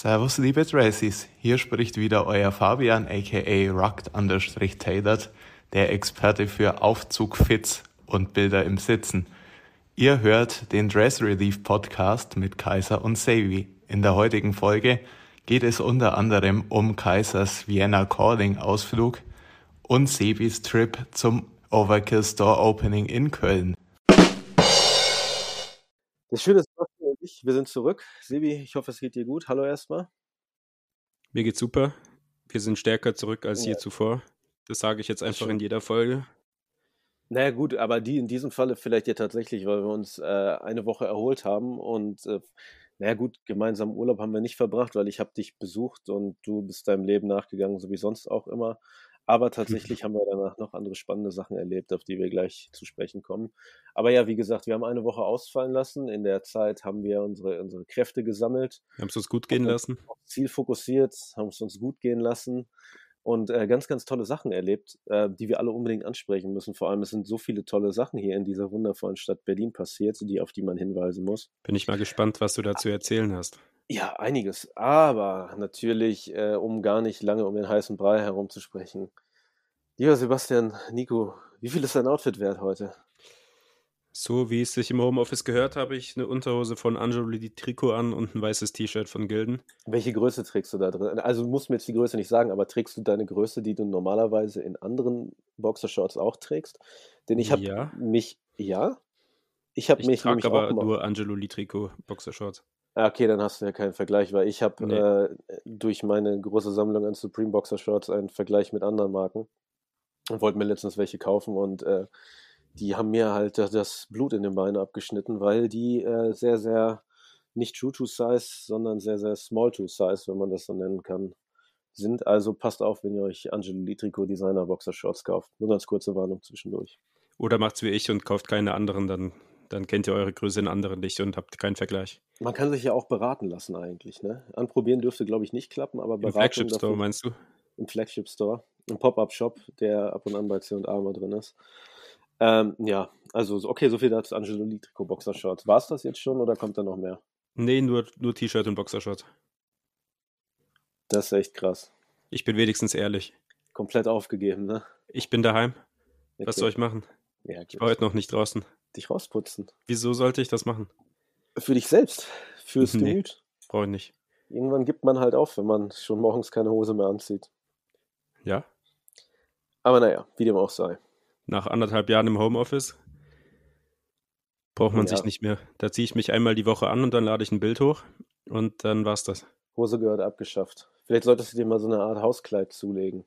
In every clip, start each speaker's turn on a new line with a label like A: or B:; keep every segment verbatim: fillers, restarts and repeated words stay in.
A: Servus liebe Tracies, hier spricht wieder euer Fabian aka Rucked-Tailored, der Experte für Aufzugfits und Bilder im Sitzen. Ihr hört den Dress Relief Podcast mit Kaiser und Sevi. In der heutigen Folge geht es unter anderem um Kaisers Vienna Calling Ausflug und Sevis Trip zum Overkill Store Opening in Köln.
B: Das Schöne ist, Sebastian und ich, wir sind zurück. Sebi, ich hoffe, es geht dir gut. Hallo erstmal.
C: Mir geht's super. Wir sind stärker zurück als
B: Ja.
C: je zuvor. Das sage ich jetzt einfach
B: schön.
C: in jeder Folge.
B: Naja gut, aber die in diesem Falle vielleicht ja tatsächlich, weil wir uns äh, eine Woche erholt haben und äh, naja gut, gemeinsam Urlaub haben wir nicht verbracht, weil ich habe dich besucht und du bist deinem Leben nachgegangen, so wie sonst auch immer. Aber tatsächlich haben wir danach noch andere spannende Sachen erlebt, auf die wir gleich zu sprechen kommen. Aber ja, wie gesagt, wir haben eine Woche ausfallen lassen. In der Zeit haben wir unsere, unsere Kräfte gesammelt,
C: Wir haben es uns gut gehen lassen.
B: aufs Ziel fokussiert, haben es uns gut gehen lassen und äh, ganz, ganz tolle Sachen erlebt, äh, die wir alle unbedingt ansprechen müssen. Vor allem, es sind so viele tolle Sachen hier in dieser wundervollen Stadt Berlin passiert, die, auf die man hinweisen muss.
C: Bin ich mal gespannt, was du dazu erzählen hast.
B: Ja, einiges. Aber natürlich, äh, um gar nicht lange um den heißen Brei herumzusprechen. Lieber Sebastian, Nico, wie viel ist dein Outfit wert heute?
C: So wie es sich im Homeoffice gehört, habe ich eine Unterhose von Angelo Di Tricot an und ein weißes T-Shirt von Gilden.
B: Welche Größe trägst du da drin? Also du musst mir jetzt die Größe nicht sagen, aber trägst du deine Größe, die du normalerweise in anderen Boxershorts auch trägst? Denn ich habe
C: Ja.
B: mich, ja? Ich habe
C: Ich
B: mich
C: trage
B: nämlich
C: aber
B: auch mal.
C: nur Angelo Di Tricot Boxershorts.
B: Ah, okay, dann hast du ja keinen Vergleich, weil ich habe
C: Nee.
B: äh, durch meine große Sammlung an Supreme Boxershorts einen Vergleich mit anderen Marken und wollte mir letztens welche kaufen und äh, die haben mir halt das, das Blut in den Beinen abgeschnitten, weil die äh, sehr, sehr nicht True to Size, sondern sehr, sehr Small to Size, wenn man das so nennen kann, sind. Also passt auf, wenn ihr euch Angelo Di Tricot Designer Boxershorts kauft. Nur ganz kurze Warnung zwischendurch.
C: Oder macht's wie ich und kauft keine anderen, dann, dann kennt ihr eure Größe in anderen nicht und habt keinen Vergleich.
B: Man kann sich ja auch beraten lassen eigentlich, ne? Anprobieren dürfte, glaube ich, nicht klappen, aber
C: Im
B: Beratung
C: Flagship Store
B: dafür
C: meinst du?
B: im Flagship Store, im Pop-Up-Shop, der ab und an bei C und A mal drin ist. Ähm, ja, also so- okay, so viel dazu Angelo Di Tricot Boxershorts. War es das jetzt schon oder kommt da noch mehr?
C: Nee, nur, nur T-Shirt und Boxershorts.
B: Das ist echt krass.
C: Ich bin wenigstens ehrlich.
B: Komplett aufgegeben, ne?
C: Ich bin daheim. Was
B: Okay.
C: soll ich machen?
B: Ja,
C: Ich
B: gut.
C: war heute noch nicht draußen.
B: Dich rausputzen.
C: Wieso sollte ich das machen?
B: Für dich selbst, fürs
C: Nee.
B: Gemüt.
C: Brauche ich nicht.
B: Irgendwann gibt man halt auf, wenn man schon morgens keine Hose mehr anzieht.
C: Ja?
B: Aber naja, wie dem auch sei.
C: Nach anderthalb Jahren im Homeoffice braucht man
B: Ja.
C: sich nicht mehr. Da ziehe ich mich einmal die Woche an und dann lade ich ein Bild hoch und dann war's das.
B: Hose gehört abgeschafft. Vielleicht solltest du dir mal so eine Art Hauskleid zulegen.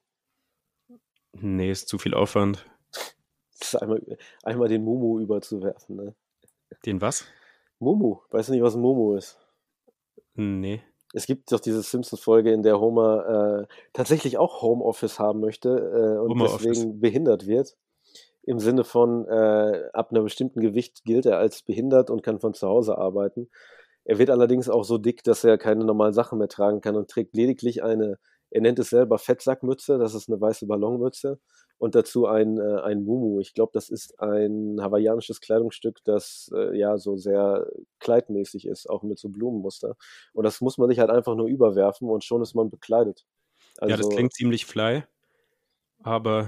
C: Nee, ist zu viel Aufwand.
B: Das ist einmal, einmal den Mumu überzuwerfen, ne?
C: Den was?
B: Mumu, weißt du nicht, was ein Mumu ist?
C: Nee.
B: Es gibt doch diese Simpsons-Folge, in der Homer äh, tatsächlich auch Homeoffice haben möchte äh, und
C: Homeoffice.
B: deswegen behindert wird. Im Sinne von, äh, ab einer bestimmten Gewicht gilt er als behindert und kann von zu Hause arbeiten. Er wird allerdings auch so dick, dass er keine normalen Sachen mehr tragen kann und trägt lediglich eine, er nennt es selber Fettsackmütze, das ist eine weiße Ballonmütze und dazu ein, äh, ein Mumu. Ich glaube, das ist ein hawaiianisches Kleidungsstück, das äh, ja so sehr kleidmäßig ist, auch mit so Blumenmuster. Und das muss man sich halt einfach nur überwerfen und schon ist man bekleidet. Also,
C: Ja, das klingt ziemlich fly, aber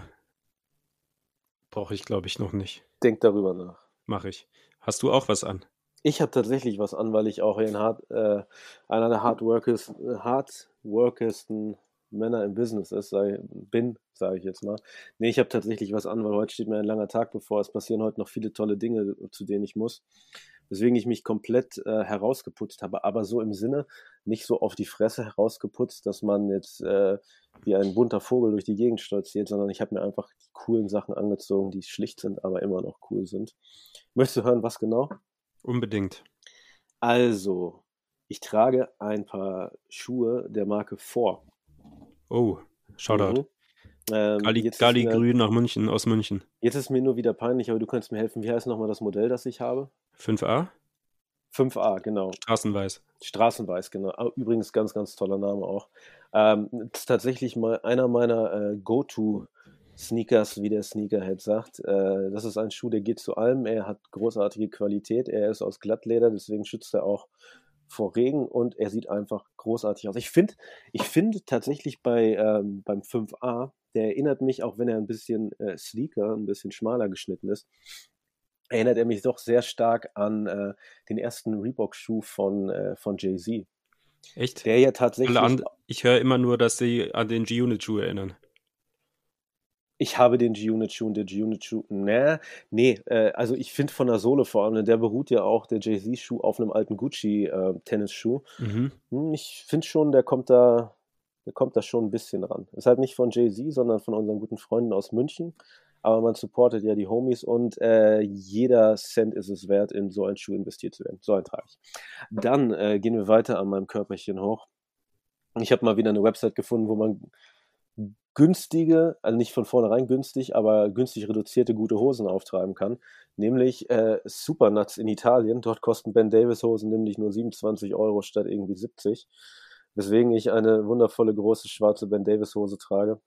C: brauche ich, glaube ich, noch nicht.
B: denk darüber nach.
C: Mache ich. Hast du auch was an?
B: Ich habe tatsächlich was an, weil ich auch ein hard, äh, einer der hardworkers, hardworkesten Männer im Business ist, sei, bin, sage ich jetzt mal. Nee, ich habe tatsächlich was an, weil heute steht mir ein langer Tag bevor. Es passieren heute noch viele tolle Dinge, zu denen ich muss. Weswegen ich mich komplett äh, herausgeputzt habe, aber so im Sinne, nicht so auf die Fresse herausgeputzt, dass man jetzt äh, wie ein bunter Vogel durch die Gegend stolziert, sondern ich habe mir einfach die coolen Sachen angezogen, die schlicht sind, aber immer noch cool sind. Möchtest du hören, was genau?
C: Unbedingt.
B: Also, ich trage ein paar Schuhe der Marke Four.
C: Oh, Shoutout.
B: Mhm. Ähm,
C: Gali,
B: jetzt, ist
C: Gali
B: mir,
C: Grün nach München, aus München.
B: jetzt ist mir nur wieder peinlich, aber du kannst mir helfen. Wie heißt nochmal das Modell, das ich habe?
C: fünf a?
B: fünf a, genau.
C: Straßenweiß.
B: Straßenweiß, genau. Ah, übrigens ganz, ganz toller Name auch. Ähm, das ist tatsächlich mal einer meiner äh, Go-To-Sneakers, wie der Sneakerhead sagt. Äh, das ist ein Schuh, der geht zu allem. Er hat großartige Qualität. Er ist aus Glattleder, deswegen schützt er auch vor Regen und er sieht einfach großartig aus. Ich finde ich finde tatsächlich bei ähm, beim fünf A, der erinnert mich, auch wenn er ein bisschen äh, sleeker, ein bisschen schmaler geschnitten ist, erinnert er mich doch sehr stark an äh, den ersten Reebok-Schuh von, äh, von Jay-Z,
C: Echt?
B: der ja
C: Alle
B: tatsächlich,
C: and ich höre immer nur, dass sie an den G-Unit-Schuh erinnern.
B: ich habe den G-Unit-Schuh und der G-Unit-Schuh, ne, nee, äh, also ich finde von der Sohle vor allem, denn der beruht ja auch, der Jay-Z-Schuh, auf einem alten Gucci-Tennisschuh.
C: Mhm.
B: Hm, ich finde schon, der kommt da, der kommt da schon ein bisschen ran. Ist halt nicht von Jay-Z, sondern von unseren guten Freunden aus München. Aber man supportet ja die Homies und äh, jeder Cent ist es wert, in so einen Schuh investiert zu werden. So einen trage ich. Dann äh, gehen wir weiter an meinem Körperchen hoch. Ich habe mal wieder eine Website gefunden, wo man günstige, also nicht von vornherein günstig, aber günstig reduzierte gute Hosen auftreiben kann. Nämlich äh, Supernuts in Italien. Dort kosten Ben Davis Hosen nämlich nur siebenundzwanzig Euro statt irgendwie siebzig. Weswegen ich eine wundervolle große schwarze Ben Davis Hose trage.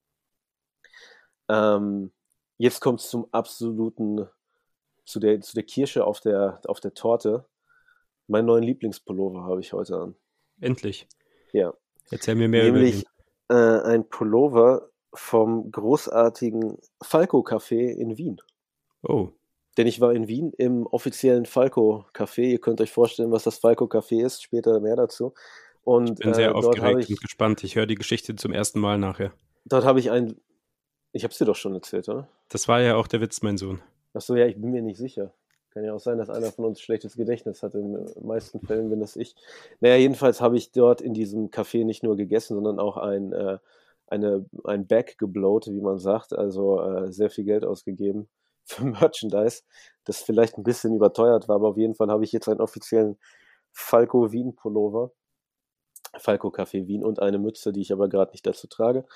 B: Ähm, jetzt kommt es zum absoluten, zu der, zu der Kirsche auf der, auf der Torte. Meinen neuen Lieblingspullover habe ich heute an.
C: Endlich.
B: Ja.
C: Erzähl mir mehr
B: Nämlich
C: über den.
B: äh, ein Pullover vom großartigen Falco Café in Wien.
C: Oh.
B: Denn ich war in Wien im offiziellen Falco Café. Ihr könnt euch vorstellen, was das Falco Café ist. Später mehr dazu. Und
C: ich bin sehr
B: äh, dort habe
C: aufgeregt und
B: ich,
C: gespannt. Ich höre die Geschichte zum ersten Mal nachher.
B: dort habe ich ein, ich habe es dir doch schon erzählt, oder?
C: Das war ja auch der Witz, mein Sohn.
B: Achso, ja, ich bin mir nicht sicher. Kann ja auch sein, dass einer von uns schlechtes Gedächtnis hat. In den meisten Fällen bin das ich. Naja, jedenfalls habe ich dort in diesem Café nicht nur gegessen, sondern auch ein, äh, eine, ein Bag geblowt, wie man sagt. Also äh, sehr viel Geld ausgegeben für Merchandise, das vielleicht ein bisschen überteuert war, aber auf jeden Fall habe ich jetzt einen offiziellen Falco Wien Pullover. Falco Café Wien und eine Mütze, die ich aber gerade nicht dazu trage.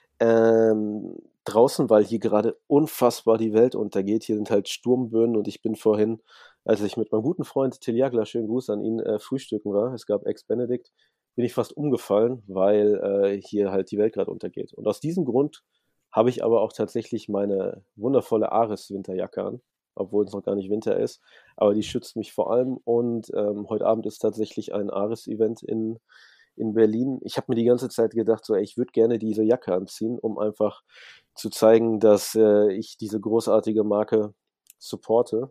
B: Ähm, draußen, weil hier gerade unfassbar die Welt untergeht. Hier sind halt Sturmböen und ich bin vorhin, als ich mit meinem guten Freund Till Jagler, schönen Gruß an ihn, äh, frühstücken war, es gab Ex-Benedict, bin ich fast umgefallen, weil äh, hier halt die Welt gerade untergeht. Und aus diesem Grund habe ich aber auch tatsächlich meine wundervolle Ares-Winterjacke an, obwohl es noch gar nicht Winter ist. Aber die schützt mich vor allem und ähm, heute Abend ist tatsächlich ein Ares-Event in in Berlin. Ich habe mir die ganze Zeit gedacht, so, ey, ich würde gerne diese Jacke anziehen, um einfach zu zeigen, dass äh, ich diese großartige Marke supporte.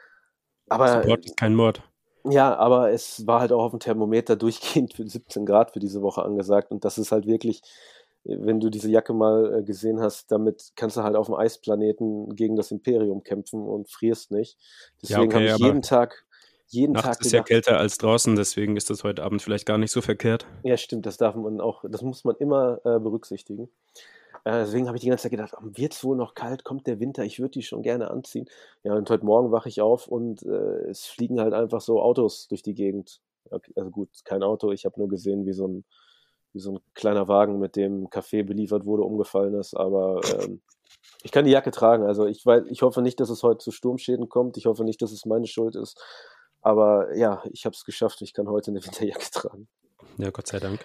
B: Aber
C: Support ist kein Mord.
B: ja, aber es war halt auch auf dem Thermometer durchgehend für siebzehn Grad für diese Woche angesagt. Und das ist halt wirklich, wenn du diese Jacke mal äh, gesehen hast, damit kannst du halt auf dem Eisplaneten gegen das Imperium kämpfen und frierst nicht.
C: Ja,
B: Deswegen
C: okay,
B: habe ich
C: aber
B: jeden Tag, jeden
C: nachts
B: Tag
C: ist ja
B: gedacht,
C: kälter als draußen, deswegen ist das heute Abend vielleicht gar nicht so verkehrt.
B: ja, stimmt, das darf man auch, das muss man immer äh, berücksichtigen. Äh, deswegen habe ich die ganze Zeit gedacht, wird es wohl noch kalt, kommt der Winter, ich würde die schon gerne anziehen. Ja, und heute Morgen wache ich auf und äh, es fliegen halt einfach so Autos durch die Gegend. Okay, also gut, kein Auto, ich habe nur gesehen, wie so ein, wie so ein kleiner Wagen, mit dem Kaffee beliefert wurde, umgefallen ist. Aber ähm, ich kann die Jacke tragen. Also ich, weiß, ich hoffe nicht, dass es heute zu Sturmschäden kommt. Ich hoffe nicht, dass es meine Schuld ist. Aber ja, ich habe es geschafft. Ich kann heute eine Winterjacke tragen.
C: Ja, Gott sei Dank.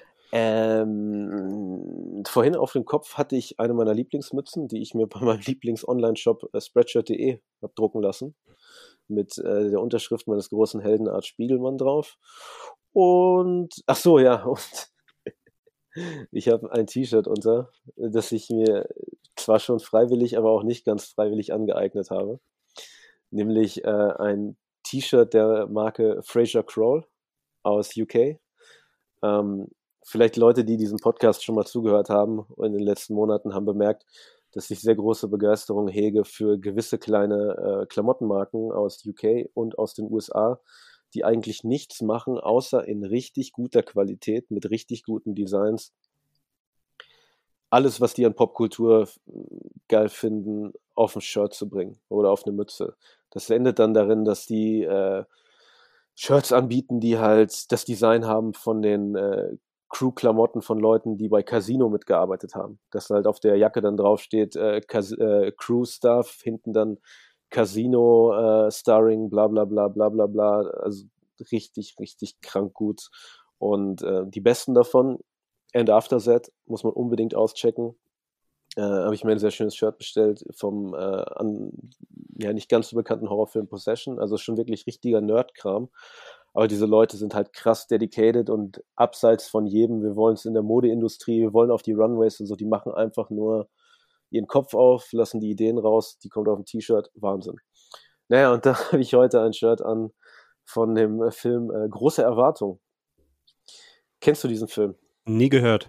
B: Ähm, vorhin auf dem Kopf hatte ich eine meiner Lieblingsmützen, die ich mir bei meinem Lieblings-Online-Shop äh, Spreadshirt punkt de habe drucken lassen. Mit äh, der Unterschrift meines großen Helden Art Spiegelmann drauf. Und, ach so, ja, und ich habe ein T-Shirt unter, das ich mir zwar schon freiwillig, aber auch nicht ganz freiwillig angeeignet habe. Nämlich äh, ein T-Shirt der Marke Fraser Kroll aus U K. Ähm, vielleicht Leute, die diesem Podcast schon mal zugehört haben in den letzten Monaten, haben bemerkt, dass ich sehr große Begeisterung hege für gewisse kleine äh, Klamottenmarken aus U K und aus den U S A, die eigentlich nichts machen, außer in richtig guter Qualität, mit richtig guten Designs, alles, was die an Popkultur geil finden, auf ein Shirt zu bringen oder auf eine Mütze. Das endet dann darin, dass die äh, Shirts anbieten, die halt das Design haben von den äh, Crew-Klamotten von Leuten, die bei Casino mitgearbeitet haben. Dass halt auf der Jacke dann draufsteht, äh, äh, Crew-Stuff, hinten dann Casino, äh, Starring, bla bla bla bla bla bla. Also richtig, richtig krank gut. Und äh, die besten davon, And After That, muss man unbedingt auschecken. Äh, habe ich mir ein sehr schönes Shirt bestellt vom äh, an, ja, nicht ganz so bekannten Horrorfilm Possession. Also schon wirklich richtiger Nerd-Kram. Aber diese Leute sind halt krass dedicated und abseits von jedem. Wir wollen es in der Modeindustrie, wir wollen auf die Runways und so. Die machen einfach nur ihren Kopf auf, lassen die Ideen raus, die kommt auf ein T-Shirt. Wahnsinn. Naja, und da habe ich heute ein Shirt an von dem äh, Film äh, Große Erwartung. Kennst du diesen Film?
C: Nie gehört.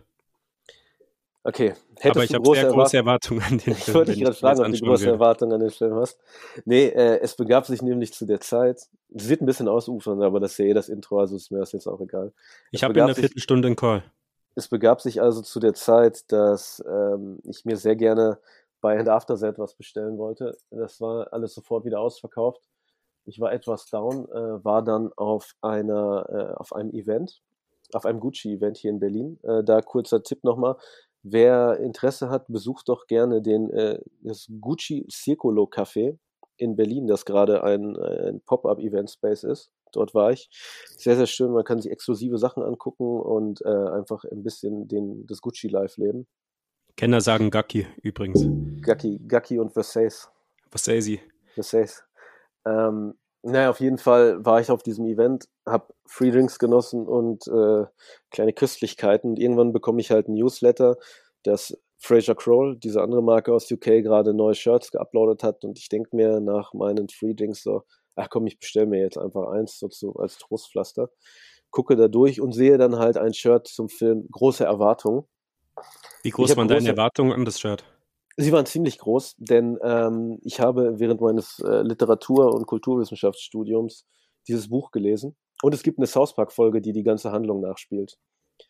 B: Okay.
C: Hättest Aber ich habe sehr große Erwartungen an den
B: ich
C: Film.
B: Ich wollte dich gerade fragen, ob du große Erwartungen an den Film hast. Nee, äh, es begab sich nämlich zu der Zeit, es wird ein bisschen ausufern, aber das ist ja eh das Intro, also ist mir das jetzt auch egal.
C: Ich habe in einer Viertelstunde einen Call.
B: Es begab sich also zu der Zeit, dass ähm, ich mir sehr gerne bei Hand After Set was bestellen wollte. Das war alles sofort wieder ausverkauft. Ich war etwas down, äh, war dann auf einer, äh, auf einem Event, auf einem Gucci-Event hier in Berlin. Äh, da kurzer Tipp nochmal. Wer Interesse hat, besucht doch gerne den, äh, das Gucci Circolo Café in Berlin, das gerade ein, ein Pop-Up-Event-Space ist. Dort war ich. Sehr, sehr schön. Man kann sich exklusive Sachen angucken und äh, einfach ein bisschen den, das Gucci-Life leben.
C: Kenner sagen Gacki übrigens.
B: Gacki, Gacki und Versace.
C: Versace.
B: Versace. Ähm, naja, auf jeden Fall war ich auf diesem Event, habe Free Drinks genossen und äh, kleine Köstlichkeiten. Und irgendwann bekomme ich halt ein Newsletter, dass Fraser Crowell, diese andere Marke aus U K, gerade neue Shirts geuploadet hat. Und ich denke mir nach meinen Free Drinks so, ach komm, ich bestelle mir jetzt einfach eins so zu, als Trostpflaster. Gucke da durch und sehe dann halt ein Shirt zum Film Große Erwartung.
C: Wie groß waren deine Erwartungen an das Shirt?
B: Sie waren ziemlich groß, denn ähm, ich habe während meines äh, Literatur- und Kulturwissenschaftsstudiums dieses Buch gelesen. Und es gibt eine South Park-Folge, die die ganze Handlung nachspielt.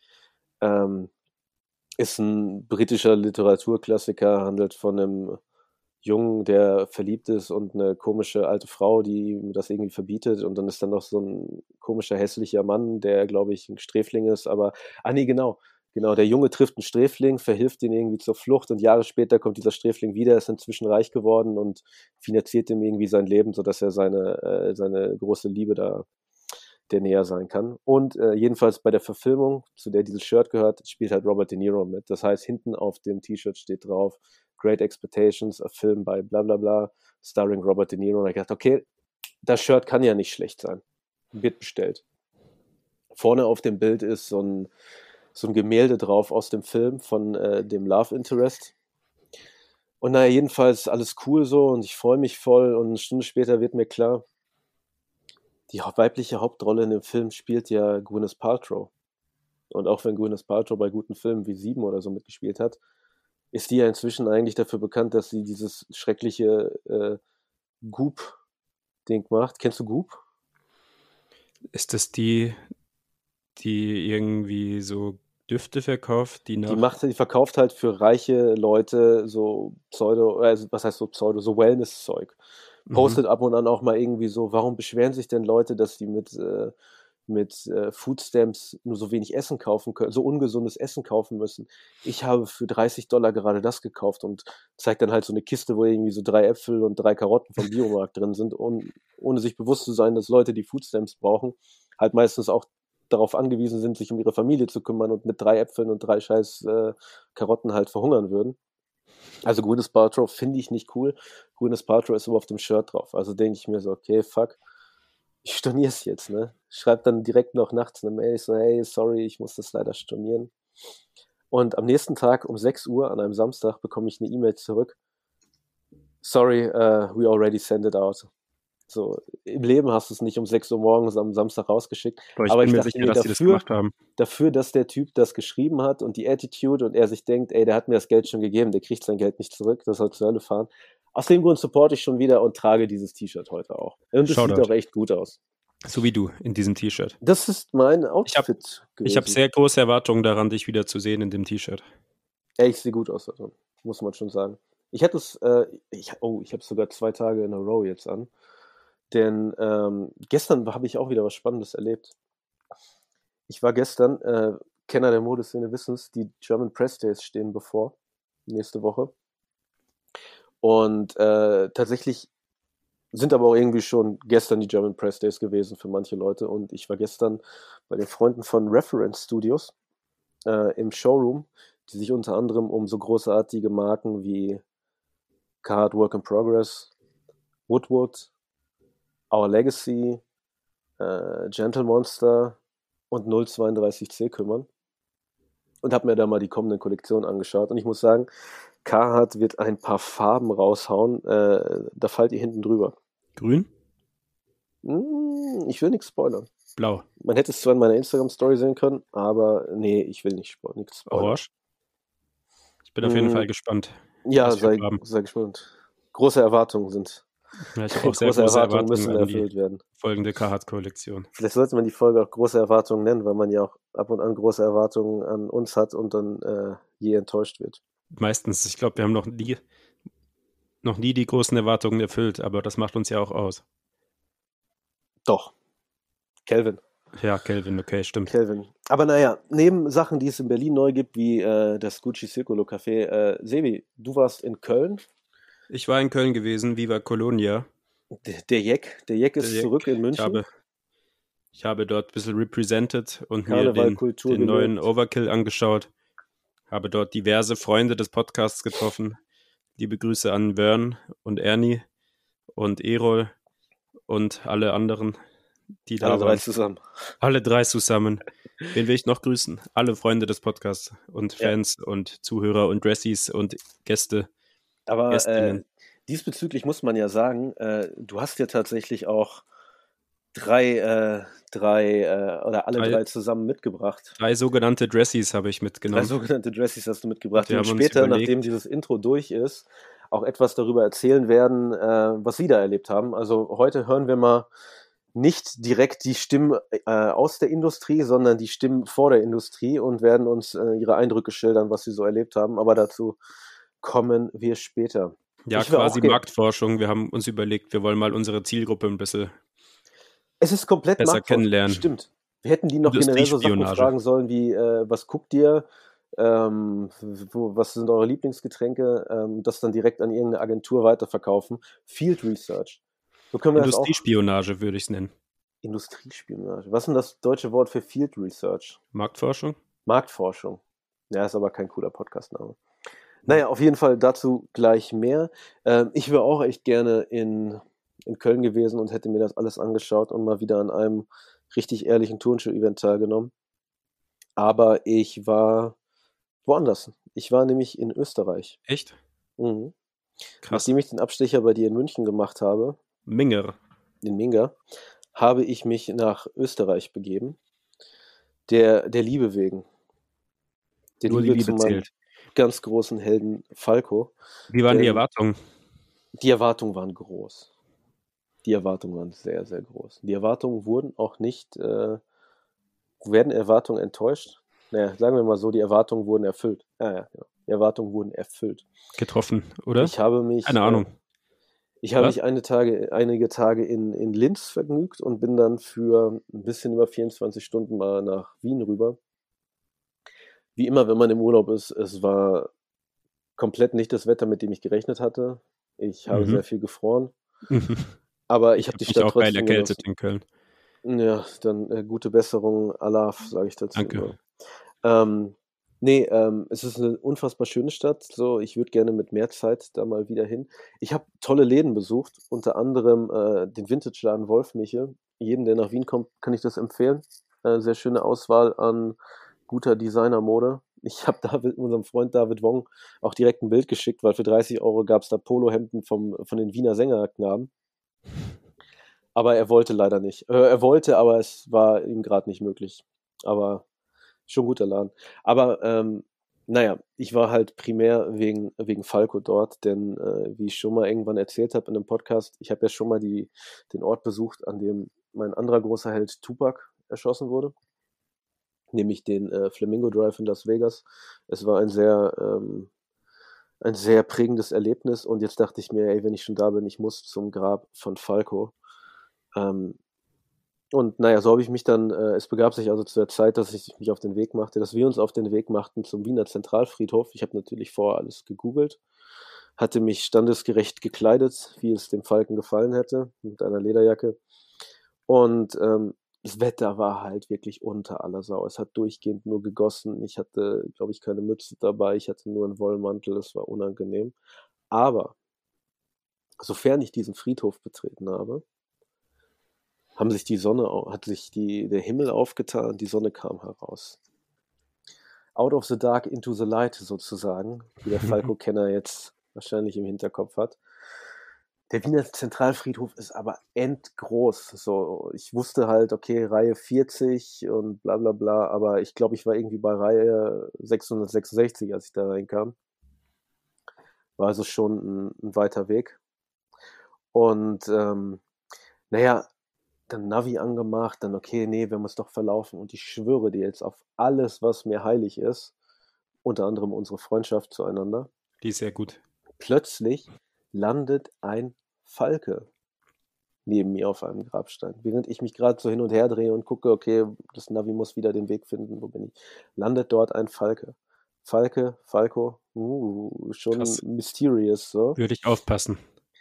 B: Ähm, ist ein britischer Literaturklassiker, handelt von einem Jungen, der verliebt ist und eine komische alte Frau, die ihm das irgendwie verbietet. Und dann ist dann noch so ein komischer, hässlicher Mann, der, glaube ich, ein Sträfling ist. Aber, ah nee, genau. Genau, der Junge trifft einen Sträfling, verhilft ihn irgendwie zur Flucht und Jahre später kommt dieser Sträfling wieder, ist inzwischen reich geworden und finanziert ihm irgendwie sein Leben, sodass er seine, äh, seine große Liebe da der näher sein kann. Und äh, jedenfalls bei der Verfilmung, zu der dieses Shirt gehört, spielt halt Robert De Niro mit. Das heißt, hinten auf dem T-Shirt steht drauf, Great Expectations, a Film by bla bla bla, starring Robert De Niro. Und ich dachte, okay, das Shirt kann ja nicht schlecht sein. Wird bestellt. Vorne auf dem Bild ist so ein so ein Gemälde drauf aus dem Film von äh, dem Love Interest. Und naja, jedenfalls alles cool so und ich freue mich voll und eine Stunde später wird mir klar, die weibliche Hauptrolle in dem Film spielt ja Gwyneth Paltrow. Und auch wenn Gwyneth Paltrow bei guten Filmen wie Sieben oder so mitgespielt hat, ist die ja inzwischen eigentlich dafür bekannt, dass sie dieses schreckliche äh, Goop-Ding macht. Kennst du Goop?
C: Ist das die, die irgendwie so Düfte verkauft, die nach...
B: Die macht, die verkauft halt für reiche Leute so Pseudo, also was heißt so Pseudo, so Wellness-Zeug. Postet mhm. ab und an auch mal irgendwie so, warum beschweren sich denn Leute, dass die mit, äh, mit äh, Foodstamps nur so wenig Essen kaufen können, so ungesundes Essen kaufen müssen. Ich habe für dreißig Dollar gerade das gekauft und zeigt dann halt so eine Kiste, wo irgendwie so drei Äpfel und drei Karotten vom Biomarkt drin sind, und, ohne sich bewusst zu sein, dass Leute, die Foodstamps brauchen, halt meistens auch darauf angewiesen sind, sich um ihre Familie zu kümmern und mit drei Äpfeln und drei scheiß äh, Karotten halt verhungern würden. Also Gwyneth Paltrow finde ich nicht cool. Gwyneth Paltrow ist aber auf dem Shirt drauf. Also denke ich mir so, okay, fuck, ich storniere es jetzt, ne? Schreib dann direkt noch nachts eine Mail, so, hey, sorry, ich muss das leider stornieren. Und am nächsten Tag um sechs Uhr an einem Samstag bekomme ich eine E-Mail zurück. Sorry, uh, we already sent it out. So, im Leben hast du es nicht um sechs Uhr morgens am Samstag rausgeschickt.
C: Boah, ich
B: aber
C: bin
B: ich
C: mir
B: dachte
C: sicher,
B: mir,
C: dass
B: dafür,
C: die das gemacht haben.
B: Dafür, dass der Typ das geschrieben hat und die Attitude und er sich denkt, ey, der hat mir das Geld schon gegeben, der kriegt sein Geld nicht zurück, das soll zur Hölle fahren. Aus dem Grund supporte ich schon wieder und trage dieses T-Shirt heute auch. Und es sieht auch echt gut aus.
C: So wie du in diesem T-Shirt.
B: Das ist mein Outfit
C: gewesen. Ich habe sehr große Erwartungen daran, dich wieder zu sehen in dem T-Shirt.
B: Ey, ich sehe gut aus, also, muss man schon sagen. Ich hatte es, äh, ich, oh, ich habe es sogar zwei Tage in a row jetzt an. Denn ähm, gestern habe ich auch wieder was Spannendes erlebt. Ich war gestern, äh, Kenner der Modeszene wissen es, die German Press Days stehen bevor, nächste Woche. Und äh, tatsächlich sind aber auch irgendwie schon gestern die German Press Days gewesen für manche Leute. Und ich war gestern bei den Freunden von Reference Studios äh, im Showroom, die sich unter anderem um so großartige Marken wie Carhartt Work in Progress, Woodwood, Our Legacy, äh, Gentle Monster und null zweiunddreißig C kümmern und habe mir da mal die kommenden Kollektionen angeschaut. Und ich muss sagen, Carhartt wird ein paar Farben raushauen, äh, da fallt ihr hinten drüber.
C: Grün?
B: Hm, ich will nichts spoilern.
C: Blau.
B: Man hätte es zwar in meiner Instagram-Story sehen können, aber nee, ich will nicht spoilern. Nichts spoilern.
C: Orange? Ich bin auf jeden
B: Mm,
C: Fall gespannt.
B: Ja,
C: was für
B: sei,
C: Farben.
B: sei gespannt. Große Erwartungen sind.
C: Ja, ich habe auch sehr
B: Große
C: große
B: Erwartungen
C: Erwartungen
B: müssen
C: an die
B: erfüllt werden.
C: folgende Carhartt-Kollektion.
B: Vielleicht sollte man die Folge auch große Erwartungen nennen, weil man ja auch ab und an große Erwartungen an uns hat und dann äh, je enttäuscht wird.
C: Meistens. Ich glaube, wir haben noch nie, noch nie die großen Erwartungen erfüllt, aber das macht uns ja auch aus.
B: Doch. Kelvin.
C: Ja, Kelvin, okay, stimmt.
B: Kelvin. Aber naja, neben Sachen, die es in Berlin neu gibt, wie äh, das Gucci Circolo Café, äh, Sebi, du warst in Köln.
C: Ich war in Köln gewesen, Viva Colonia.
B: Der, der Jeck, der Jeck ist
C: Der Jeck.
B: zurück in München.
C: Ich habe, ich habe dort ein bisschen represented und mir den,
B: Karnevalkultur
C: den neuen
B: gelebt.
C: Overkill angeschaut. Habe dort diverse Freunde des Podcasts getroffen. Liebe Grüße an Vern und Ernie und Erol und alle anderen, die da
B: Alle drei
C: waren.
B: zusammen.
C: Alle drei zusammen. Wen will ich noch grüßen? Alle Freunde des Podcasts und
B: Ja.
C: Fans und Zuhörer und Dressies und Gäste.
B: Aber äh,
C: Gästinnen.
B: diesbezüglich muss man ja sagen, äh, du hast ja tatsächlich auch drei, äh, drei äh, oder alle
C: Drei-
B: drei zusammen mitgebracht.
C: Drei sogenannte Dressies habe ich
B: Drei
C: mitgenommen.
B: sogenannte Dressies hast du mitgebracht,
C: Wir
B: die uns
C: haben uns
B: später,
C: überlegt-
B: nachdem dieses Intro durch ist, auch etwas darüber erzählen werden, äh, was sie da erlebt haben. Also heute hören wir mal nicht direkt die Stimmen äh, aus der Industrie, sondern die Stimmen vor der Industrie und werden uns äh, ihre Eindrücke schildern, was sie so erlebt haben. Aber dazu kommen wir später.
C: Ja,
B: Ich will
C: quasi
B: auch ge-
C: Marktforschung. Wir haben uns überlegt, wir wollen mal unsere Zielgruppe ein bisschen.
B: Es ist komplett
C: Besser
B: Marktforschung.
C: kennenlernen.
B: Stimmt. Wir hätten die noch generell so Sachen
C: Industriespionage.
B: fragen sollen wie, äh, was guckt ihr? Ähm, wo, was sind eure Lieblingsgetränke? Ähm, das dann direkt an irgendeine Agentur weiterverkaufen. Field Research. So können wir das auch.
C: Industriespionage würde ich es nennen.
B: Industriespionage. Was ist denn das deutsche Wort für Field Research?
C: Marktforschung?
B: Marktforschung. Ja, ist aber kein cooler Podcastname. Naja, auf jeden Fall dazu gleich mehr. Ähm, ich wäre auch echt gerne in, in Köln gewesen und hätte mir das alles angeschaut und mal wieder an einem richtig ehrlichen Turnschuh-Event teilgenommen. Aber ich war woanders. Ich war nämlich in Österreich.
C: Echt?
B: Mhm.
C: Krass.
B: Nachdem ich den Abstecher bei dir in München gemacht habe,
C: Minger.
B: in Minga, habe ich mich nach Österreich begeben. Der, der Liebe wegen. Der
C: Nur die
B: Liebe zu
C: Liebe
B: meinem
C: zählt.
B: ganz großen Helden Falco.
C: Wie waren die
B: Ähm,
C: Erwartungen?
B: Die Erwartungen waren groß. Die Erwartungen waren sehr, sehr groß. Die Erwartungen wurden auch nicht, äh, werden Erwartungen enttäuscht? Naja, sagen wir mal so, die Erwartungen wurden erfüllt. Ja, ja, genau. Die Erwartungen wurden erfüllt.
C: Getroffen, oder?
B: Ich habe mich,
C: Keine Ahnung.
B: Äh, ich habe
C: Was?
B: mich eine Tage, einige Tage in, in Linz vergnügt und bin dann für ein bisschen über vierundzwanzig Stunden mal nach Wien rüber. Wie immer, wenn man im Urlaub ist, es war komplett nicht das Wetter, mit dem ich gerechnet hatte. Ich habe
C: Mhm.
B: sehr viel gefroren, aber ich habe die
C: mich
B: Stadt
C: auch geil
B: trotzdem
C: erkältet
B: genossen.
C: in Köln.
B: Ja, dann äh, gute Besserung, Alaf, sage ich dazu.
C: Danke.
B: immer. Ähm, nee, ähm, es ist eine unfassbar schöne Stadt. So, ich würde gerne mit mehr Zeit da mal wieder hin. Ich habe tolle Läden besucht, unter anderem äh, den Vintage-Laden Wolfmichel. Jedem, der nach Wien kommt, kann ich das empfehlen. Äh, sehr schöne Auswahl an guter Designermode. Ich habe David, unserem Freund David Wong auch direkt ein Bild geschickt, weil für dreißig Euro gab es da Polohemden vom, von den Wiener Sängerknaben. Aber er wollte leider nicht. Äh, er wollte, aber es war ihm gerade nicht möglich. Aber schon guter Laden. Aber ähm, naja, ich war halt primär wegen, wegen Falco dort, denn äh, wie ich schon mal irgendwann erzählt habe in einem Podcast, ich habe ja schon mal die, den Ort besucht, an dem mein anderer großer Held Tupac erschossen wurde, nämlich den äh, Flamingo Drive in Las Vegas. Es war ein sehr, ähm, ein sehr prägendes Erlebnis und jetzt dachte ich mir, ey, wenn ich schon da bin, ich muss zum Grab von Falco. Ähm, und naja, so habe ich mich dann, äh, es begab sich also zu der Zeit, dass ich mich auf den Weg machte, dass wir uns auf den Weg machten zum Wiener Zentralfriedhof. Ich habe natürlich vorher alles gegoogelt, hatte mich standesgerecht gekleidet, wie es dem Falken gefallen hätte, mit einer Lederjacke. Und ähm, das Wetter war halt wirklich unter aller Sau. Es hat durchgehend nur gegossen. Ich hatte, glaube ich, keine Mütze dabei. Ich hatte nur einen Wollmantel. Es war unangenehm. Aber sofern ich diesen Friedhof betreten habe, haben sich die Sonne, au- hat sich die, der Himmel aufgetan, die Sonne kam heraus. Out of the dark into the light sozusagen, wie der Falco-Kenner jetzt wahrscheinlich im Hinterkopf hat. Der Wiener Zentralfriedhof ist aber endgroß. So, ich wusste halt, okay, Reihe vierzig und bla bla bla, aber ich glaube, ich war irgendwie bei Reihe sechshundertsechsundsechzig, als ich da reinkam. War also schon ein, ein weiter Weg. Und ähm, naja, dann Navi angemacht, dann okay, nee, wir haben uns doch verlaufen. Und ich schwöre dir jetzt auf alles, was mir heilig ist, unter anderem unsere Freundschaft zueinander,
C: Die ist sehr gut.
B: plötzlich landet ein Falke neben mir auf einem Grabstein. Während ich mich gerade so hin und her drehe und gucke, okay, das Navi muss wieder den Weg finden, wo bin ich, landet dort ein Falke. Falke, Falco, uh, schon
C: Krass.
B: mysterious, so.
C: Würde ich aufpassen.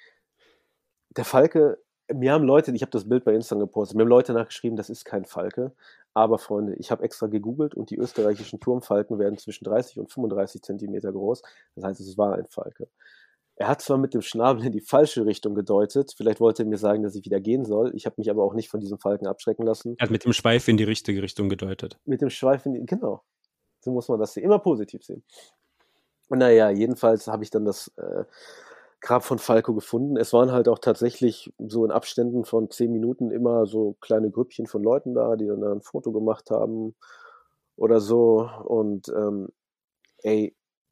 B: Der Falke, mir haben Leute, ich habe das Bild bei Instagram gepostet, mir haben Leute nachgeschrieben, das ist kein Falke. Aber Freunde, ich habe extra gegoogelt und die österreichischen Turmfalken werden zwischen dreißig und fünfunddreißig Zentimeter groß. Das heißt, es war ein Falke. Er hat zwar mit dem Schnabel in die falsche Richtung gedeutet, vielleicht wollte er mir sagen, dass ich wieder gehen soll. Ich habe mich aber auch nicht von diesem Falken abschrecken lassen.
C: Er hat mit dem Schweif in die richtige Richtung gedeutet.
B: Mit dem Schweif in die, genau. So muss man das sehen. Immer positiv sehen. Und naja, jedenfalls habe ich dann das äh, Grab von Falco gefunden. Es waren halt auch tatsächlich so in Abständen von zehn Minuten immer so kleine Grüppchen von Leuten da, die dann da ein Foto gemacht haben oder so. Und ähm, ey,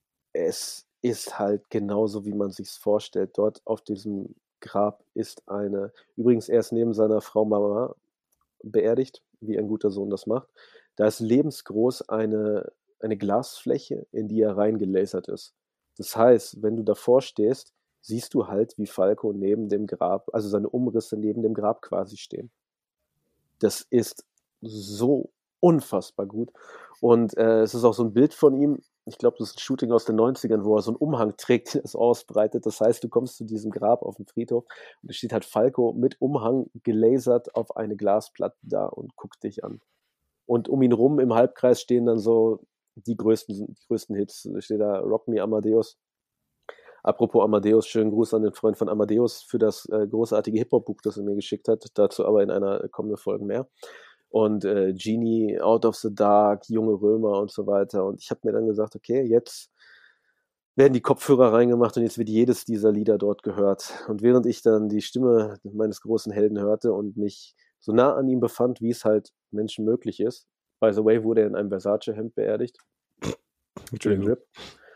B: es ist halt genauso, wie man sich's vorstellt. Dort auf diesem Grab ist eine, übrigens erst neben seiner Frau Mama beerdigt, wie ein guter Sohn das macht. Da ist lebensgroß eine, eine Glasfläche, in die er reingelasert ist. Das heißt, wenn du davor stehst, siehst du halt, wie Falco neben dem Grab, also seine Umrisse neben dem Grab quasi stehen. Das ist so unfassbar gut. Und äh, es ist auch so ein Bild von ihm, ich glaube, das ist ein Shooting aus den neunzigern, wo er so einen Umhang trägt, der es ausbreitet. Das heißt, du kommst zu diesem Grab auf dem Friedhof und es steht halt Falco mit Umhang gelasert auf eine Glasplatte da und guckt dich an. Und um ihn rum im Halbkreis stehen dann so die größten, die größten Hits. Da steht da Rock Me Amadeus. Apropos Amadeus, schönen Gruß an den Freund von Amadeus für das äh, großartige Hip-Hop-Buch, das er mir geschickt hat. Dazu aber in einer kommenden Folge mehr. Und äh, Genie, Out of the Dark, Junge Römer und so weiter. Und ich habe mir dann gesagt, okay, jetzt werden die Kopfhörer reingemacht und jetzt wird jedes dieser Lieder dort gehört. Und während ich dann die Stimme meines großen Helden hörte und mich so nah an ihm befand, wie es halt Menschen möglich ist, by the way, wurde er in einem Versace-Hemd beerdigt.
C: Entschuldigung.
B: Rip.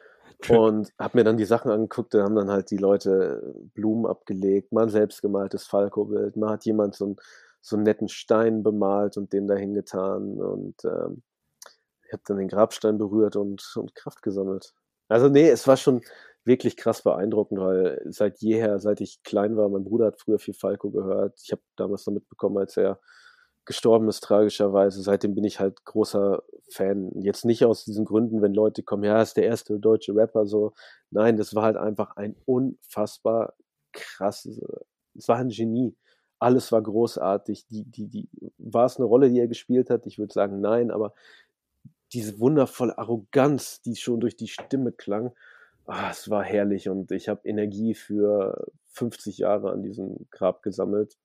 B: Und habe mir dann die Sachen angeguckt, da haben dann halt die Leute Blumen abgelegt, mal ein selbstgemaltes Falco-Bild, mal hat jemand so, ein, so einen netten Stein bemalt und den dahin getan und ähm, ich habe dann den Grabstein berührt und, und Kraft gesammelt. Also nee, es war schon wirklich krass beeindruckend, weil seit jeher, seit ich klein war, mein Bruder hat früher viel Falco gehört, ich habe damals noch mitbekommen, als er gestorben ist, tragischerweise. Seitdem bin ich halt großer Fan. Jetzt nicht aus diesen Gründen, wenn Leute kommen, ja, ist der erste deutsche Rapper, so. Nein, das war halt einfach ein unfassbar krasses, es war ein Genie. Alles war großartig. Die, die, die, war es eine Rolle, die er gespielt hat? Ich würde sagen, nein, aber diese wundervolle Arroganz, die schon durch die Stimme klang, ah, es war herrlich und ich habe Energie für fünfzig Jahre an diesem Grab gesammelt.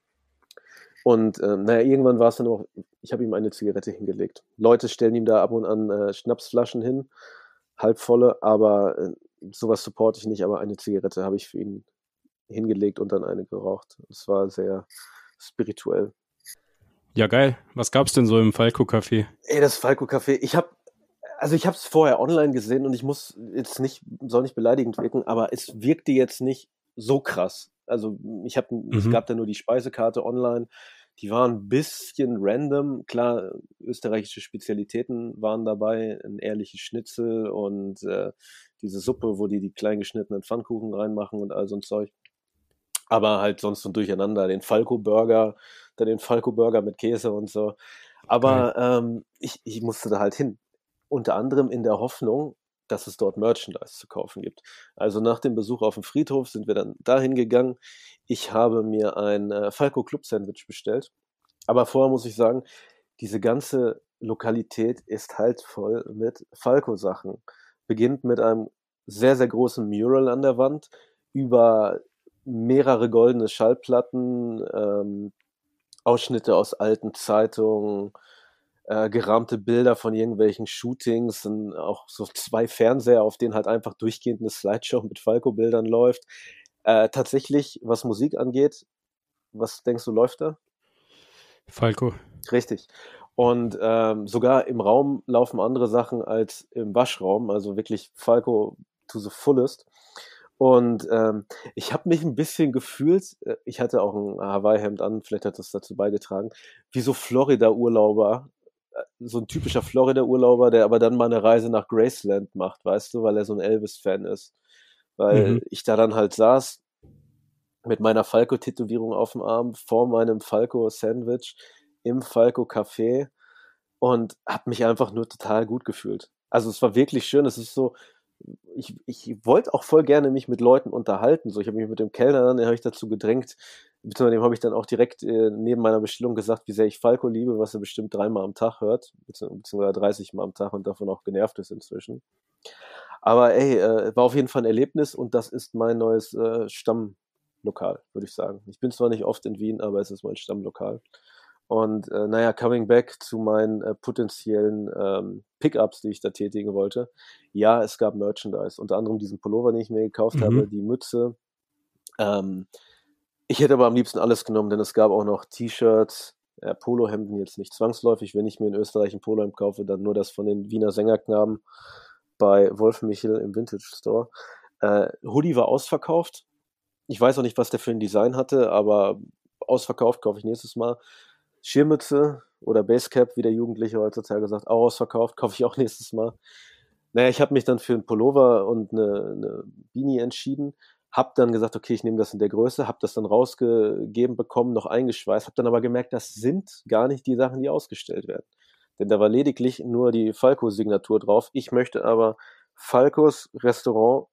B: Und äh, naja, irgendwann war es dann auch, ich habe ihm eine Zigarette hingelegt. Leute stellen ihm da ab und an äh, Schnapsflaschen hin, halbvolle, aber äh, sowas supporte ich nicht, aber eine Zigarette habe ich für ihn hingelegt und dann eine geraucht. Es war sehr spirituell.
C: Ja, geil. Was gab's denn so im Falco-Café?
B: Ey, das Falco-Café, ich habe also ich habe es vorher online gesehen und ich muss jetzt nicht, soll nicht beleidigend wirken, aber es wirkte jetzt nicht so krass. Also ich habe, mhm. es gab da nur die Speisekarte online, die waren ein bisschen random. Klar, österreichische Spezialitäten waren dabei, ein ehrliches Schnitzel und äh, diese Suppe, wo die die klein geschnittenen Pfannkuchen reinmachen und all so ein Zeug. Aber halt sonst so ein Durcheinander, den Falco-Burger, dann den Falco-Burger mit Käse und so. Aber ähm, ich, ich musste da halt hin. Unter anderem in der Hoffnung, dass es dort Merchandise zu kaufen gibt. Also nach dem Besuch auf dem Friedhof sind wir dann dahin gegangen. Ich habe mir ein äh, Falco Club Sandwich bestellt. Aber vorher muss ich sagen, diese ganze Lokalität ist halt voll mit Falco-Sachen. Beginnt mit einem sehr, sehr großen Mural an der Wand, über mehrere goldene Schallplatten, ähm, Ausschnitte aus alten Zeitungen, äh, gerahmte Bilder von irgendwelchen Shootings und auch so zwei Fernseher, auf denen halt einfach durchgehend eine Slideshow mit Falco-Bildern läuft. Äh, tatsächlich, was Musik angeht, was denkst du, läuft da?
C: Falco.
B: Richtig. Und ähm, sogar im Raum laufen andere Sachen als im Waschraum, also wirklich Falco to the fullest. Und ähm, ich habe mich ein bisschen gefühlt, äh, ich hatte auch ein Hawaii-Hemd an, vielleicht hat das dazu beigetragen, wie so Florida-Urlauber, äh, so ein typischer Florida-Urlauber, der aber dann mal eine Reise nach Graceland macht, weißt du, weil er so ein Elvis-Fan ist. Weil
C: Mhm.
B: ich da dann halt saß mit meiner Falco-Tätowierung auf dem Arm, vor meinem Falco-Sandwich im Falco-Café und habe mich einfach nur total gut gefühlt. Also es war wirklich schön. Es ist so, ich, ich wollte auch voll gerne mich mit Leuten unterhalten. So, ich habe mich mit dem Kellner dann, den habe ich dazu gedrängt, beziehungsweise dem habe ich dann auch direkt äh, neben meiner Bestellung gesagt, wie sehr ich Falco liebe, was er bestimmt dreimal am Tag hört, bezieh- beziehungsweise dreißig Mal am Tag und davon auch genervt ist inzwischen. Aber ey, äh, war auf jeden Fall ein Erlebnis und das ist mein neues äh, Stammlokal, würde ich sagen. Ich bin zwar nicht oft in Wien, aber es ist mein Stammlokal. Und äh, naja, coming back zu meinen äh, potenziellen ähm, Pickups, die ich da tätigen wollte. Ja, es gab Merchandise, unter anderem diesen Pullover, den ich mir gekauft habe,
C: Mhm.
B: die Mütze. Ähm, ich hätte aber am liebsten alles genommen, denn es gab auch noch T-Shirts, äh, Polohemden jetzt nicht zwangsläufig. Wenn ich mir in Österreich ein Polohemd kaufe, dann nur das von den Wiener Sängerknaben bei Wolf Michel im Vintage Store. Äh, Hoodie war ausverkauft. Ich weiß auch nicht, was der für ein Design hatte, aber ausverkauft kaufe ich nächstes Mal. Schirmmütze oder Basecap, wie der Jugendliche heutzutage sagt, auch ausverkauft, kaufe ich auch nächstes Mal. Naja, ich habe mich dann für einen Pullover und eine, eine Beanie entschieden, habe dann gesagt, okay, ich nehme das in der Größe, habe das dann rausgegeben bekommen, noch eingeschweißt, habe dann aber gemerkt, das sind gar nicht die Sachen, die ausgestellt werden. Denn da war lediglich nur die Falco-Signatur drauf. Ich möchte aber Falcos Restaurant,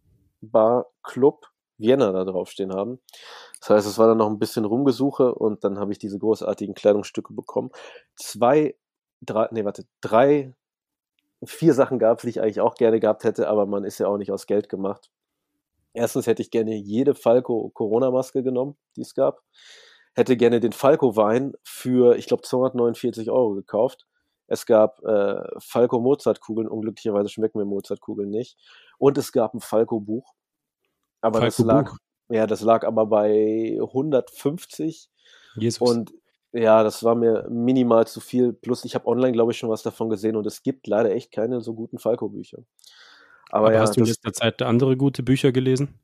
B: Bar, Club, Vienna da draufstehen haben. Das heißt, es war dann noch ein bisschen Rumgesuche und dann habe ich diese großartigen Kleidungsstücke bekommen. Zwei, drei, nee, warte, drei, vier Sachen gab es, die ich eigentlich auch gerne gehabt hätte, aber man ist ja auch nicht aus Geld gemacht. Erstens hätte ich gerne jede Falco-Corona-Maske genommen, die es gab. Hätte gerne den Falco-Wein für, ich glaube, zweihundertneunundvierzig Euro gekauft. Es gab äh, Falco-Mozart-Kugeln, unglücklicherweise schmecken mir Mozart-Kugeln nicht. Und es gab ein Falco-Buch. Aber das
C: Falco
B: lag,
C: Buch.
B: ja, das lag aber bei hundertfünfzig
C: Jesus.
B: und ja, das war mir minimal zu viel. Plus, ich habe online, glaube ich, schon was davon gesehen und es gibt leider echt keine so guten Falco-Bücher. Aber,
C: Aber
B: ja,
C: hast du in
B: das
C: letzter Zeit andere gute Bücher gelesen?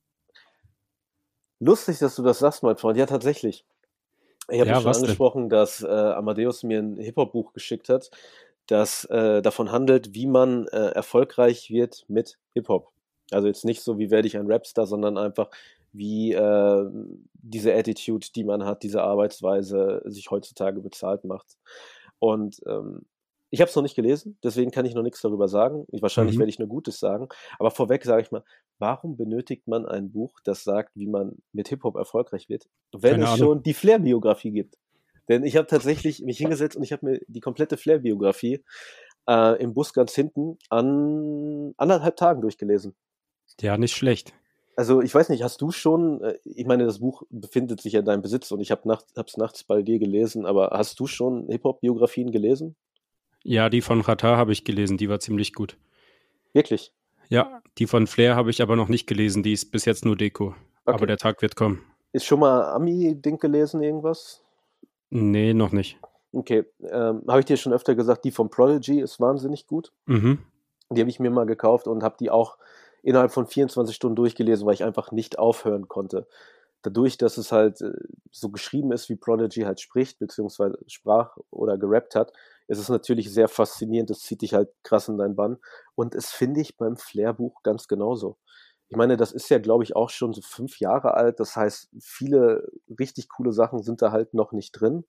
B: lustig, dass du das sagst, mein Freund. Ja, tatsächlich. Ich habe ja
C: Ja,
B: schon
C: was denn?
B: angesprochen, dass äh, Amadeus mir ein Hip-Hop-Buch geschickt hat, das äh, davon handelt, wie man äh, erfolgreich wird mit Hip-Hop. Also jetzt nicht so, wie werde ich ein Rapstar, sondern einfach, wie äh, diese Attitude, die man hat, diese Arbeitsweise sich heutzutage bezahlt macht. Und ähm, ich habe es noch nicht gelesen, deswegen kann ich noch nichts darüber sagen. Ich, wahrscheinlich
C: Mhm.
B: werde ich nur Gutes sagen. Aber vorweg sage ich mal, warum benötigt man ein Buch, das sagt, wie man mit Hip-Hop erfolgreich wird, wenn
C: Keine
B: es
C: Ahnung.
B: schon die Flair-Biografie gibt? Denn ich habe tatsächlich mich hingesetzt und ich habe mir die komplette Flair-Biografie äh, im Bus ganz hinten an anderthalb Tagen durchgelesen.
C: Ja, nicht schlecht.
B: Also ich weiß nicht, hast du schon, äh, ich meine, das Buch befindet sich ja in deinem Besitz und ich habe nachts, hab's nachts bei dir gelesen, aber hast du schon Hip-Hop-Biografien gelesen?
C: Ja, die von Xatar habe ich gelesen, die war ziemlich gut.
B: Wirklich?
C: Ja, die von Flair habe ich aber noch nicht gelesen, die ist bis jetzt nur Deko. Aber
B: Okay.
C: der Tag wird kommen.
B: Ist schon mal Ami-Ding gelesen, irgendwas?
C: Nee, noch nicht.
B: Okay, ähm, habe ich dir schon öfter gesagt, die von Prodigy ist wahnsinnig gut.
C: Mhm.
B: Die habe ich mir mal gekauft und habe die auch innerhalb von vierundzwanzig Stunden durchgelesen, weil ich einfach nicht aufhören konnte. Dadurch, dass es halt äh, so geschrieben ist, wie Prodigy halt spricht, beziehungsweise sprach oder gerappt hat, ist es natürlich sehr faszinierend. Das zieht dich halt krass in deinen Bann. Und es finde ich beim Flair-Buch ganz genauso. Ich meine, das ist ja, glaube ich, auch schon so fünf Jahre alt. Das heißt, viele richtig coole Sachen sind da halt noch nicht drin.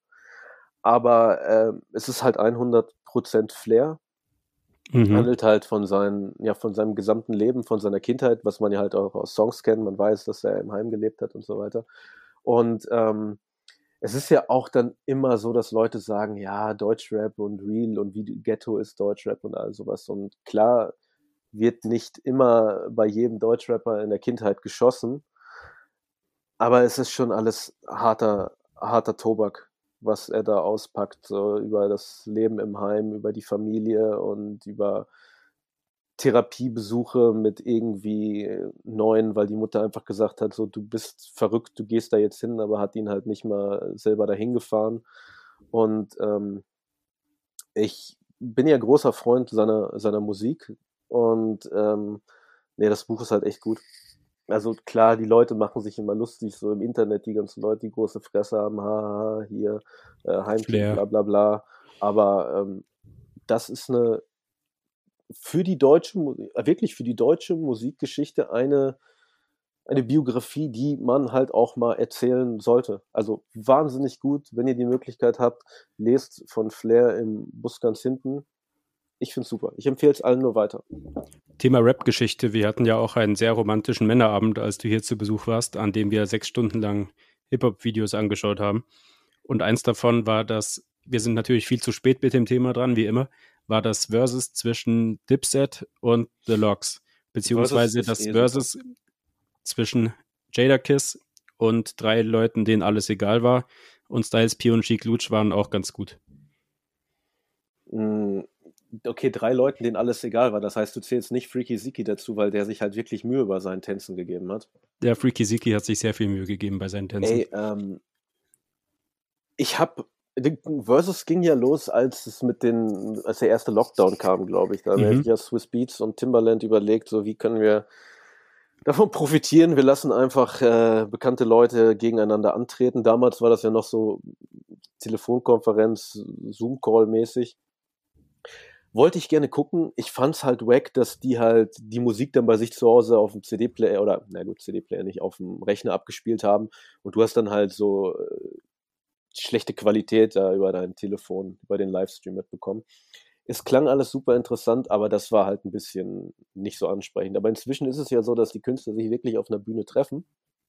B: Aber äh, es ist halt hundert Prozent Flair.
C: Mhm.
B: Handelt halt von, seinen, ja, von seinem gesamten Leben, von seiner Kindheit, was man ja halt auch aus Songs kennt. Man weiß, dass er im Heim gelebt hat und so weiter. Und ähm, es ist ja auch dann immer so, dass Leute sagen, ja, Deutschrap und Real und wie Ghetto ist Deutschrap und all sowas. Und klar wird nicht immer bei jedem Deutschrapper in der Kindheit geschossen, aber es ist schon alles harter, harter Tobak. was er da auspackt, so über das Leben im Heim, über die Familie und über Therapiebesuche mit irgendwie neun, weil die Mutter einfach gesagt hat, so du bist verrückt, du gehst da jetzt hin, aber hat ihn halt nicht mal selber dahin gefahren. Und ähm, ich bin ja großer Freund seiner, seiner Musik und ähm, nee, das Buch ist halt echt gut. Also klar, die Leute machen sich immer lustig, so im Internet, die ganzen Leute, die große Fresse haben, haha, hier, äh, Heimkind,
C: Flair.
B: bla bla bla. Aber ähm, das ist eine für die deutsche, Mu- äh, wirklich für die deutsche Musikgeschichte eine, eine Biografie, die man halt auch mal erzählen sollte. Also wahnsinnig gut, wenn ihr die Möglichkeit habt, lest von Flair im Bus ganz hinten. Ich finde es super. Ich empfehle es allen nur weiter.
C: Thema Rap-Geschichte. Wir hatten ja auch einen sehr romantischen Männerabend, als du hier zu Besuch warst, an dem wir sechs Stunden lang Hip-Hop-Videos angeschaut haben. Und eins davon war das, wir sind natürlich viel zu spät mit dem Thema dran, wie immer, war das Versus zwischen Dipset und The Lox. Beziehungsweise
B: Versus
C: das
B: ist eh
C: Versus zwischen Jadakiss und drei Leuten, denen alles egal war. Und Styles P und Sheek Louch waren auch ganz gut.
B: Mm, Okay, drei Leuten, denen alles egal war. Das heißt, du zählst nicht Freaky Ziki dazu, weil der sich halt wirklich Mühe bei seinen Tänzen gegeben hat.
C: Der Freaky Ziki hat sich sehr viel Mühe gegeben bei seinen Tänzen.
B: Ey, ähm, ich hab, Versus ging ja los, als es mit den, als der erste Lockdown kam, glaube ich. Da haben
C: Mhm.
B: sich ja Swiss Beats und Timbaland überlegt, so wie können wir davon profitieren. Wir lassen einfach äh, bekannte Leute gegeneinander antreten. Damals war das ja noch so Telefonkonferenz, Zoom-Call-mäßig. Wollte ich gerne gucken. Ich fand's halt wack, dass die halt die Musik dann bei sich zu Hause auf dem C D-Player oder, na gut, C D-Player nicht, auf dem Rechner abgespielt haben und du hast dann halt so äh, schlechte Qualität da über dein Telefon, über den Livestream mitbekommen. Es klang alles super interessant, aber das war halt ein bisschen nicht so ansprechend. Aber inzwischen ist es ja so, dass die Künstler sich wirklich auf einer Bühne treffen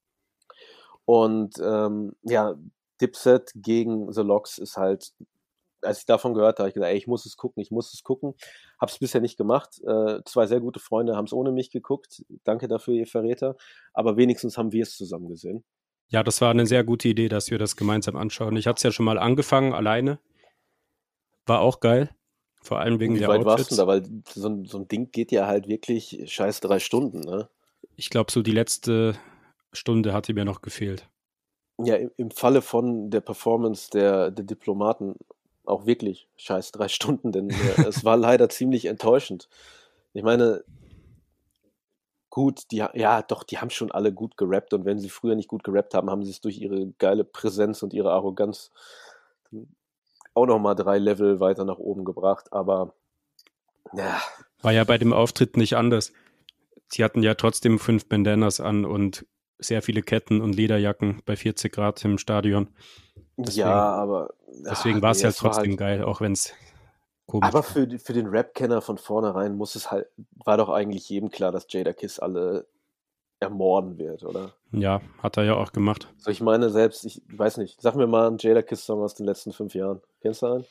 B: und ähm, ja, Dipset gegen The Lox ist halt, als ich davon gehört habe, habe ich gesagt, ey, ich muss es gucken, ich muss es gucken. Hab's bisher nicht gemacht. Äh, zwei sehr gute Freunde haben es ohne mich geguckt. Danke dafür, ihr Verräter. Aber wenigstens haben wir es zusammen gesehen.
C: Ja, das war eine sehr gute Idee, dass wir das gemeinsam anschauen. Ich hatte es ja schon mal angefangen, alleine. War auch geil. Vor allem wegen
B: Wie
C: der
B: weit warst du
C: Outfits.
B: da? Weil so ein, so ein Ding geht ja halt wirklich scheiß drei Stunden, ne?
C: Ich glaube, so die letzte Stunde hatte mir noch gefehlt.
B: Ja, im, im Falle von der Performance der, der Diplomaten auch wirklich scheiß drei Stunden, denn äh, es war leider ziemlich enttäuschend. Ich meine, gut, die, ha- ja, doch, die haben schon alle gut gerappt und wenn sie früher nicht gut gerappt haben, haben sie es durch ihre geile Präsenz und ihre Arroganz auch nochmal drei Level weiter nach oben gebracht, aber ja,
C: War ja bei dem Auftritt nicht anders. Sie hatten ja trotzdem fünf Bandanas an und sehr viele Ketten und Lederjacken bei vierzig Grad im Stadion. Deswegen,
B: ja, aber
C: deswegen
B: ach,
C: war es
B: nee,
C: ja
B: es war
C: trotzdem
B: halt,
C: geil, auch wenn es komisch
B: aber
C: war.
B: für, die- für den Rap-Kenner von vornherein muss es halt, war doch eigentlich jedem klar, dass Jadakiss alle ermorden wird, oder?
C: Ja, hat er ja auch gemacht.
B: So, ich meine selbst, ich weiß nicht, sag mir mal einen Jadakiss-Song aus den letzten fünf Jahren. Kennst du einen?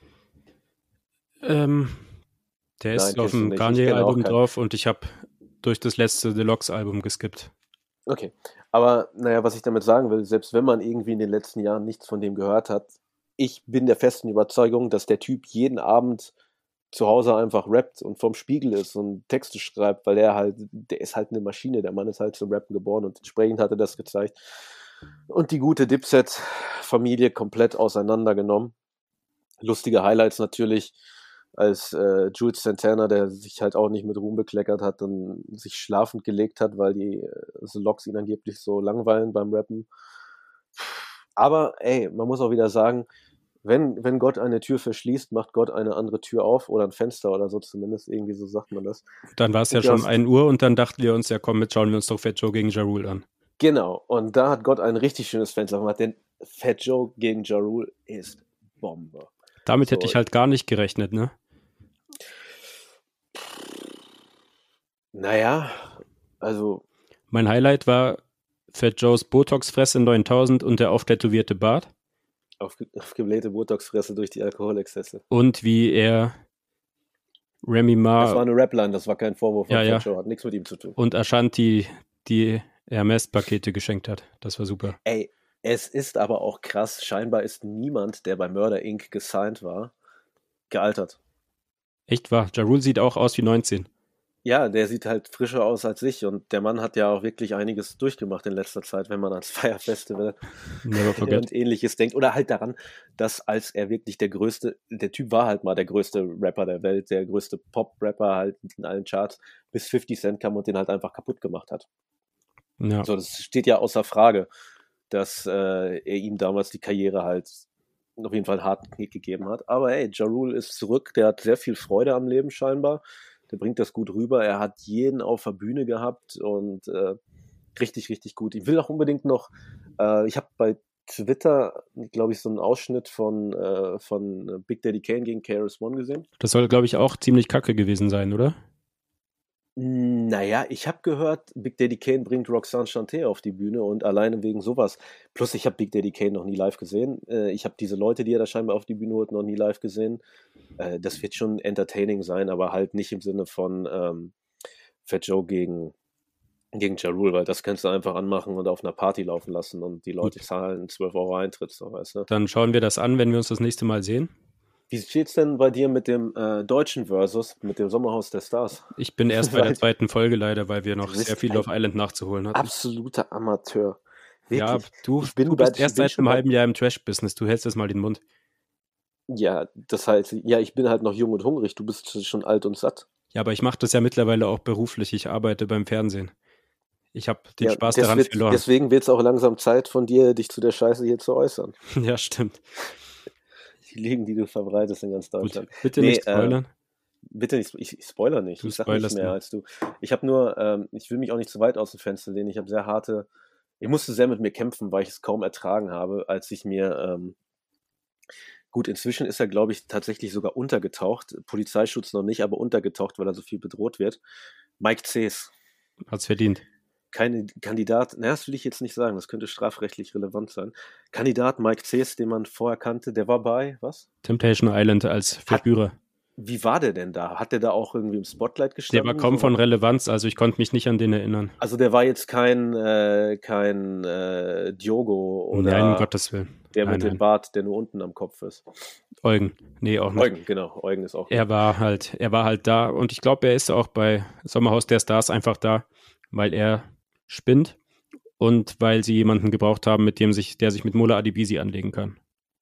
C: Ähm, der ist
B: Nein,
C: auf
B: kennst du
C: dem
B: nicht. Ich kenne auch
C: Kanye-Album
B: keinen.
C: drauf und ich habe durch das letzte Deluxe-Album geskippt.
B: Okay. Aber naja, was ich damit sagen will, selbst wenn man irgendwie in den letzten Jahren nichts von dem gehört hat, ich bin der festen Überzeugung, dass der Typ jeden Abend zu Hause einfach rappt und vorm Spiegel ist und Texte schreibt, weil er halt, der ist halt eine Maschine, der Mann ist halt zum Rappen geboren und entsprechend hat er das gezeigt. Und die gute Dipset-Familie komplett auseinandergenommen. Lustige Highlights natürlich, als äh, Jules Santana, der sich halt auch nicht mit Ruhm bekleckert hat, dann sich schlafend gelegt hat, weil die äh, The Lox ihn angeblich so langweilen beim Rappen. Aber ey, man muss auch wieder sagen, wenn, wenn Gott eine Tür verschließt, macht Gott eine andere Tür auf oder ein Fenster oder so zumindest, irgendwie so sagt man das.
C: Dann war es ja
B: Und ja,
C: schon
B: aus-
C: ein Uhr und dann dachten wir uns, ja komm, jetzt schauen wir uns doch Fat Joe gegen Ja Rule an.
B: Genau, und da hat Gott ein richtig schönes Fenster gemacht, denn Fat Joe gegen Ja Rule ist Bombe.
C: Damit
B: So.
C: hätte ich halt gar nicht gerechnet, ne?
B: Naja, also
C: Mein Highlight war Fat Joes Botox-Fresse neuntausend und der auftätowierte Bart.
B: aufge aufgeblähte Botox-Fresse durch die Alkoholexzesse.
C: Und wie er Remy
B: Das war
C: Ma
B: eine Rapline, das war kein Vorwurf von
C: Ja, ja.
B: Fat Joe, hat nichts mit ihm zu tun.
C: und Ashanti die Hermes-Pakete geschenkt hat. Das war super.
B: Ey, Es ist aber auch krass, scheinbar ist niemand, der bei Murder Incorporated gesigned war, gealtert.
C: Echt wahr? Ja Rule sieht auch aus wie neunzehn.
B: Ja, der sieht halt frischer aus als ich und der Mann hat ja auch wirklich einiges durchgemacht in letzter Zeit, wenn man ans Fire Festival
C: Never forget.
B: und ähnliches denkt. Oder halt daran, dass als er wirklich der größte, der Typ war halt mal der größte Rapper der Welt, der größte Pop-Rapper halt in allen Charts, bis fifty Cent kam und den halt einfach kaputt gemacht hat.
C: Ja.
B: So, das steht ja außer Frage, dass äh, er ihm damals die Karriere halt auf jeden Fall einen harten Knick gegeben hat. Aber hey, Ja Rule ist zurück, der hat sehr viel Freude am Leben scheinbar. Der bringt das gut rüber. Er hat jeden auf der Bühne gehabt und äh, richtig, richtig gut. Ich will auch unbedingt noch, äh, ich habe bei Twitter, glaube ich, so einen Ausschnitt von, äh, von Big Daddy Kane gegen K R S One gesehen.
C: Das soll, glaube ich, auch ziemlich kacke gewesen sein, oder?
B: Naja, ich habe gehört, Big Daddy Kane bringt Roxanne Shante auf die Bühne und alleine wegen sowas. Plus, ich habe Big Daddy Kane noch nie live gesehen. Äh, ich habe diese Leute, die er da scheinbar auf die Bühne holt, noch nie live gesehen. Äh, das wird schon entertaining sein, aber halt nicht im Sinne von ähm, Fat Joe gegen, gegen Ja Rule, weil das kannst du einfach anmachen und auf einer Party laufen lassen und die Leute
C: Gut.
B: zahlen zwölf Euro Eintritt, so, weißt du.
C: Dann schauen wir das an, wenn wir uns das nächste Mal sehen.
B: Wie steht's denn bei dir mit dem äh, deutschen Versus, mit dem Sommerhaus der Stars?
C: Ich bin erst bei der zweiten Folge leider, weil wir noch
B: Du bist
C: sehr viel
B: ein
C: Love Island nachzuholen hatten.
B: Absoluter Amateur. Wirklich.
C: Ja, du,
B: ich bin
C: du bist
B: bei-
C: erst
B: ich bin
C: seit
B: schon
C: einem
B: bei-
C: halben Jahr im Trash-Business. Du hältst jetzt mal den Mund.
B: Ja, das heißt, ja, ich bin halt noch jung und hungrig. Du bist schon alt und satt.
C: Ja, aber ich mache das ja mittlerweile auch beruflich. Ich arbeite beim Fernsehen. Ich habe den
B: Ja,
C: Spaß
B: das
C: daran
B: wird,
C: verloren.
B: deswegen wird es auch langsam Zeit von dir, dich zu der Scheiße hier zu äußern.
C: Ja, stimmt.
B: Die Lügen, die du verbreitest in ganz
C: Gut,
B: Deutschland.
C: bitte
B: Nee,
C: nicht spoilern.
B: Bitte nicht, ich, ich spoiler nicht.
C: Du
B: ich sag nicht
C: spoilerst
B: mehr
C: nur.
B: als du. Ich habe nur, ähm, ich will mich auch nicht zu weit aus dem Fenster lehnen. Ich habe sehr harte, ich musste sehr mit mir kämpfen, weil ich es kaum ertragen habe, als ich mir, ähm, gut, inzwischen ist er, glaube ich, tatsächlich sogar untergetaucht. Polizeischutz noch nicht, aber untergetaucht, weil er so viel bedroht wird. Mike Cees.
C: Hat's verdient.
B: Keine Kandidat, na, das will ich jetzt nicht sagen, das könnte strafrechtlich relevant sein. Kandidat Mike Cees, den man vorher kannte, der war bei, was?
C: Temptation Island als Verführer.
B: Wie war der denn da? Hat der da auch irgendwie im Spotlight
C: Der
B: gestanden?
C: war kaum
B: So-
C: von Relevanz, also ich konnte mich nicht an den erinnern.
B: Also der war jetzt kein, äh, kein äh, Diogo oder
C: Nein, um Gottes Willen.
B: der
C: nein,
B: mit dem
C: nein.
B: Bart, der nur unten am Kopf ist.
C: Eugen. Nee, auch nicht.
B: Eugen, genau, Eugen ist auch.
C: Er war halt, er war halt da und ich glaube, er ist auch bei Sommerhaus der Stars einfach da, weil er spinnt und weil sie jemanden gebraucht haben, mit dem sich, der sich mit Mola Adebisi anlegen kann.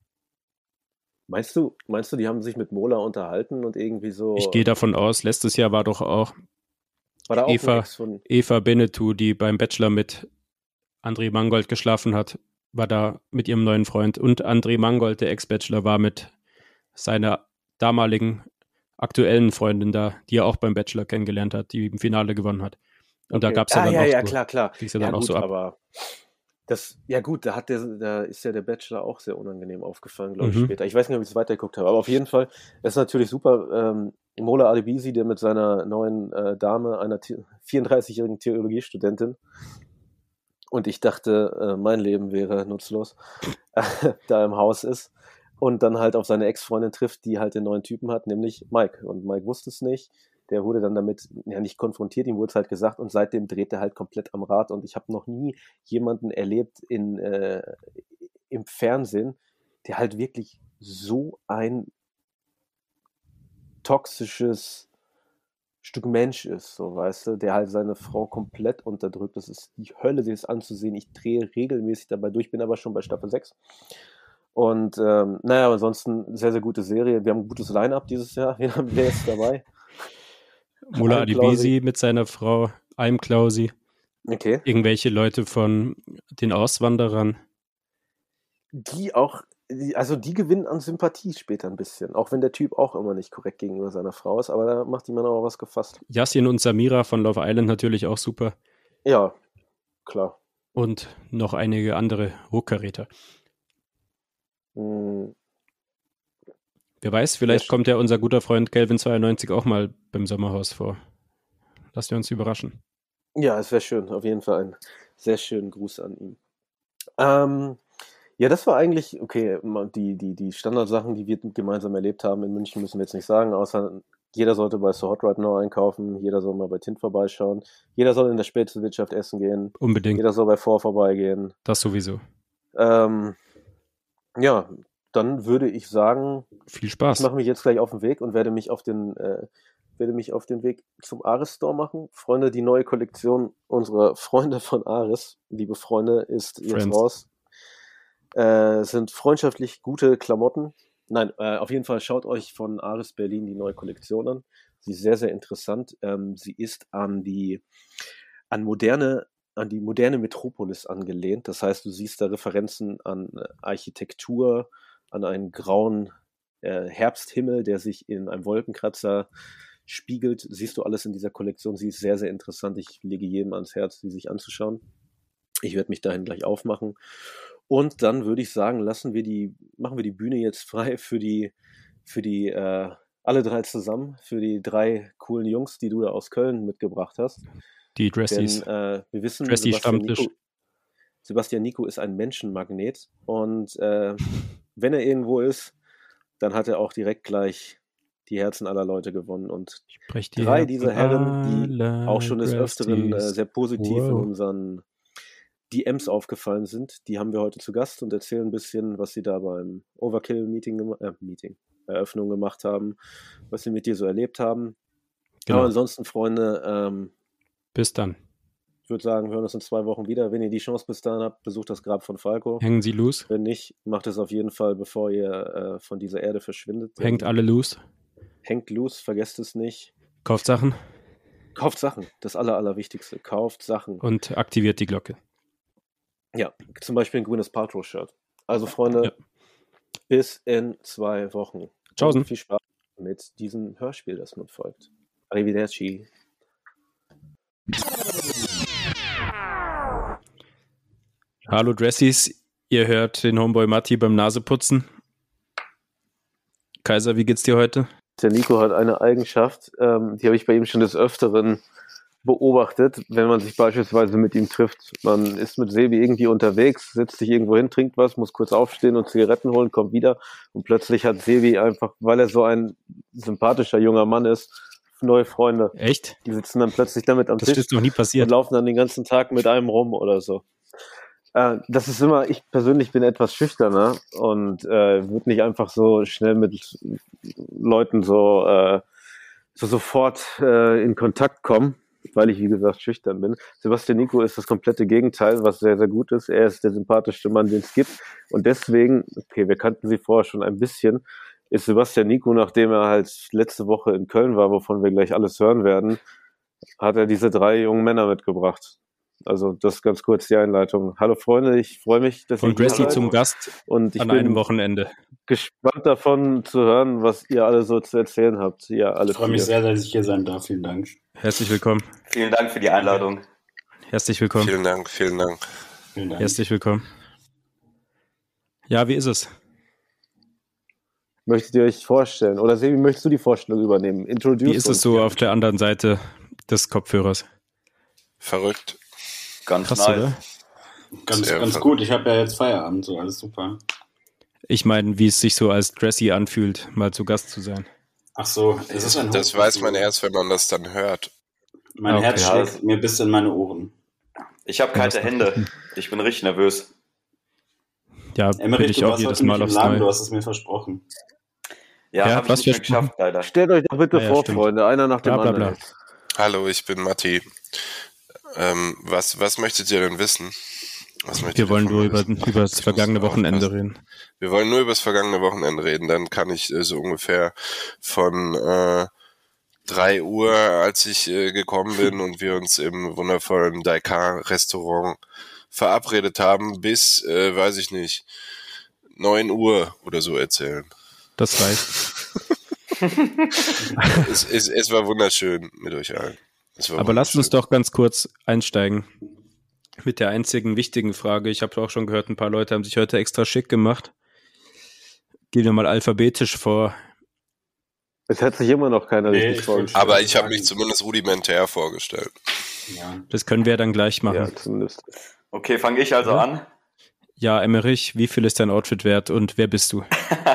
B: Meinst du, meinst du, die haben sich mit Mola unterhalten und irgendwie so.
C: Ich gehe davon aus, letztes Jahr war doch auch
B: war da auch
C: Eva-
B: ein Ex von.
C: Eva Benetou, die beim Bachelor mit André Mangold geschlafen hat, war da mit ihrem neuen Freund. Und André Mangold, der Ex-Bachelor, war mit seiner damaligen aktuellen Freundin da, die er auch beim Bachelor kennengelernt hat, die im Finale gewonnen hat. Und da
B: Okay.
C: gab es ja
B: ah,
C: dann
B: ja,
C: auch
B: ja,
C: so,
B: klar, klar.
C: ging's ja
B: Ja,
C: dann auch
B: gut,
C: so ab.
B: aber das, ja gut, da hat der, da ist ja der Bachelor auch sehr unangenehm aufgefallen, glaube ich,
C: Mhm.
B: später. Ich weiß nicht, ob ich es weitergeguckt habe, aber auf jeden Fall ist natürlich super. Ähm, Mola Adebisi, der mit seiner neuen äh, Dame, einer The- vierunddreißigjährigen Theologiestudentin, und ich dachte, äh, mein Leben wäre nutzlos, da im Haus ist und dann halt auf seine Ex-Freundin trifft, die halt den neuen Typen hat, nämlich Mike. Und Mike wusste es nicht. Der wurde dann damit ja nicht konfrontiert, ihm wurde es halt gesagt und seitdem dreht er halt komplett am Rad und ich habe noch nie jemanden erlebt in, äh, im Fernsehen, der halt wirklich so ein toxisches Stück Mensch ist, so weißt du, der halt seine Frau komplett unterdrückt. Das ist die Hölle, sich das anzusehen. Ich drehe regelmäßig dabei durch, bin aber schon bei Staffel sechs. Und ähm, naja, ansonsten sehr, sehr gute Serie. Wir haben ein gutes Line-Up dieses Jahr. Wen haben wir jetzt dabei?
C: Mola
B: Alm
C: Adebisi mit seiner Frau Alm Klausi,
B: Okay.
C: irgendwelche Leute von den Auswanderern.
B: Die auch, die, also die gewinnen an Sympathie später ein bisschen. Auch wenn der Typ auch immer nicht korrekt gegenüber seiner Frau ist, aber da macht jemand auch was gefasst.
C: Yassin und Samira von Love Island natürlich auch super.
B: Ja, klar.
C: Und noch einige andere Hochkaräter.
B: Hm,
C: Wer weiß, vielleicht
B: Ja,
C: kommt ja unser guter Freund Kelvin zweiundneunzig auch mal beim Sommerhaus vor. Lassen wir uns überraschen.
B: Ja, es wäre schön. Auf jeden Fall ein sehr schönen Gruß an ihn. Ähm, ja, das war eigentlich, okay, ma- die, die, die Standardsachen, die wir gemeinsam erlebt haben in München, müssen wir jetzt nicht sagen, außer jeder sollte bei So Hot Right Now einkaufen, jeder soll mal bei Tint vorbeischauen, jeder soll in der Spätzlewirtschaft essen gehen,
C: Unbedingt.
B: jeder soll bei Vor vorbeigehen.
C: Das sowieso.
B: Ähm, ja, dann würde ich sagen,
C: Viel
B: ich
C: Spaß.
B: mache mich jetzt gleich auf den Weg und werde mich auf den, äh, werde mich auf den Weg zum Ares Store machen. Freunde, die neue Kollektion unserer Freunde von Ares, liebe Freunde, ist jetzt
C: Friends.
B: raus. Äh, sind freundschaftlich gute Klamotten. Nein, äh, auf jeden Fall schaut euch von Ares Berlin die neue Kollektion an. Sie ist sehr, sehr interessant. Ähm, sie ist an die, an moderne, an die moderne Metropolis angelehnt. Das heißt, du siehst da Referenzen an äh, Architektur, an einen grauen äh, Herbsthimmel, der sich in einem Wolkenkratzer spiegelt. Siehst du alles in dieser Kollektion. Sie ist sehr, sehr interessant. Ich lege jedem ans Herz, sie sich anzuschauen. Ich werde mich dahin gleich aufmachen. Und dann würde ich sagen, lassen wir die, machen wir die Bühne jetzt frei für die, für die, äh, alle drei zusammen, für die drei coolen Jungs, die du da aus Köln mitgebracht hast.
C: Die Dressies.
B: Denn äh, wir wissen,
C: Dressy
B: Sebastian
C: Stammtisch.
B: Nico, Sebastian Nico ist ein Menschenmagnet und äh, wenn er irgendwo ist, dann hat er auch direkt gleich die Herzen aller Leute gewonnen. Und
C: Sprech die
B: drei
C: Herzen
B: dieser Herren, die
C: aller
B: auch schon des Öfteren äh,
C: Dressies.
B: sehr positiv in
C: Wow.
B: unseren D Ms aufgefallen sind, die haben wir heute zu Gast und erzählen ein bisschen, was sie da beim Overkill-Meeting, gema- äh, Meeting, Eröffnung gemacht haben, was sie mit dir so erlebt haben.
C: Genau.
B: Aber ansonsten, Freunde, ähm,
C: Bis dann.
B: ich würde sagen, wir hören uns in zwei Wochen wieder. Wenn ihr die Chance bis dahin habt, besucht das Grab von Falco.
C: Hängen Sie loose.
B: Wenn nicht, macht es auf jeden Fall, bevor ihr äh, von dieser Erde verschwindet. Denn
C: Hängt alle loose.
B: Hängt loose, vergesst es nicht.
C: Kauft Sachen
B: Kauft Sachen, das Aller, Allerwichtigste. Kauft Sachen.
C: und aktiviert die Glocke.
B: Ja, zum Beispiel ein grünes Paltrow-Shirt. Also, Freunde,
C: Ja.
B: bis in zwei Wochen.
C: Tschaußen.
B: Und viel Spaß mit diesem Hörspiel, das nun folgt. Arrivederci.
C: Hallo Dressies, ihr hört den Homeboy Matti beim Naseputzen. Kaiser, wie geht's dir heute?
B: Der Nico hat eine Eigenschaft, ähm, die habe ich bei ihm schon des Öfteren beobachtet, wenn man sich beispielsweise mit ihm trifft. Man ist mit Sebi irgendwie unterwegs, setzt sich irgendwo hin, trinkt was, muss kurz aufstehen und Zigaretten holen, kommt wieder und plötzlich hat Sebi einfach, weil er so ein sympathischer junger Mann ist, neue Freunde.
C: Echt?
B: Die sitzen dann plötzlich damit am
C: Das
B: Tisch
C: ist noch nie
B: und
C: passiert.
B: laufen dann den ganzen Tag mit einem rum oder so. Äh, das ist immer, ich persönlich bin etwas schüchterner und äh, würde nicht einfach so schnell mit Leuten so, äh, so sofort äh, in Kontakt kommen, weil ich, wie gesagt, schüchtern bin. Sebastian Nico ist das komplette Gegenteil, was sehr, sehr gut ist. Er ist der sympathischste Mann, den es gibt. Und deswegen, okay, wir kannten sie vorher schon ein bisschen, ist Sebastian Nico, nachdem er halt letzte Woche in Köln war, wovon wir gleich alles hören werden, hat er diese drei jungen Männer mitgebracht. Also das ist ganz kurz die Einleitung. Hallo Freunde, ich freue mich, dass
C: Von
B: ihr hier
C: Dressy
B: seid.
C: zum Gast
B: Und ich
C: an
B: bin
C: einem Wochenende.
B: gespannt davon zu hören, was ihr alle so zu erzählen habt. Ja, alle
D: Ich freue mich
B: vier.
D: sehr, dass ich hier sein darf. Vielen Dank.
C: Herzlich willkommen.
E: Vielen Dank für die Einladung.
C: Herzlich willkommen.
A: Vielen Dank, vielen Dank.
D: Vielen Dank.
C: Herzlich willkommen. Ja, wie ist es?
B: Möchtet ihr euch vorstellen? Oder Sebi, möchtest du die Vorstellung übernehmen? Introduce
C: Wie ist es
B: uns.
C: so auf der anderen Seite des Kopfhörers?
A: Verrückt.
E: Ganz
C: Krass,
E: nice.
C: oder?
D: Ganz,
A: Sehr
D: ganz
A: ver-
D: gut. Ich habe ja jetzt Feierabend, so alles super.
C: Ich meine, wie es sich so als Dressy anfühlt, mal zu Gast zu sein.
D: Ach so, es ist ein
A: Das
D: Hoch-
A: weiß man erst, wenn man das dann hört.
D: Mein
C: Okay.
D: Herz
E: Ja,
D: schlägt
E: das-
D: mir bis in meine Ohren.
E: Ich habe kalte
C: Ja,
E: Hände. Ich bin richtig nervös.
C: Ja, bin
D: Emmerich,
C: ich
D: du
C: auch
D: warst
C: jedes
D: heute
C: Mal
D: nicht im
C: aufs
D: Laden, du
C: Neue.
D: hast es mir versprochen.
E: Ja,
C: Ja,
E: habe ich
C: was
E: nicht mehr
C: versprochen?
E: geschafft, leider.
B: Stellt euch doch bitte
C: Ah ja,
B: vor,
C: stimmt.
B: Freunde, einer nach dem
C: Bla, bla,
B: anderen.
C: bla.
A: Hallo, ich bin Matti. Ähm, was, was möchtet ihr denn wissen? Was möchtet
C: Wir
A: ihr
C: wollen
A: von
C: nur
A: mir
C: über,
A: wissen?
C: über das
A: Ich muss
C: vergangene Wochenende
A: aufpassen.
C: reden.
A: Wir wollen nur über das vergangene Wochenende reden. Dann kann ich äh, so ungefähr von äh, drei Uhr, als ich äh, gekommen bin und wir uns im wundervollen Daikar-Restaurant verabredet haben, bis, äh, weiß ich nicht, neun Uhr oder so erzählen.
C: Das reicht.
A: es, es, es war wunderschön mit euch allen. Es war
C: Aber lasst uns
A: wunderschön.
C: doch ganz kurz einsteigen mit der einzigen wichtigen Frage. Ich habe auch schon gehört, ein paar Leute haben sich heute extra schick gemacht. Gehen wir mal alphabetisch vor.
B: Es hat sich immer noch keiner
D: Nee,
B: richtig
D: ich
B: vorgestellt.
D: wollte-
A: Aber ich habe mich zumindest rudimentär vorgestellt.
D: Ja.
C: Das können wir dann gleich machen.
B: Ja, zumindest.
E: Okay, fange ich also
C: Ja.
E: an.
C: Ja, Emmerich, wie viel ist dein Outfit wert und wer bist du?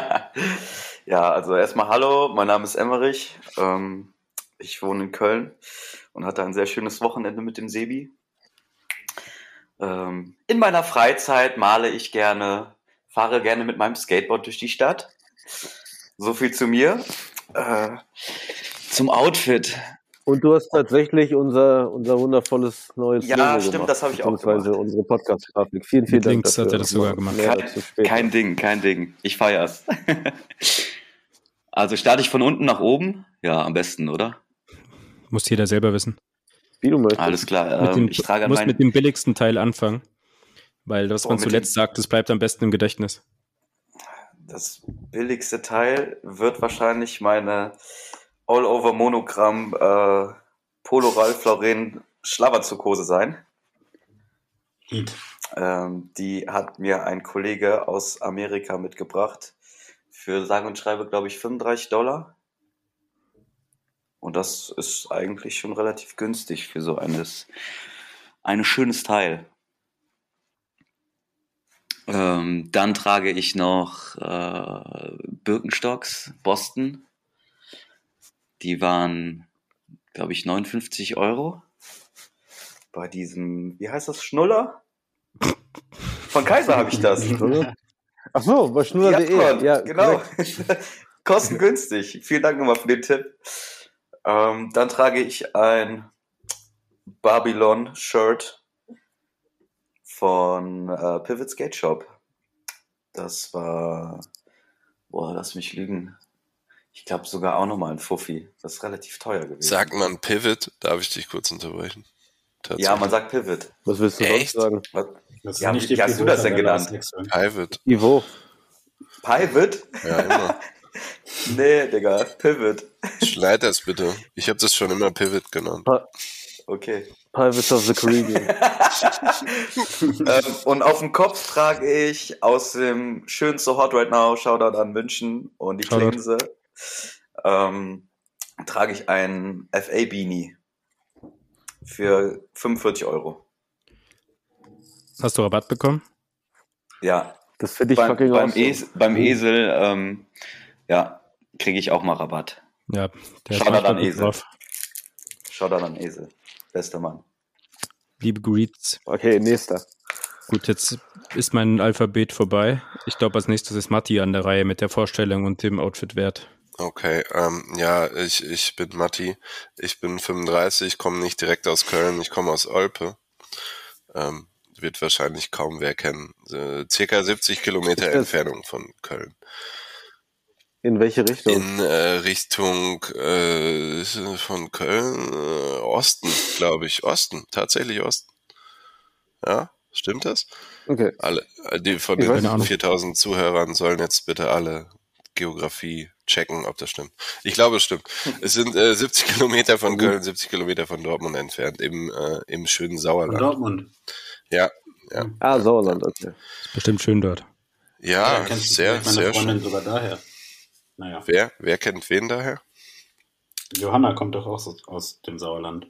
E: Ja, also erstmal hallo, mein Name ist Emmerich. Ähm, ich wohne in Köln und hatte ein sehr schönes Wochenende mit dem Sebi. Ähm, in meiner Freizeit male ich gerne, fahre gerne mit meinem Skateboard durch die Stadt. So viel zu mir. Äh, zum Outfit.
B: Und du hast tatsächlich unser, unser wundervolles neues
E: Ja,
B: Logo
E: stimmt,
B: gemacht,
E: das habe ich auch
B: beziehungsweise
E: gemacht.
B: unsere Podcast-Grafik. Vielen, vielen
C: Mit
B: Dank
C: Links
B: dafür.
C: hat er das sogar gemacht.
B: Mehr
E: Kein,
B: dazu später.
E: kein Ding, kein Ding. Ich feier's. Also starte ich von unten nach oben? Ja, am besten, oder?
C: Muss jeder selber wissen.
B: Wie du möchtest.
E: Alles klar.
C: Mit
E: Ähm,
C: dem,
E: ich trage an
C: muss
E: meinen...
C: mit dem billigsten Teil anfangen. Weil was
E: Boah,
C: man
E: mit
C: zuletzt
E: dem-
C: sagt, das bleibt am besten im Gedächtnis.
E: Das billigste Teil wird wahrscheinlich meine All-Over Monogramm äh, Polo Ralph Lauren Schlabberzugose sein.
D: Heat.
E: Ähm, die hat mir ein Kollege aus Amerika mitgebracht. Für sage und schreibe, glaube ich, fünfunddreißig Dollar. Und das ist eigentlich schon relativ günstig für so eines, ein schönes Teil. Ähm, dann trage ich noch äh, Birkenstocks, Boston. Die waren, glaube ich, neunundfünfzig Euro. Bei diesem, wie heißt das, Schnuller? Von Kaiser habe ich das.
B: Ach so, bei schnuller punkt de.
E: Ja,
B: Ja,
E: genau.
B: korrekt.
E: Kostengünstig. Vielen Dank nochmal für den Tipp. Ähm, dann trage ich ein Babylon-Shirt von äh, Pivot Skate Shop. Das war, boah, lass mich lügen. Ich glaube sogar auch nochmal ein Fuffi. Das ist relativ teuer gewesen.
F: Sagt man Pivot? Darf ich dich kurz unterbrechen?
E: Ja, man sagt Pivot.
B: Was willst du
F: Echt?
B: sonst sagen?
E: Was?
D: Das ist
E: Ja,
D: nicht
E: wie
D: die
E: hast du das denn
D: Pivot-Tabelle
E: genannt?
D: aus Excel.
F: Pivot.
B: Ivo.
E: Pivot?
F: Ja, immer.
E: Nee, Digga, Pivot.
F: Schneid das bitte. Ich habe das schon immer Pivot genannt.
E: Okay.
B: Pirates of the Caribbean.
E: ähm, und auf dem Kopf trage ich aus dem schön So Hot Right Now, Shoutout an München und die
C: Shoutout.
E: Klinse, ähm, trage ich ein F A-Beanie für fünfundvierzig Euro.
C: Hast du Rabatt bekommen?
E: Ja,
B: Das finde ich
E: beim,
B: fucking
E: beim,
B: awesome.
E: es beim Esel, ähm, ja, kriege ich auch mal Rabatt.
C: Ja, der ist
E: Shoutout
C: manchmal
E: an
C: gut
E: Esel.
C: drauf.
E: Shoutout an Esel. Bester Mann.
C: Liebe Greets.
B: Okay, nächster.
C: Gut, jetzt ist mein Alphabet vorbei. Ich glaube, als nächstes ist Matti an der Reihe mit der Vorstellung und dem Outfit-Wert.
F: Okay, ähm, ja, ich, ich bin Matti. Ich bin fünfunddreißig, komme nicht direkt aus Köln, ich komme aus Olpe. Ähm, wird wahrscheinlich kaum wer kennen. Äh, circa siebzig Kilometer Entfernung von Köln.
B: In welche Richtung?
F: In äh, Richtung äh, von Köln, äh, Osten, glaube ich. Osten, tatsächlich Osten. Ja, stimmt das?
B: Okay.
F: Alle, die von
B: Ich weiß
F: den
C: nicht.
F: viertausend Zuhörern sollen jetzt bitte alle Geografie checken, ob das stimmt. Ich glaube, es stimmt. Es sind äh, siebzig Kilometer von Köln, siebzig Kilometer von Dortmund entfernt, im, äh, im schönen
D: Von
F: Sauerland.
D: Dortmund.
F: Ja, ja,
B: Ah, Sauerland, okay.
C: Ist bestimmt schön dort.
F: ja,
D: Da kennst du
F: sehr,
D: vielleicht meine
F: sehr
D: Freundin
F: schön.
D: sogar daher. Naja,
F: Wer, wer kennt wen daher?
D: Johanna kommt doch auch so aus dem Sauerland.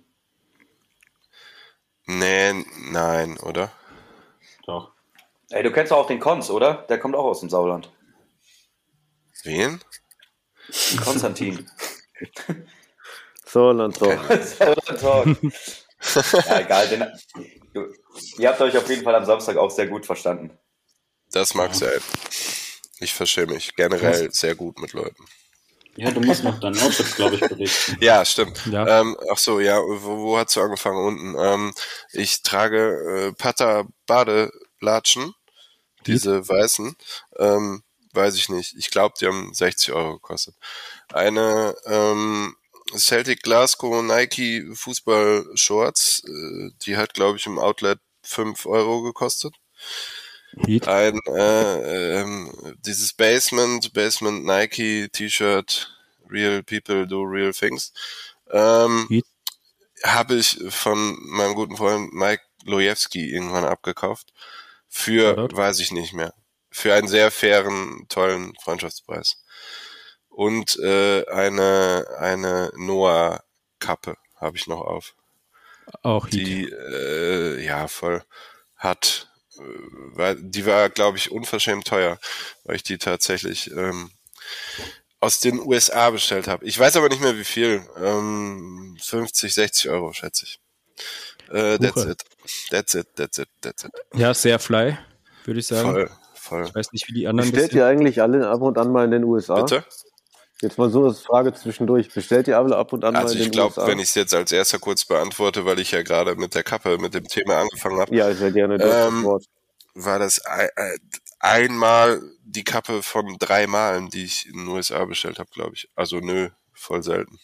F: Nee, nein, oder?
D: Doch.
E: Ey, du kennst doch auch den Konz, oder? Der kommt auch aus dem Sauerland.
F: Wen?
E: Konstantin.
B: Sauerland, so.
E: Sauerland Talk. Ja, egal. Den, du, ihr habt euch auf jeden Fall am Samstag auch sehr gut verstanden.
F: Das mag sein. Ich verstehe mich generell sehr gut mit Leuten.
D: Ja, du musst noch dein Outfit, glaube ich, berichten.
F: Ja, stimmt.
C: Ja.
F: Ähm, ach so, ja, wo, wo hat's so angefangen? Unten. Ähm, ich trage äh, Pata Badelatschen, diese weißen. Ähm, weiß ich nicht. Ich glaube, die haben sechzig Euro gekostet. Eine ähm, Celtic Glasgow Nike Fußball Shorts, äh, die hat, glaube ich, im Outlet fünf Euro gekostet.
C: Heat.
F: Ein äh, ähm, dieses Basement, Basement Nike T-Shirt, Real People Do Real Things, ähm,
C: Heat.
F: habe ich von meinem guten Freund Mike Lojewski irgendwann abgekauft. Für,
C: Shoutout.
F: weiß ich nicht mehr, für einen sehr fairen, tollen Freundschaftspreis. Und äh, eine eine Noah-Kappe habe ich noch auf.
C: Auch Heat.
F: Die, äh, ja, voll hat, äh, weil, die war, glaube ich, unverschämt teuer, weil ich die tatsächlich ähm, aus den U S A bestellt habe. Ich weiß aber nicht mehr wie viel. Ähm, fünfzig, sechzig Euro, schätze ich. Äh, that's
C: Buche.
F: it. That's it, that's it, that's it.
C: Ja, sehr fly, würde ich sagen.
F: Voll, voll.
C: Ich weiß nicht, wie die anderen
B: Bestellt
C: das
B: ihr eigentlich alle ab und an mal in den U S A?
F: Bitte?
B: Jetzt mal so als Frage zwischendurch. Bestellt ihr alle ab und an
F: Also
B: mal in
F: ich
B: den
F: glaube,
B: U S A?
F: wenn ich es jetzt als erster kurz beantworte, weil ich ja gerade mit der Kappe, mit dem Thema angefangen habe,
B: Ja, sehr gerne das
F: Ähm,
B: Wort.
F: war das ein, äh, einmal die Kappe von drei Malen, die ich in den U S A bestellt habe, glaube ich. Also nö, voll selten.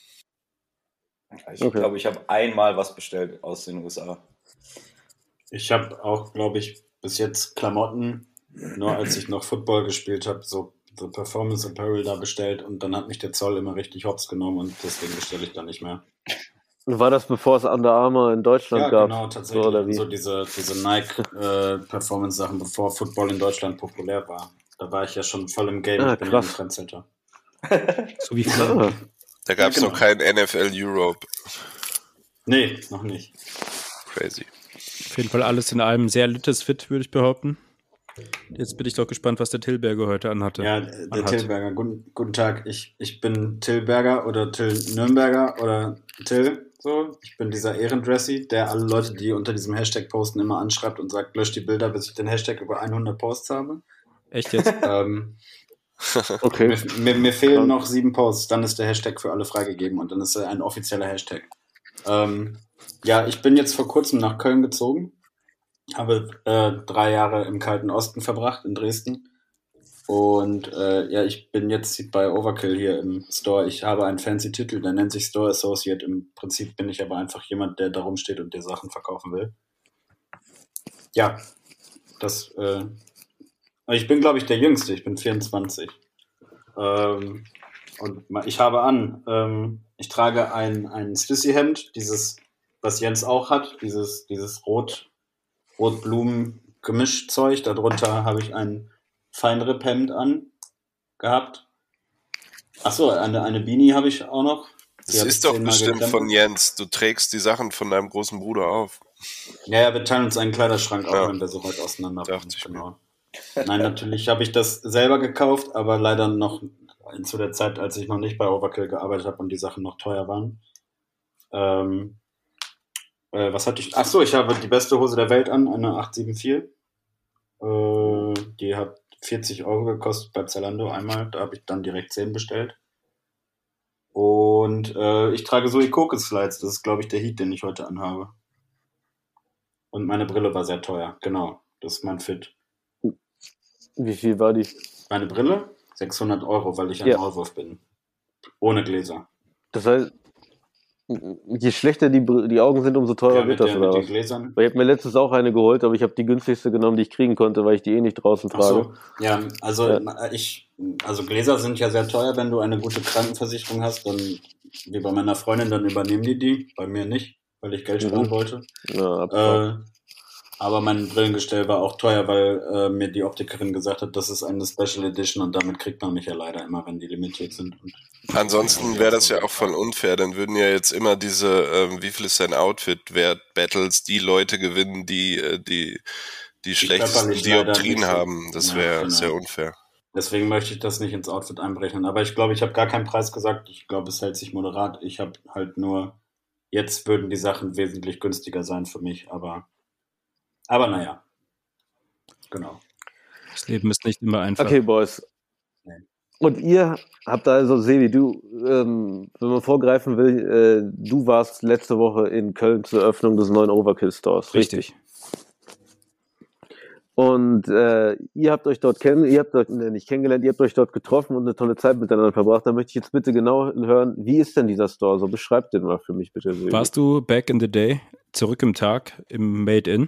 G: Ich
B: Okay.
G: glaube, ich habe einmal was bestellt aus den U S A.
D: Ich habe auch, glaube ich, bis jetzt Klamotten, nur als ich noch Football gespielt habe, so, so Performance Apparel da bestellt und dann hat mich der Zoll immer richtig hops genommen und deswegen bestelle ich da nicht mehr.
B: War das, bevor es Under Armour in Deutschland
D: Ja,
B: gab?
D: genau, tatsächlich.
B: So, oder wie?
D: So diese, diese Nike-Performance-Sachen, bevor Football in Deutschland populär war. Da war ich ja schon voll im Game,
B: Ah,
D: ich bin ja ein
B: krass.
D: Trendsetter.
C: So wie
B: Ah,
F: Da gab es
D: Ja, genau.
F: noch kein N F L Europe.
D: Nee, noch nicht.
F: Crazy.
C: auf jeden Fall alles in allem sehr littes Fit, würde ich behaupten. Jetzt bin ich doch gespannt, was der Tilberger heute anhatte.
D: Ja, der
C: Anhat.
D: Tilberger. Guten, guten Tag, ich, ich bin Tilberger oder Till Nürnberger oder Till. So, ich bin dieser Ehrendressi, der alle Leute, die unter diesem Hashtag posten, immer anschreibt und sagt, löscht die Bilder, bis ich den Hashtag über hundert Posts habe.
C: Echt jetzt?
D: ähm,
B: okay.
D: mir, mir, mir fehlen
B: Krank.
D: noch sieben Posts, dann ist der Hashtag für alle freigegeben und dann ist er ein offizieller Hashtag. Ähm, ja, ich bin jetzt vor kurzem nach Köln gezogen, habe äh, drei Jahre im kalten Osten verbracht, in Dresden. Und äh, ja, ich bin jetzt bei Overkill hier im Store. Ich habe einen fancy Titel, der nennt sich Store Associate. Im Prinzip bin ich aber einfach jemand, der da rumsteht und dir Sachen verkaufen will. Ja, das, äh, ich bin, glaube ich, der Jüngste. Ich bin vierundzwanzig. Ähm, und ma- ich habe an, ähm, ich trage ein, ein Swissy-Hemd, dieses, was Jens auch hat, dieses, dieses Rot, Rot-Blumen-Gemischzeug. Darunter habe ich ein Feinripp-Hemd an gehabt. Achso, eine, eine Beanie habe ich auch noch. Die
F: Das
D: habe ich
F: ist doch
D: zehnmal
F: bestimmt
D: gekrempelt.
F: von Jens. Du trägst die Sachen von deinem großen Bruder auf.
D: Ja, ja, wir teilen uns einen Kleiderschrank auch,
F: Ja.
D: wenn wir so weit auseinander
F: Dachte
D: wohnen.
F: ich mir.
D: Genau. Nein, natürlich habe ich das selber gekauft, aber leider noch zu der Zeit, als ich noch nicht bei Overkill gearbeitet habe und die Sachen noch teuer waren. Ähm, äh, was hatte ich? Ach so, ich habe die beste Hose der Welt an, eine acht sieben vier. Äh, die hat vierzig Euro gekostet bei Zalando einmal. Da habe ich dann direkt zehn bestellt. Und äh, ich trage so Ikoke-Slides. Das ist, glaube ich, der Heat, den ich heute anhabe. Und meine Brille war sehr teuer. Genau, das ist mein Fit.
B: Wie viel war die?
D: Meine Brille? sechshundert Euro, weil ich ein
B: Ja.
D: Maulwurf bin. Ohne Gläser.
B: Das heißt, je schlechter die, Br- die Augen sind, umso teurer
D: Ja,
B: wird
D: mit,
B: das,
D: der,
B: oder
D: mit den
B: was?
D: Gläsern.
B: Weil ich habe mir letztens auch eine geholt, aber ich habe die günstigste genommen, die ich kriegen konnte, weil ich die eh nicht draußen
D: Ach
B: trage.
D: so, ja, also
B: Ja.
D: ich, also Gläser sind ja sehr teuer, wenn du eine gute Krankenversicherung hast, dann, wie bei meiner Freundin, dann übernehmen die die, bei mir nicht, weil ich Geld sparen
B: Mhm.
D: wollte.
B: Ja, Abfahrt.
D: Äh, aber mein Brillengestell war auch teuer, weil äh, mir die Optikerin gesagt hat, das ist eine Special Edition und damit kriegt man mich ja leider immer, wenn die limitiert sind. Und
F: Ansonsten wäre das ja auch voll unfair. Dann würden ja jetzt immer diese, ähm, wie viel ist dein Outfit wert, Battles, die Leute gewinnen, die äh, die, die schlechtesten
D: körperlich leider
F: Dioptrien
D: nicht so-
F: haben. Das
D: Ja,
F: wäre
D: genau.
F: sehr unfair.
D: Deswegen möchte ich das nicht ins Outfit einberechnen. Aber ich glaube, ich habe gar keinen Preis gesagt. Ich glaube, es hält sich moderat. Ich habe halt nur, jetzt würden die Sachen wesentlich günstiger sein für mich. Aber, aber naja. Genau.
C: Das Leben ist nicht immer einfach.
B: Okay, Boys.
D: Nee.
B: Und ihr habt also, Sebi, du, ähm, wenn man vorgreifen will, äh, du warst letzte Woche in Köln zur Eröffnung des neuen Overkill Stores, richtig?
C: Richtig.
B: Und äh, ihr habt euch dort kennen, ihr habt euch ne, nicht kennengelernt, ihr habt euch dort getroffen und eine tolle Zeit miteinander verbracht. Da möchte ich jetzt bitte genau hören, wie ist denn dieser Store? So beschreibt den mal für mich bitte, Sebi.
C: Warst du back in the day, zurück im Tag, im Made-In?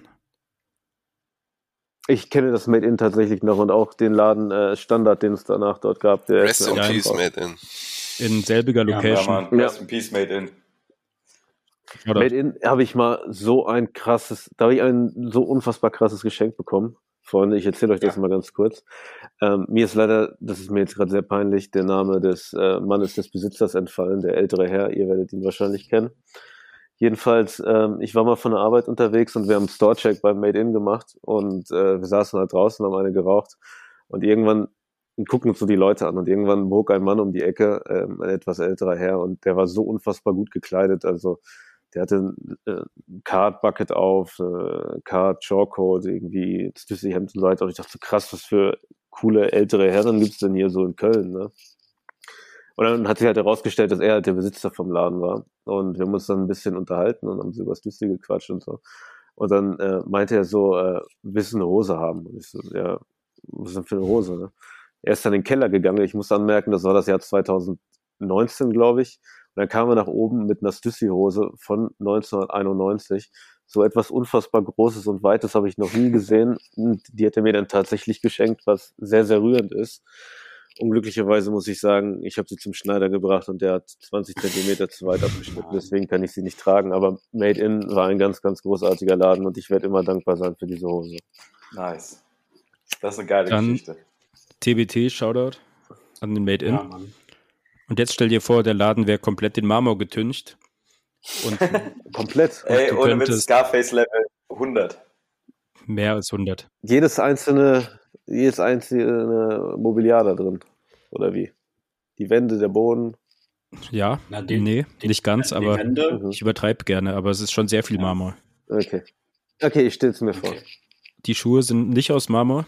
B: Ich kenne das Made-In tatsächlich noch und auch den Laden äh, Standard, den es danach dort gab. Der
F: Rest
B: ist
F: in
B: mir auch
F: peace,
B: drauf.
F: made in.
C: In selbiger
D: Ja,
C: Location.
G: Ja, Mann,
B: Ja.
G: Rest in Peace, Made in.
C: Oder?
B: Made-In habe ich mal so ein krasses, da habe ich ein so unfassbar krasses Geschenk bekommen. Freunde, ich erzähle euch das
D: Ja.
B: mal ganz kurz. Ähm, mir ist leider, das ist mir jetzt gerade sehr peinlich, der Name des äh, Mannes des Besitzers entfallen, der ältere Herr, ihr werdet ihn wahrscheinlich kennen. Jedenfalls, ähm, ich war mal von der Arbeit unterwegs und wir haben einen Store-Check beim Made-In gemacht und äh, wir saßen halt draußen, haben eine geraucht und irgendwann gucken uns so die Leute an und irgendwann bog ein Mann um die Ecke, ähm, ein etwas älterer Herr und der war so unfassbar gut gekleidet, also Der hatte äh, ein Card-Bucket auf, äh, Card-Shawcode, irgendwie Stussy Hemd und so weiter. Und ich dachte, krass, was für coole ältere Herren gibt's denn hier so in Köln, ne? Und dann hat sich halt herausgestellt, dass er halt der Besitzer vom Laden war. Und wir haben uns dann ein bisschen unterhalten und haben so über Stussy gequatscht und so. Und dann äh, meinte er so, äh, willst du eine Hose haben? Und ich so, ja, was ist denn für eine Hose, ne? Er ist dann in den Keller gegangen. Ich muss anmerken, das war das Jahr zweitausendneunzehn, glaube ich. Und dann kam er nach oben mit einer Stussy-Hose von neunzehnhunderteinundneunzig. So etwas unfassbar Großes und Weites habe ich noch nie gesehen. Und die hat er mir dann tatsächlich geschenkt, was sehr, sehr rührend ist. Unglücklicherweise muss ich sagen, ich habe sie zum Schneider gebracht und der hat zwanzig Zentimeter zu weit abgeschnitten. Deswegen kann ich sie nicht tragen. Aber Made In war ein ganz, ganz großartiger Laden und ich werde immer dankbar sein für diese Hose.
G: Nice. Das ist eine geile
C: Dann
G: Geschichte.
C: T B T, Shoutout an den Made In.
D: Ja, Mann.
C: Und jetzt stell dir vor, der Laden wäre komplett in Marmor getüncht. Und
B: Komplett.
G: Ey,
C: du
G: ohne Witz,
C: könntest-
G: Scarface Level hundert.
C: mehr als hundert.
B: Jedes einzelne, jedes einzelne Mobiliar da drin. Oder wie? Die Wände, der Boden.
C: Ja,
D: Na, die-
C: nee,
D: die-
C: nicht ganz,
D: Die
C: aber
D: Wände,
B: Mhm.
C: ich übertreibe gerne, aber es ist schon sehr viel
D: Ja.
C: Marmor.
B: Okay. Okay, ich stell's mir vor.
D: okay.
C: Die Schuhe sind nicht aus Marmor,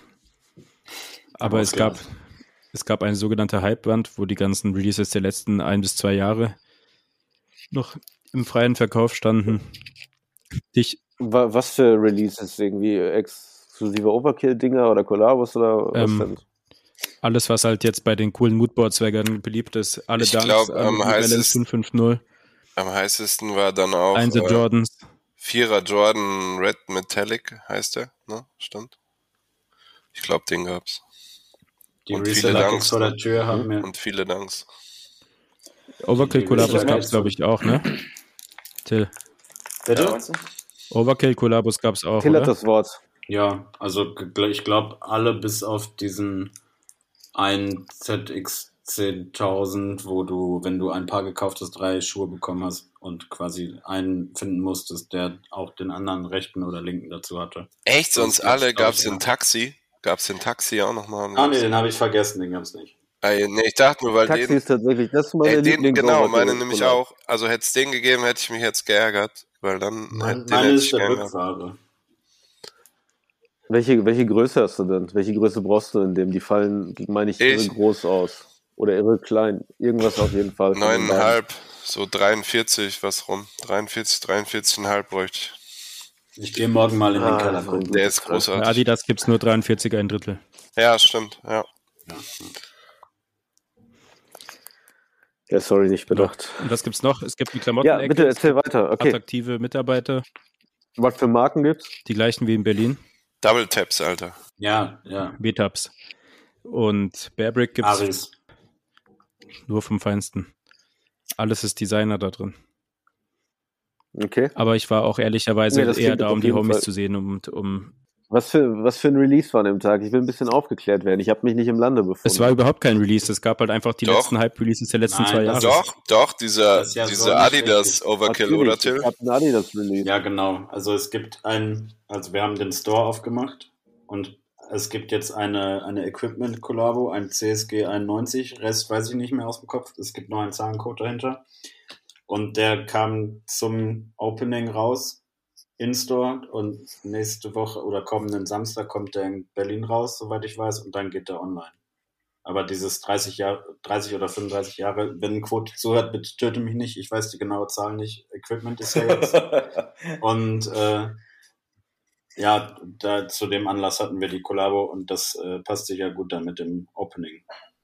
C: aber
D: Aber
C: es
D: aus
C: gab,
D: Glas.
C: es gab eine sogenannte Hype-Wand, wo die ganzen Releases der letzten ein bis zwei Jahre noch im freien Verkauf standen. Ich,
B: Wa- Was für Releases? Irgendwie exklusive Overkill-Dinger oder Kollabos oder was
C: Ähm,
B: denn?
C: alles, was halt jetzt bei den coolen Moodboard-Zweigern beliebt ist, alle
F: Ich
C: Dunks,
F: glaub,
C: alle
F: am
C: New Balance
F: heißesten-
C: fünf fünf null,
F: Am heißesten war dann auch
C: Einser
F: äh,
C: Jordans.
F: Vierer Jordan Red Metallic, heißt der, ne? Stimmt. Ich glaube, den gab's.
D: Die
F: Und viele
D: Reseller
F: Danks,
D: vor der
F: ne?
D: Tür haben mir.
F: Und viele Danks.
C: Overkill-Kollabos
D: die-
C: gab es, glaube ich, auch, ne? Till.
D: Bitte?
G: Ja, meinst du?
C: Overkill-Kollabos gab es auch,
B: Till hat
C: oder?
B: das Wort.
D: Ja, also g- ich glaube, alle bis auf diesen ein Z X zehntausend, wo du, wenn du ein Paar gekauft hast, drei Schuhe bekommen hast und quasi einen finden musstest, der auch den anderen rechten oder linken dazu hatte.
F: Echt? Sonst
D: Sonst gab's,
F: alle
D: glaub
F: gab's
D: ich,
F: in
D: ja.
F: Taxi? Gab's in Taxi auch nochmal?
D: Ah, nee, den habe ich vergessen, den gab's nicht.
F: Ey, nee, ich dachte nur, weil
B: Taxi
F: den,
B: ist tatsächlich, das ist meine
F: ey, den
B: Lieblings
F: genau, meine nämlich
B: Overkill-Collab.
F: auch. Also hätte es den gegeben, hätte ich mich jetzt geärgert, weil dann
D: Mein,
F: hätte, den
D: meine
F: hätte
D: ist
F: ich
D: der
F: gern gehabt.
D: Rückfahre.
B: Welche, welche Größe hast du denn? Welche Größe brauchst du in dem? Die fallen, meine ich, irre
F: Ich?
B: groß aus. Oder irre klein. Irgendwas auf jeden Fall. von den beiden.
F: Neuneinhalb, so dreiundvierzig, was rum. dreiundvierzig, dreiundvierzig Komma fünf bräuchte ich.
D: Ich gehe morgen mal in den
B: Ah,
D: Keller
B: so
D: gucken.
B: gut.
F: Der ist
C: Bei
F: großartig.
C: Adidas gibt es nur dreiundvierzig ein Drittel.
F: Ja, stimmt, ja.
D: Ja.
B: Ja, sorry, nicht bedacht.
C: Und was gibt's noch? Es gibt eine
B: Ja,
C: Klamottenecke,
B: bitte
C: es
B: erzähl
C: gibt
B: weiter. Okay.
C: attraktive Mitarbeiter,
B: Was für Marken gibt's?
C: die gleichen wie in Berlin,
F: Double Taps, Alter.
D: Ja, ja.
C: B-Tabs. Und Bearbrick gibt es
D: Aris.
C: nur vom Feinsten. Alles ist Designer da drin.
B: Okay.
C: Aber ich war auch ehrlicherweise
B: Nee, das
C: eher
B: klingt
C: da,
B: auf
C: um die
B: jeden
C: Homies
B: Fall-
C: zu sehen, um, um
B: Was für, was für ein Release war an dem Tag? Ich will ein bisschen aufgeklärt werden. Ich habe mich nicht im Lande befunden.
C: Es war überhaupt kein Release, es gab halt einfach die
F: Doch.
C: letzten Hype-Releases der letzten
D: Nein,
C: zwei
D: das
C: Jahre.
F: Doch, doch, dieser,
D: Das ist ja so
F: dieser
D: nicht
F: Adidas
D: richtig.
F: Overkill,
B: Natürlich,
F: oder Till?
B: Ich habe einen Adidas Release.
D: Ja, genau. Also es gibt ein, also wir haben den Store aufgemacht und es gibt jetzt eine, eine Equipment-Kollabo, ein C S G einundneunzig, Rest weiß ich nicht mehr aus dem Kopf, es gibt noch einen Zahlencode dahinter. Und der kam zum Opening raus in Store und nächste Woche oder kommenden Samstag kommt der in Berlin raus, soweit ich weiß, und dann geht der online. Aber dieses dreißig Jahre, dreißig oder fünfunddreißig Jahre, wenn Quote zuhört, bitte töte mich nicht, ich weiß die genaue Zahl nicht. Equipment ist ja jetzt. Und äh, ja, da, zu dem Anlass hatten wir die Kollabo und das äh, passt sich ja gut dann mit dem Opening.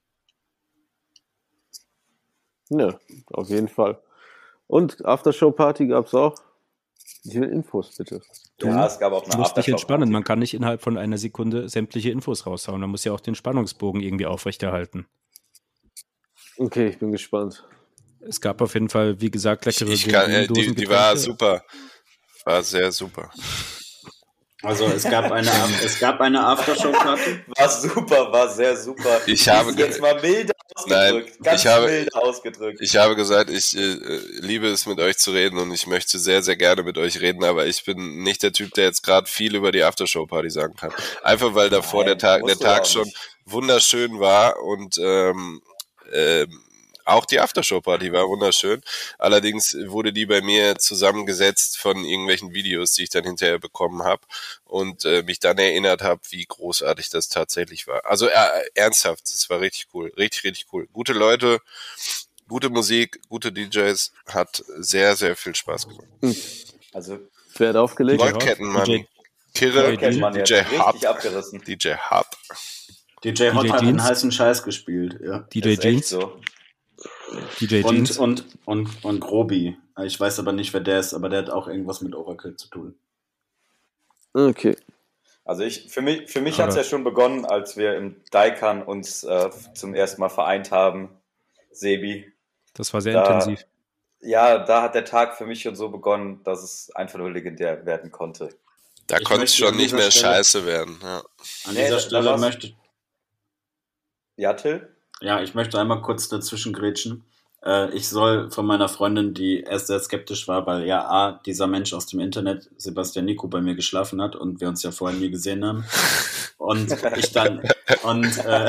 B: Ja, auf jeden Fall. Und Aftershow-Party gab's auch. Ich will Infos, bitte.
G: Ja, es gab auch
C: Du
G: eine
C: musst dich entspannen,
G: Aftershow-Party.
C: man kann nicht innerhalb von einer Sekunde sämtliche Infos raushauen. Man muss ja auch den Spannungsbogen irgendwie aufrechterhalten.
B: Okay, ich bin gespannt.
C: Es gab auf jeden Fall, wie gesagt,
F: Ich,
C: leckere
F: ich kann, äh, die, die
C: Dosengetränke.
F: war super. War sehr super.
D: Also es gab eine, es gab eine Aftershow-Party.
G: War super, war sehr super.
F: Ich habe ge-
G: jetzt mal milde ausgedrückt.
F: Nein,
G: ganz
F: ich habe-
G: milde ausgedrückt.
F: Ich habe gesagt, ich äh, liebe es, mit euch zu reden und ich möchte sehr, sehr gerne mit euch reden, aber ich bin nicht der Typ, der jetzt gerade viel über die Aftershow-Party sagen kann. Einfach weil davor
G: Nein,
F: der Tag,
G: musst
F: der
G: du
F: Tag
G: auch
F: schon
G: nicht.
F: wunderschön war und ähm, ähm, auch die Aftershow-Party war wunderschön. Allerdings wurde die bei mir zusammengesetzt von irgendwelchen Videos, die ich dann hinterher bekommen habe und äh, mich dann erinnert habe, wie großartig das tatsächlich war. Also äh, ernsthaft, das war richtig cool. Richtig, richtig cool. Gute Leute, gute Musik, gute D Js, hat sehr, sehr viel Spaß gemacht.
G: Also,
B: Wer hat aufgelegt?
F: Goldketten-Money. Kirre,
G: kennt man
F: D
G: jetzt
F: J Hub,
G: richtig abgerissen.
F: D J Hub.
D: D J Hot
C: D J
D: hat den
C: Jeans.
D: heißen Scheiß gespielt, ja.
C: D J
G: Ist echt
C: Jeans.
G: so.
C: D J
D: Und,
C: Jeans.
D: und, und, und Grobi. Ich weiß aber nicht, wer der ist, aber der hat auch irgendwas mit Oracle zu tun.
B: Okay.
G: Also ich, für mich, für mich
C: Aber-
G: hat es ja schon begonnen, als wir im Daikan uns äh, zum ersten Mal vereint haben, Sebi.
C: Das war sehr
G: Da-
C: intensiv.
G: Ja, da hat der Tag für mich schon so begonnen, dass es einfach nur legendär werden konnte.
F: Da
D: Ich
F: konnte es
D: möchte
F: schon
D: an
F: nicht
D: dieser
F: mehr
D: Stelle-
F: scheiße werden. Ja.
D: An
G: Nee,
D: dieser
G: da- da
D: Stelle
G: war's-
D: möchte
G: Ja, Till?
D: ja, ich möchte einmal kurz dazwischen grätschen. Äh, ich soll von meiner Freundin, die erst sehr skeptisch war, weil ja A, dieser Mensch aus dem Internet, Sebastian Nico, bei mir geschlafen hat und wir uns ja vorher nie gesehen haben. Und ich dann, und, äh,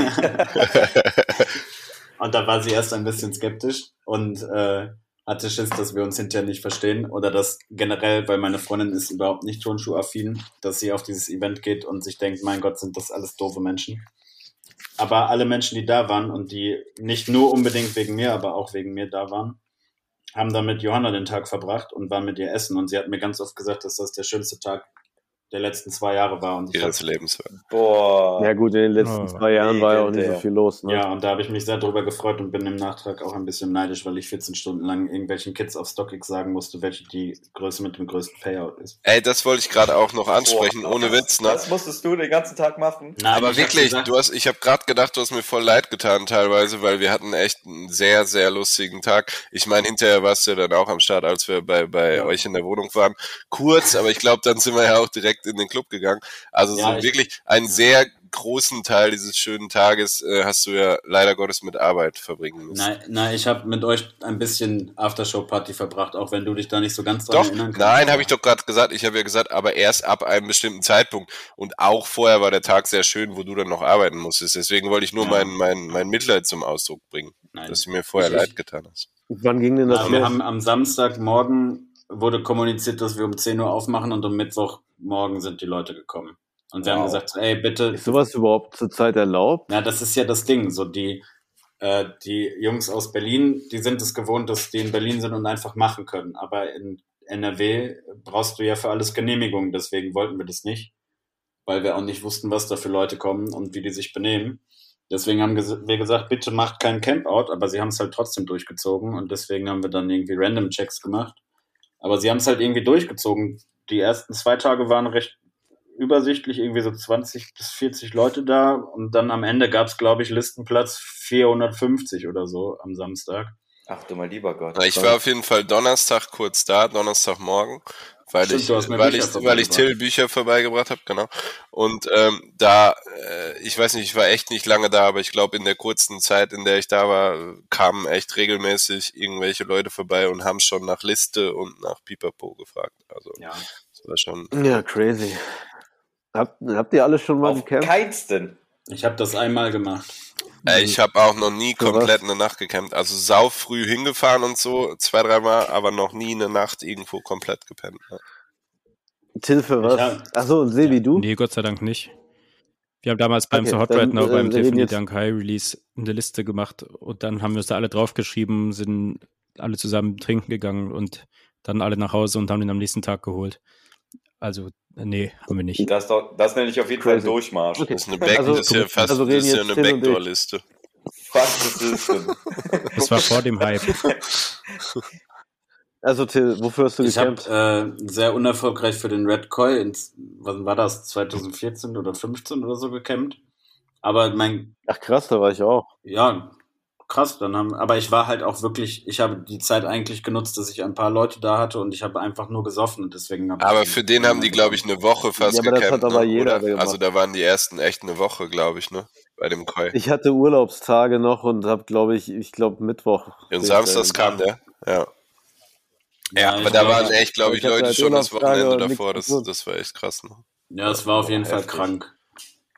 D: und da war sie erst ein bisschen skeptisch und äh, hatte Schiss, dass wir uns hinterher nicht verstehen oder dass generell, weil meine Freundin ist überhaupt nicht turnschuhaffin, dass sie auf dieses Event geht und sich denkt, mein Gott, sind das alles doofe Menschen. Aber alle Menschen, die da waren und die nicht nur unbedingt wegen mir, aber auch wegen mir da waren, haben da mit Johanna den Tag verbracht und waren mit ihr essen. Und sie hat mir ganz oft gesagt, dass das der schönste Tag der letzten zwei Jahre war. Und ich
F: Ihres
D: hab,
F: Lebens war.
G: Boah.
B: Ja gut, in den letzten
C: Oh,
B: zwei Jahren war ja auch nicht so
G: legendär.
B: viel los. Ne?
D: ja, und da habe ich mich sehr drüber gefreut und bin im Nachtrag auch ein bisschen neidisch, weil ich vierzehn Stunden lang irgendwelchen Kids auf StockX sagen musste, welche die Größe mit dem größten Payout ist.
F: Ey, das wollte ich gerade auch noch ansprechen,
G: Boah,
F: ohne
G: das-
F: Witz, ne?
G: Das musstest du den ganzen Tag machen.
D: Nein,
F: Aber
D: ich hab
F: wirklich,
D: gesagt-
F: du hast, ich habe gerade gedacht, du hast mir voll leid getan teilweise, weil wir hatten echt einen sehr, sehr lustigen Tag. Ich meine, hinterher warst du ja dann auch am Start, als wir bei, bei
D: Ja.
F: euch in der Wohnung waren. Kurz, aber ich glaube, dann sind wir ja auch direkt in den Club gegangen. Also
D: Ja,
F: so
D: ich-
F: wirklich einen sehr großen Teil dieses schönen Tages äh, hast du ja leider Gottes mit Arbeit verbringen müssen.
D: Nein, nein, ich habe mit euch ein bisschen Aftershow-Party verbracht, auch wenn du dich da nicht so ganz dran
F: Doch,
D: erinnern kannst.
F: nein, habe ich doch gerade gesagt. Ich habe ja gesagt, aber erst ab einem bestimmten Zeitpunkt. Und auch vorher war der Tag sehr schön, wo du dann noch arbeiten musstest. Deswegen wollte ich nur
D: Ja.
F: mein, mein, mein Mitleid zum Ausdruck bringen,
D: Nein.
F: dass du mir vorher
D: Ich-
F: leid getan hast.
B: Wann ging denn das
D: Ja, wir
B: los?
D: haben am Samstagmorgen wurde kommuniziert, dass wir um zehn Uhr aufmachen und am Mittwochmorgen sind die Leute gekommen. Und wir haben
G: Wow.
D: gesagt, ey, bitte,
B: Ist sowas überhaupt zurzeit erlaubt?
D: na, das ist ja das Ding, so die, äh, die Jungs aus Berlin, die sind es gewohnt, dass die in Berlin sind und einfach machen können. Aber in N R W brauchst du ja für alles Genehmigung, deswegen wollten wir das nicht, weil wir auch nicht wussten, was da für Leute kommen und wie die sich benehmen. Deswegen haben ges- wir gesagt, bitte macht keinen Campout, aber sie haben es halt trotzdem durchgezogen und deswegen haben wir dann irgendwie Random Checks gemacht. Aber sie haben es halt irgendwie durchgezogen. Die ersten zwei Tage waren recht übersichtlich, irgendwie so zwanzig bis vierzig Leute da und dann am Ende gab es, glaube ich, Listenplatz vierhundertfünfzig oder so am Samstag.
G: Ach du mein lieber Gott.
F: Na, ich war auf jeden Fall Donnerstag kurz da, Donnerstagmorgen, weil
D: Stimmt,
F: ich,
D: du hast mir
F: weil
D: Bücher
F: ich, weil ich
D: vorbeigebracht.
F: Till Bücher vorbeigebracht habe, genau. Und ähm, da, äh, ich weiß nicht, ich war echt nicht lange da, aber ich glaube, in der kurzen Zeit, in der ich da war, kamen echt regelmäßig irgendwelche Leute vorbei und haben schon nach Liste und nach Pipapo gefragt. Also
D: Ja.
F: das war schon.
B: Ja, crazy. Habt, habt ihr alle schon mal
G: Auf
B: gecampt?
G: keinsten.
D: Ich habe das einmal gemacht.
F: Äh, ich habe auch noch nie
B: Für was?
F: komplett eine Nacht gecampt. Also sau früh hingefahren und so, zwei, dreimal, aber noch nie eine Nacht irgendwo komplett gepennt. Ne?
B: Till, für was?
D: hab-
B: Achso, und Sebi, du?
C: Nee, Gott sei Dank nicht. Wir haben damals beim
B: Okay,
C: The Hot
B: dann,
C: Right Now,
B: äh,
C: beim
B: wir reden
C: Tiffany
B: jetzt-
C: Dunk High Release eine Liste gemacht und dann haben wir uns da alle draufgeschrieben, sind alle zusammen trinken gegangen und dann alle nach Hause und haben den am nächsten Tag geholt. Also, äh, nee, haben wir nicht.
G: Das, doch, das nenne ich auf jeden Fall
B: Crazy.
G: Durchmarsch.
B: Okay.
F: Das ist eine Back,
B: Also-
F: das ist ja fast
B: also
F: das
B: reden
F: ist ja
B: jetzt
F: eine
B: Till und ich.
F: Backdoor-Liste.
G: Fast das Listen.
C: Das war vor dem Hype.
B: Also Till, wofür hast du
D: Ich habe
B: gecampt?
D: äh, sehr unerfolgreich für den Red Koi, ins, wann war das, zwanzig vierzehn oder fünfzehn oder so gecampt. Aber mein,
B: Ach krass, da war ich auch.
D: ja, krass, dann haben, aber ich war halt auch wirklich, ich habe die Zeit eigentlich genutzt, dass ich ein paar Leute da hatte und ich habe einfach nur gesoffen und deswegen habe
F: Aber
D: ich
F: für den haben die, glaube ich, eine Woche fast
B: Ja, aber das
F: gecampt.
B: hat aber
F: ne?
B: jeder
F: Oder?
B: gemacht.
F: Also da waren die ersten echt eine Woche, glaube ich, ne? Bei dem Koi.
B: Ich hatte Urlaubstage noch und habe, glaube ich, ich glaube Mittwoch.
F: Und samstags kam der, ja. Ja, aber
D: ich
F: da
D: glaube-
F: waren echt, glaube ich,
B: ich hatte
F: Leute
B: halt
F: schon das
B: Urlaubstage
F: Wochenende
B: und
F: davor.
B: nichts
F: Das,
B: zu tun.
F: das war echt krass. Ne?
D: Ja, es war auf jeden
G: Oh,
D: Fall
G: heftig.
D: krank.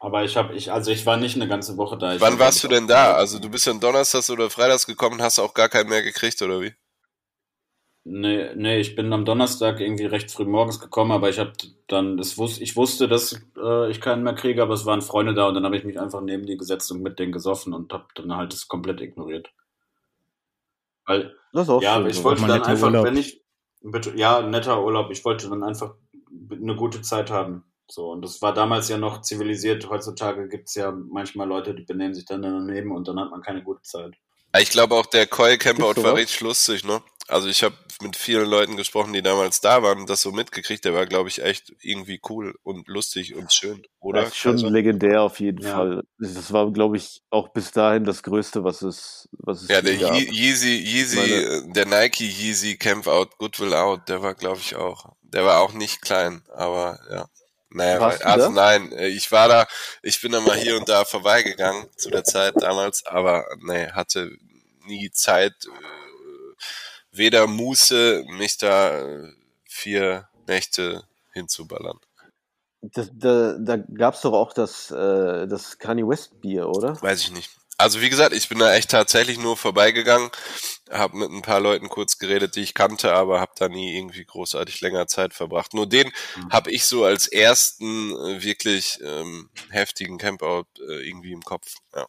D: Aber ich habe, ich, also ich war nicht eine ganze Woche da. Ich
F: Wann
D: war,
F: warst
D: glaub
F: du
D: ich,
F: denn
D: auch
F: da?
D: zwei
F: Also
D: Wochen.
F: du bist dann donnerstags oder freitags gekommen und hast auch gar keinen mehr gekriegt, oder wie?
D: Nee, nee, ich bin am Donnerstag irgendwie recht früh morgens gekommen, aber ich habe dann, das wus ich wusste, dass äh, ich keinen mehr kriege, aber es waren Freunde da und dann habe ich mich einfach neben die gesetzt und mit denen gesoffen und habe dann halt das komplett ignoriert. Weil,
B: Das ist auch
D: ja,
B: schön
D: ich
C: Auch
B: sowas.
D: wollte
C: mal
D: dann
C: netter
D: einfach,
C: Urlaub.
D: wenn ich, bitte, ja, netter Urlaub, ich wollte dann einfach eine gute Zeit haben. So, und das war damals ja noch zivilisiert. Heutzutage gibt's ja manchmal Leute, die benehmen sich dann daneben und dann hat man keine gute Zeit.
F: Ich glaube auch, der Coil
B: Gibt's
F: Campout war
B: sowas?
F: richtig lustig, ne? Also ich habe mit vielen Leuten gesprochen, die damals da waren und das so mitgekriegt. Der war, glaube ich, echt irgendwie cool und lustig und schön,
B: Das
F: oder,
B: ist schon
F: Kaiser?
B: legendär auf jeden
D: Ja.
B: Fall. Das war, glaube ich, auch bis dahin das Größte, was es, was es
F: Ja, der
B: je gab.
F: Ye Yeezy, Yeezy,
B: Meine,
F: äh, der Nike Yeezy Campout Goodwill Out, der war, glaube ich, auch. Der war auch nicht klein, aber ja. Naja, weil,
B: warst du
F: also
B: da?
F: nein, äh, ich war da, ich bin da mal hier und da vorbeigegangen zu der Zeit damals, aber nee, hatte nie Zeit, äh, weder Muße, mich da äh, vier Nächte hinzuballern.
B: Das, da da gab es doch auch das, äh, das Kanye West Bier, oder?
F: Weiß ich nicht. Also wie gesagt, ich bin da echt tatsächlich nur vorbeigegangen, habe mit ein paar Leuten kurz geredet, die ich kannte, aber habe da nie irgendwie großartig länger Zeit verbracht. Nur den
D: Hm.
F: habe ich so als ersten äh, wirklich ähm, heftigen Campout äh, irgendwie im Kopf. Ja.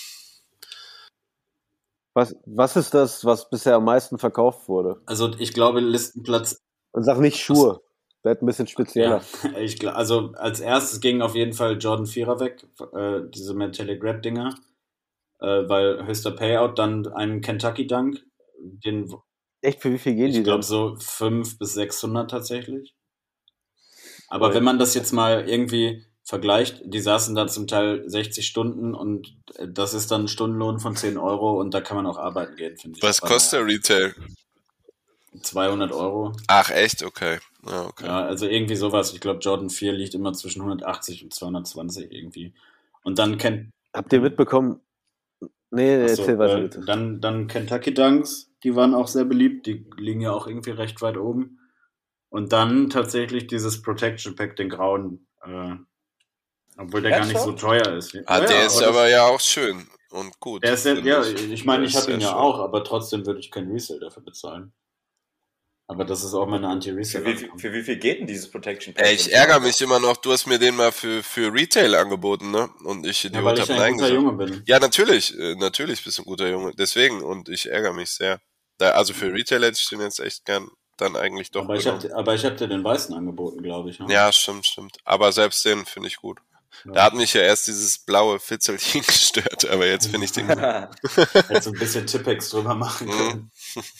B: Was, was ist das, was bisher am meisten verkauft wurde?
D: Also ich glaube, Listenplatz,
B: Und sag nicht
D: was,
B: Schuhe. Werd ein bisschen
D: ja,
B: spezieller.
D: ich glaube, also als erstes ging auf jeden Fall Jordan Vierer weg, äh, diese Metallic Red Dinger, äh, weil höchster Payout, dann ein Kentucky Dunk, den,
B: Echt, für wie viel gehen
D: ich
B: die
D: glaube
B: denn?
D: so fünf bis sechshundert tatsächlich. Aber
B: Voll.
D: wenn man das jetzt mal irgendwie vergleicht, die saßen da zum Teil sechzig Stunden und äh, das ist dann ein Stundenlohn von zehn Euro und da kann man auch arbeiten gehen, finde ich.
F: Was
D: Aber
F: kostet
D: naja,
F: der Retail?
D: zweihundert Euro.
F: Ach echt? Okay. Ja, okay.
D: Ja, also irgendwie sowas. Ich glaube, Jordan vier liegt immer zwischen hundertachtzig und zweihundertzwanzig irgendwie. Und dann kennt,
B: Habt ihr
D: hm?
B: mitbekommen? Nee,
D: Achso,
B: erzähl weiter
D: äh,
B: bitte.
D: dann, dann Kentucky Dunks, die waren auch sehr beliebt, die liegen ja auch irgendwie recht weit oben. Und dann tatsächlich dieses Protection Pack, den grauen, äh, obwohl der gar nicht so
G: Ernsthaft?
D: teuer ist.
F: Ah,
D: Ja,
F: der
D: ja,
F: ist
D: aber
F: aber
D: das,
F: ja auch schön und gut,
D: der ist sehr,
F: finde
D: ja,
F: ich.
D: ich meine,
F: Der
D: ich
F: ist
D: habe ihn
F: sehr
D: ja
F: schön.
D: auch, aber trotzdem würde ich kein Resale dafür bezahlen. Aber das ist auch meine
G: Für
D: Anti-Resale
G: wie, viel-
D: Ankampf.
G: für wie viel geht denn dieses Protection Pack,
F: Ey,
G: wenn
F: ich
G: ich fragen
F: ärgere
G: darf?
F: mich immer noch, du hast mir den mal für, für Retail angeboten, ne? Und ich,
D: Ja,
F: Idiot,
D: weil
F: hab
D: ich ein
F: Nein
D: guter
F: gesagt.
D: Junge bin.
F: Ja, natürlich, äh, natürlich bist du ein guter Junge. Deswegen, und ich ärgere mich sehr. Da, also für Retail hätte ich den jetzt echt gern dann eigentlich doch
D: Aber ich
F: genommen.
D: habe aber ich hab dir den weißen angeboten, glaube ich. Ne?
F: Ja, stimmt, stimmt. Aber selbst den finde ich gut. Da
D: Ja.
F: hat mich ja erst dieses blaue Fitzelchen gestört, aber jetzt finde ich den gut.
D: Hätte so ein bisschen Tippex drüber machen
F: Mhm.
D: können.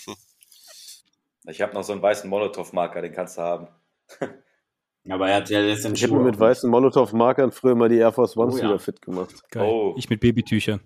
G: Ich habe noch so einen weißen Molotow-Marker, den kannst du haben.
D: Aber er hat ja jetzt den
B: Ich habe
D: Schuh
B: mir
D: auch
B: mit
D: nicht.
B: weißen Molotow-Markern früher mal die Air Force Ones
D: Oh ja.
B: wieder fit gemacht.
C: Geil.
G: Oh.
C: Ich mit Babytüchern.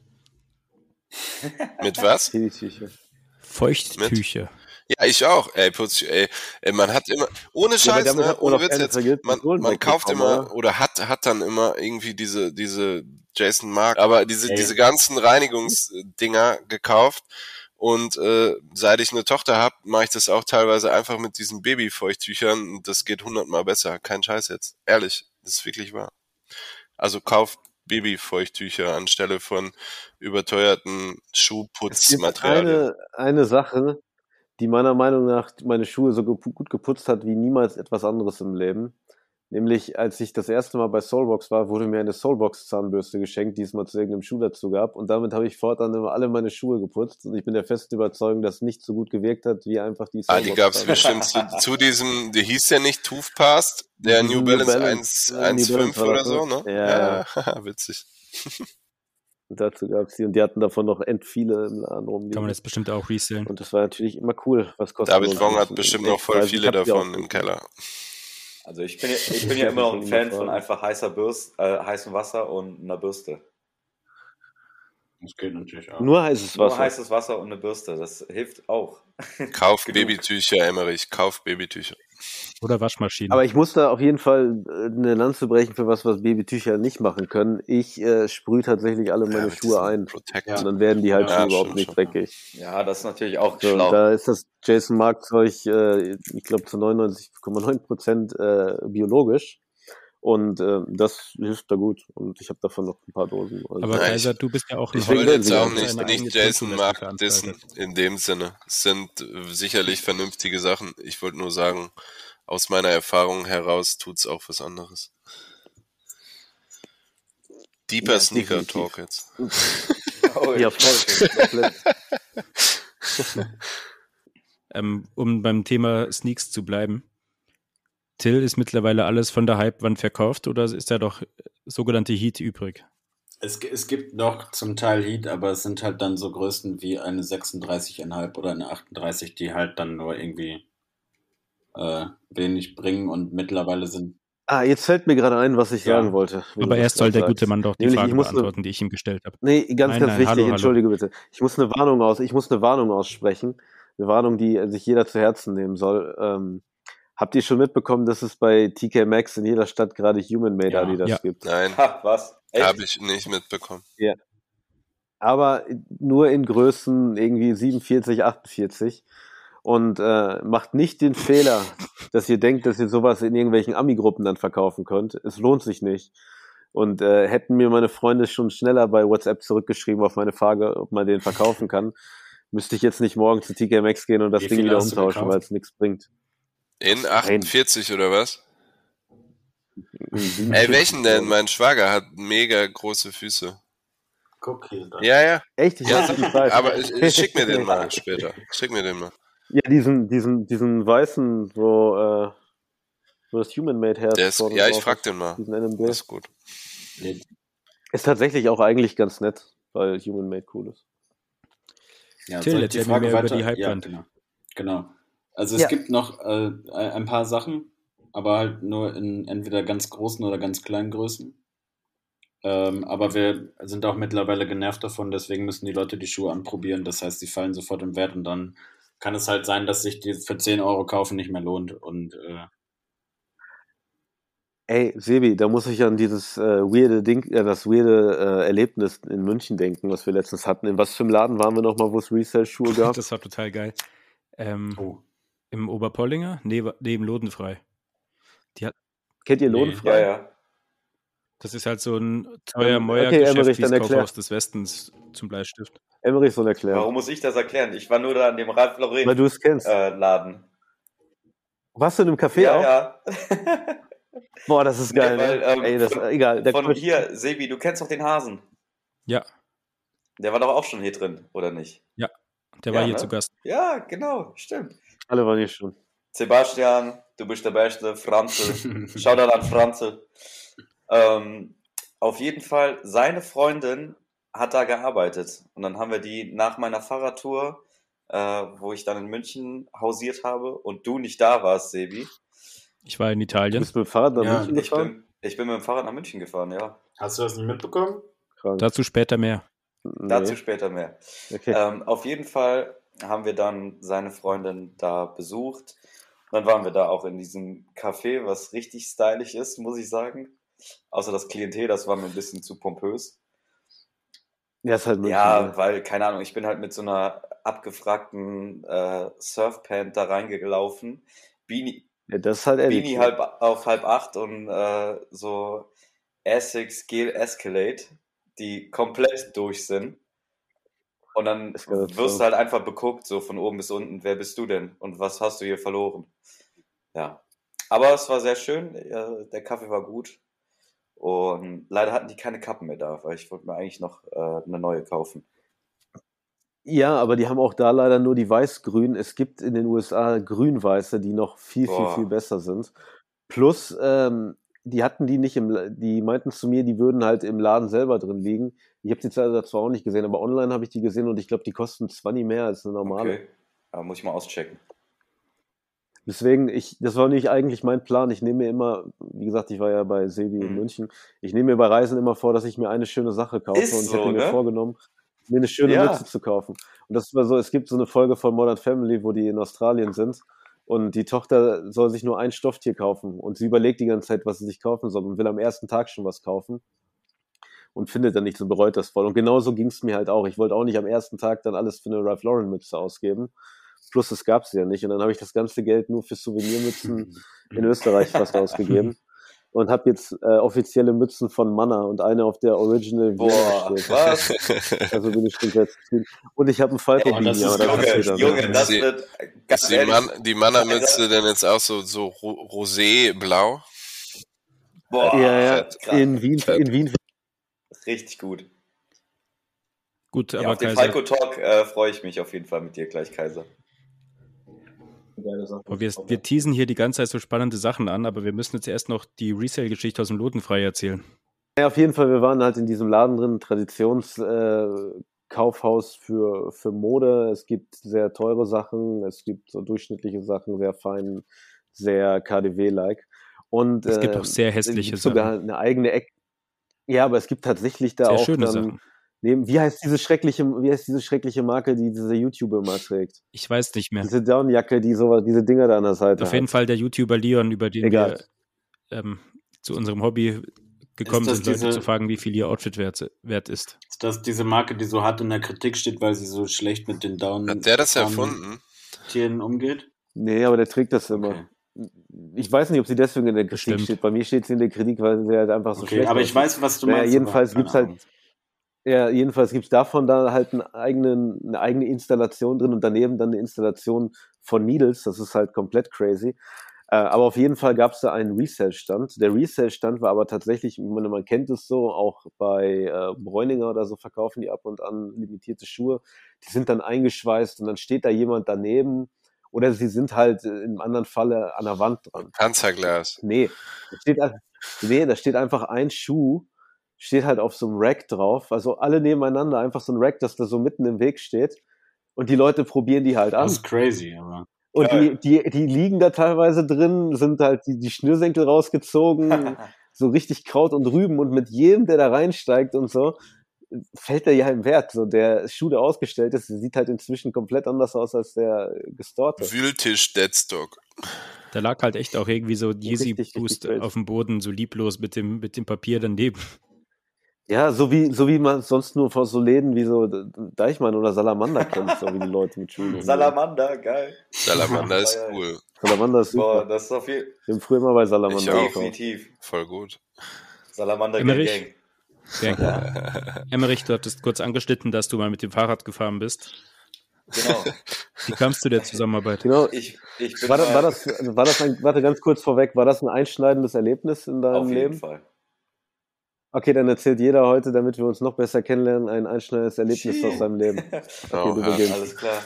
F: Mit was?
B: Teletücher.
C: Feuchttücher.
F: Ja, ich auch. Ey, putz, ey, ey, man hat immer, ohne
B: Ja, aber
F: Scheiß,
B: damit
F: ne,
B: hat man
F: ohne
B: doch
F: Witz
B: keine
F: jetzt,
B: vergilbten
F: man,
B: Sohlen
F: man kauft
B: wegbekommen,
F: immer
B: oder?
F: oder hat hat dann immer irgendwie diese diese Jason Mark, aber diese
D: Ey.
F: diese ganzen Reinigungsdinger gekauft und äh, seit ich eine Tochter habe, mache ich das auch teilweise einfach mit diesen Babyfeuchttüchern und das geht hundertmal besser. Kein Scheiß jetzt, ehrlich, das ist wirklich wahr. Also kauft Babyfeuchttücher anstelle von überteuerten
B: Es gibt
F: Schuhputzmaterialien.
B: eine, eine Sache, die meiner Meinung nach meine Schuhe so gepu- gut geputzt hat wie niemals etwas anderes im Leben. Nämlich, als ich das erste Mal bei Soulbox war, wurde mir eine Soulbox-Zahnbürste geschenkt, die es mal zu irgendeinem Schuh dazu gab. Und damit habe ich fortan immer alle meine Schuhe geputzt. Und ich bin der festen Überzeugung, dass es nicht so gut gewirkt hat, wie einfach die
F: Ah, die gab's
B: Soulbox-Zahnbürste.
F: bestimmt zu, zu diesem, der hieß ja nicht Toothpaste, der
B: Diesen
F: New
B: New
F: Balance
B: Balance,
F: eins
B: äh, New
F: eins Komma fünf
B: Balance war
F: oder
B: das,
F: so,
B: ne?
F: ne?
B: Ja, ja.
F: Ja, haha, witzig.
B: Und dazu gab's die. Und die hatten davon noch end viele im Laden
C: Kann man
B: rumliegen.
C: jetzt bestimmt auch resellen.
B: Und das war natürlich immer cool, was
F: David
B: kostenlos
F: Wong hat
B: ist.
F: bestimmt
B: Und
F: noch
B: echt
F: voll
B: preisig.
F: viele
B: Ich hab die auch
F: davon im
B: nicht.
F: Keller.
G: Also ich bin, ja- ich bin
B: Ich
G: ja
B: muss
G: immer
B: ihn
G: noch
B: schon
G: ein
B: immer
G: Fan von
B: fragen.
G: einfach heißer Bürst, äh, heißem Wasser und einer Bürste.
D: Das geht natürlich auch.
B: Nur heißes
G: Nur
B: Wasser.
G: heißes Wasser und eine Bürste, das hilft auch.
F: Kauf
G: Genug.
F: Babytücher, Emmerich, kauf Babytücher.
C: Oder Waschmaschinen.
B: Aber ich muss da auf jeden Fall äh, eine Lanze brechen für was, was Babytücher nicht machen können. Ich äh, sprühe tatsächlich alle
F: Ja,
B: meine
F: mit
B: Schuhe
F: diesem
B: ein.
F: Protect.
D: Ja.
B: Und dann werden die halt
D: Ja,
B: schon
F: Ja,
B: überhaupt
F: stimmt
B: nicht
F: schon.
B: dreckig.
G: Ja, das ist natürlich auch
B: So, und
G: schlau.
B: da ist das Jason Mark Zeug, äh, ich glaube zu neunundneunzig Komma neun Prozent äh, biologisch. Und äh, das hilft da gut. Und ich habe davon noch ein paar Dosen. Also,
C: Aber
F: Ja,
C: Kaiser,
F: ich-
C: du bist ja auch ein
F: Ich
B: Deswegen
F: wollte
B: werden
F: jetzt
B: sie
F: auch
B: dann
F: nicht,
C: eine eigene
F: nicht Jason Mark
C: Tourmesse-Veranstalter.
F: dissen in dem Sinne. Es sind äh, sicherlich vernünftige Sachen. Ich wollte nur sagen, aus meiner Erfahrung heraus tut's auch was anderes. Deeper
B: Ja,
F: Sneaker
B: definitiv.
F: Talk jetzt.
G: Oh,
B: ja, voll. Komplett.
C: Ähm, um beim Thema Sneaks zu bleiben. Till, ist mittlerweile alles von der Hype-Wand verkauft oder ist da doch sogenannte Heat übrig?
D: Es, gi- es gibt noch zum Teil Heat, aber es sind halt dann so Größen wie eine sechsunddreißig Komma fünf oder eine achtunddreißig, die halt dann nur irgendwie äh, wenig bringen und mittlerweile sind.
B: Ah, jetzt fällt mir gerade ein, was ich
D: Ja.
B: sagen wollte. wenn
C: Aber
B: du das
C: erst soll
B: gerade
C: der gute
B: sagst.
C: Mann doch die
B: Nämlich,
C: Frage
B: ich muss eine,
C: beantworten, die ich ihm gestellt habe.
B: nee, ganz,
C: Nein,
B: ganz
C: nein,
B: wichtig,
C: hallo, hallo.
B: entschuldige bitte. Ich muss eine Warnung aus, ich muss eine Warnung aussprechen. Eine Warnung, die sich jeder zu Herzen nehmen soll. Ähm, habt ihr schon mitbekommen, dass es bei T K Maxx in jeder Stadt gerade Human-Made
D: Ja.
B: Adidas
C: Ja.
B: gibt?
F: Nein,
G: Ha, was? Echt?
F: habe ich nicht mitbekommen.
B: Aber nur in Größen irgendwie siebenundvierzig, achtundvierzig. Und äh, macht nicht den Fehler, dass ihr denkt, dass ihr sowas in irgendwelchen Ami-Gruppen dann verkaufen könnt. Es lohnt sich nicht. Und äh, hätten mir meine Freunde schon schneller bei WhatsApp zurückgeschrieben auf meine Frage, ob man den verkaufen kann, müsste ich jetzt nicht morgen zu T K Maxx gehen und das
D: Wie
B: Ding
D: viele
B: wieder
D: hast du
B: umtauschen,
D: gekauft?
B: weil es nichts bringt.
F: In achtundvierzig oder was?
B: Mhm.
F: Ey, welchen denn? Mein Schwager hat mega große Füße.
D: Guck hier da.
F: Ja, ja.
B: Echt? Ich,
F: Ja,
B: weiß, ich weiß.
F: aber ich, ich schick mir den mal später. Schick mir den mal.
B: Ja, diesen, diesen, diesen weißen, wo, äh, wo das Human-Made Herz
F: Der ist,
B: vorne
F: ja, ich
B: drauf
F: frag
B: ist,
F: den mal.
B: diesen N M D.
F: Das ist gut.
D: Nee,
B: Ist tatsächlich auch eigentlich ganz nett, weil Human-Made cool ist.
D: Ja,
C: Till,
D: soll ich die
C: erzähl mir
D: Frage
C: mehr über
D: weiter?
C: die
D: Ja,
C: Hypewand.
D: genau. Genau. Also es
B: Ja.
D: gibt noch äh, ein paar Sachen, aber halt nur in entweder ganz großen oder ganz kleinen Größen. Ähm, aber wir sind auch mittlerweile genervt davon, deswegen müssen die Leute die Schuhe anprobieren. Das heißt, die fallen sofort im Wert und dann kann es halt sein, dass sich die für zehn Euro kaufen nicht mehr lohnt. Und äh,
B: Ey, Sebi, da muss ich an dieses äh, weirde Ding, äh, das weirde äh, Erlebnis in München denken, was wir letztens hatten. In was für einem Laden waren wir nochmal, wo es Resell-Schuhe gab?
C: Das war total geil. Ähm,
D: oh,
C: Im Oberpollinger, neben, neben Lodenfrei.
B: Kennt ihr
D: Nee.
B: Lodenfrei?
G: Ja, ja.
C: Das ist halt so ein teuer
B: Ähm,
C: Meuer
B: okay,
C: Geschäft
B: Emmerich,
C: wie das
B: dann erklär.
C: Kaufhaus des Westens zum Bleistift.
B: Emmerich soll erklären,
G: Warum muss ich das erklären? Ich war nur da an dem Ralph Lauren
B: weil du es kennst.
G: äh, Laden.
B: Warst du in einem Café
G: Ja,
B: auch?
G: ja.
B: Boah, das ist geil,
G: Nee, weil,
B: ne?
G: ähm,
B: Ey, das
G: von-
B: egal. Da
G: Von
B: komm ich-
G: hier, Sebi, du kennst doch den Hasen.
C: Ja,
G: Der war doch auch schon hier drin, oder nicht?
C: der
G: Ja,
C: war hier
G: ne?
C: zu Gast.
G: Ja, genau, stimmt.
B: Alle waren hier schon.
G: Sebastian, du bist der Beste. Franzl, Shoutout an Franzl. Ähm, auf jeden Fall, seine Freundin hat da gearbeitet. Und dann haben wir die nach meiner Fahrradtour, äh, wo ich dann in München hausiert habe und du nicht da warst, Sebi.
C: Ich war in
B: Du
C: Italien.
B: bist mit dem Fahrrad nach
D: Ja,
B: München
G: Ich
B: gefahren?
G: bin, ich bin mit dem Fahrrad nach München gefahren, ja.
D: hast du das nicht mitbekommen?
B: Krank.
C: Dazu später mehr.
B: Nee.
G: Dazu später mehr.
B: Okay.
G: Ähm, auf jeden Fall haben wir dann seine Freundin da besucht. Dann waren wir da auch in diesem Café, was richtig stylisch ist, muss ich sagen. Außer das Klientel, das war mir ein bisschen zu pompös.
B: Ja, ist halt München.
G: Ja,
B: ne?
G: weil, keine Ahnung, ich bin halt mit so einer abgefragten äh, Surfpant da reingelaufen. Beanie,
B: Ja, das ist halt ehrlich.
G: Beanie halb, auf halb acht und äh, so Essex Gel Escalade, die komplett durch sind. Und dann
B: Escalade
G: wirst
B: Surf.
G: du halt einfach beguckt, so von oben bis unten, wer bist du denn und was hast du hier verloren? Ja, aber es war sehr schön, äh, der Kaffee war gut und leider hatten die keine Kappen mehr da, weil ich wollte mir eigentlich noch äh, eine neue kaufen.
B: Ja, aber die haben auch da leider nur die weiß-grün. Es gibt in den U S A grün-weiße, die noch viel, viel,
G: Boah.
B: viel besser sind. Plus, ähm, die hatten die nicht im, La- die meinten zu mir, die würden halt im Laden selber drin liegen. Ich habe die zwar zwar auch nicht gesehen, aber online habe ich die gesehen und ich glaube, die kosten zwanzig mehr als eine normale.
G: Okay, ja, muss ich mal auschecken.
B: Deswegen, ich, das war nicht eigentlich mein Plan. Ich nehme mir immer, wie gesagt, ich war ja bei Sebi in
G: Mhm.
B: München. Ich nehme mir bei Reisen immer vor, dass ich mir eine schöne Sache kaufe
G: Ist
B: und ich
G: so,
B: hätte mir
G: ne?
B: vorgenommen, mir eine schöne
G: Ja.
B: Mütze zu kaufen. Und das war so, es gibt so eine Folge von Modern Family, wo die in Australien sind und die Tochter soll sich nur ein Stofftier kaufen und sie überlegt die ganze Zeit, was sie sich kaufen soll und will am ersten Tag schon was kaufen und findet dann nicht so, bereut das voll. Und genauso ging es mir halt auch. Ich wollte auch nicht am ersten Tag dann alles für eine Ralph Lauren Mütze ausgeben. Plus, es gab sie ja nicht. Und dann habe ich das ganze Geld nur für Souvenirmützen in Österreich fast ausgegeben. und habe jetzt äh, offizielle Mützen von Manna und eine, auf der Original
G: Boah,
B: steht.
G: was?
B: Also bin ich komplett zufrieden. Und ich habe einen Falco
G: Ey,
B: Beanie,
D: das
B: aber
D: ist
B: das
D: geil.
B: ist wieder
G: Junge,
B: so.
G: das
F: Sie-
G: wird,
F: Ist
G: ganz
F: die,
G: ehrlich,
F: Man die Mannermütze denn jetzt auch so, so ro- rosé-blau?
G: boah,
B: Ja, ja,
F: fett.
G: krass,
B: in Wien,
F: Fett.
B: in Wien.
G: richtig gut.
C: Gut,
G: Ja,
C: aber
G: auf den
C: Kaiser,
G: Falco-Talk äh, freue ich mich auf jeden Fall mit dir gleich, Kaiser.
B: Geile Sache.
C: boah, wir, wir teasen hier die ganze Zeit so spannende Sachen an, aber wir müssen jetzt erst noch die Resale-Geschichte aus dem Lotenfrei erzählen.
B: Ja, auf jeden Fall, wir waren halt in diesem Laden drin, Traditionskaufhaus äh, Kaufhaus für, für Mode. Es gibt sehr teure Sachen, es gibt so durchschnittliche Sachen, sehr fein, sehr K D W-like. Und
C: Es gibt
B: äh,
C: auch sehr
B: es
C: hässliche
B: gibt sogar
C: Sachen.
B: eine eigene Ecke. Ja, aber es gibt tatsächlich da
C: Sehr
B: auch
C: schöne
B: dann,
C: Sachen.
B: neben, wie heißt diese schreckliche, wie heißt diese schreckliche Marke, die dieser YouTuber immer trägt?
C: Ich weiß nicht mehr.
B: Diese Downjacke, die so, diese Dinger da an der Seite
C: Auf jeden
B: hat.
C: Fall der YouTuber Leon, über den
B: Egal.
C: wir ähm, zu unserem Hobby gekommen
D: Ist das
C: sind, Leute
D: diese-
C: zu fragen, wie viel ihr Outfit wert, wert ist.
D: Ist das diese Marke, die so hart in der Kritik steht, weil sie so schlecht mit den Down
F: Hat der das
D: Down-
F: erfunden?
D: Tieren umgeht?
B: Nee, aber der trägt das immer.
D: Okay.
B: Ich weiß nicht, ob sie deswegen in der Kritik
C: Bestimmt.
B: steht. Bei mir steht sie in der Kritik, weil sie halt einfach so
D: Okay,
B: schlecht
D: aber ich
B: aussieht.
D: weiß, was du
B: Naja,
D: meinst.
B: jedenfalls
D: aber
B: gibt's
D: keine
B: halt-
D: Ahnung.
B: Ja, jedenfalls gibt's davon da halt einen eigenen, eine eigene Installation drin und daneben dann eine Installation von Needles. Das ist halt komplett crazy. Äh, aber auf jeden Fall gab's da einen Resale-Stand. Der Resale-Stand war aber tatsächlich, man, man kennt es so, auch bei äh, Bräuninger oder so verkaufen die ab und an limitierte Schuhe. Die sind dann eingeschweißt und dann steht da jemand daneben oder sie sind halt äh, im anderen Falle an der Wand dran.
F: Panzerglas.
B: Nee, da steht, ein- nee, da steht einfach ein Schuh, steht halt auf so einem Rack drauf, also alle nebeneinander, einfach so ein Rack, das da so mitten im Weg steht und die Leute probieren die halt an.
D: Das ist crazy, aber.
B: Und die,
G: Geil.
B: die, die liegen da teilweise drin, sind halt die, die Schnürsenkel rausgezogen, so richtig Kraut und Rüben und mit jedem, der da reinsteigt und so, fällt der ja im Wert. So der Schuh, der ausgestellt ist, sieht halt inzwischen komplett anders aus als der gestorte.
F: Wühltisch Deadstock.
C: Da lag halt echt auch irgendwie so Yeezy
B: Richtig, richtig
C: Boost
B: crazy.
C: auf dem Boden, so lieblos mit dem, mit dem Papier daneben.
B: Ja, so wie, so wie man sonst nur vor so Läden wie so Deichmann oder Salamander kennt, so wie die Leute mit Schuhen umgehen.
G: Salamander, geil.
F: Salamander ist
G: Ja, ja.
F: cool.
B: Salamander ist
G: Boah,
B: super.
G: das ist auf jeden
B: Wir haben früher immer bei
F: Ich
B: Salamander
F: auch.
B: gekauft.
G: definitiv.
F: Voll gut.
G: Salamander Gang
C: Emmerich?
G: Gang.
C: Sehr Emmerich, du hattest kurz angeschnitten, dass du mal mit dem Fahrrad gefahren bist.
G: Genau.
C: Wie kamst du der Zusammenarbeit?
B: Genau.
G: Ich, ich bin
B: War, das-
G: mal-
B: war das, war das ein, warte ganz kurz vorweg, war das ein einschneidendes Erlebnis in deinem
G: auf jeden
B: Leben?
G: Fall.
B: Okay, dann erzählt jeder heute, damit wir uns noch besser kennenlernen, ein einschneidendes Erlebnis
G: Shit.
B: aus seinem Leben. Okay, du
F: Oha.
B: beginnst.
G: Alles klar.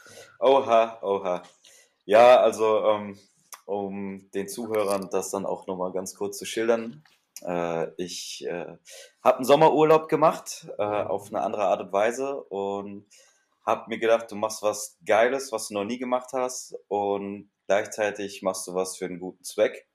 G: Oha, oha. Ja, also ähm, um den Zuhörern das dann auch nochmal ganz kurz zu schildern. Äh, ich äh, habe einen Sommerurlaub gemacht, äh, auf eine andere Art und Weise und habe mir gedacht, du machst was Geiles, was du noch nie gemacht hast und gleichzeitig machst du was für einen guten Zweck.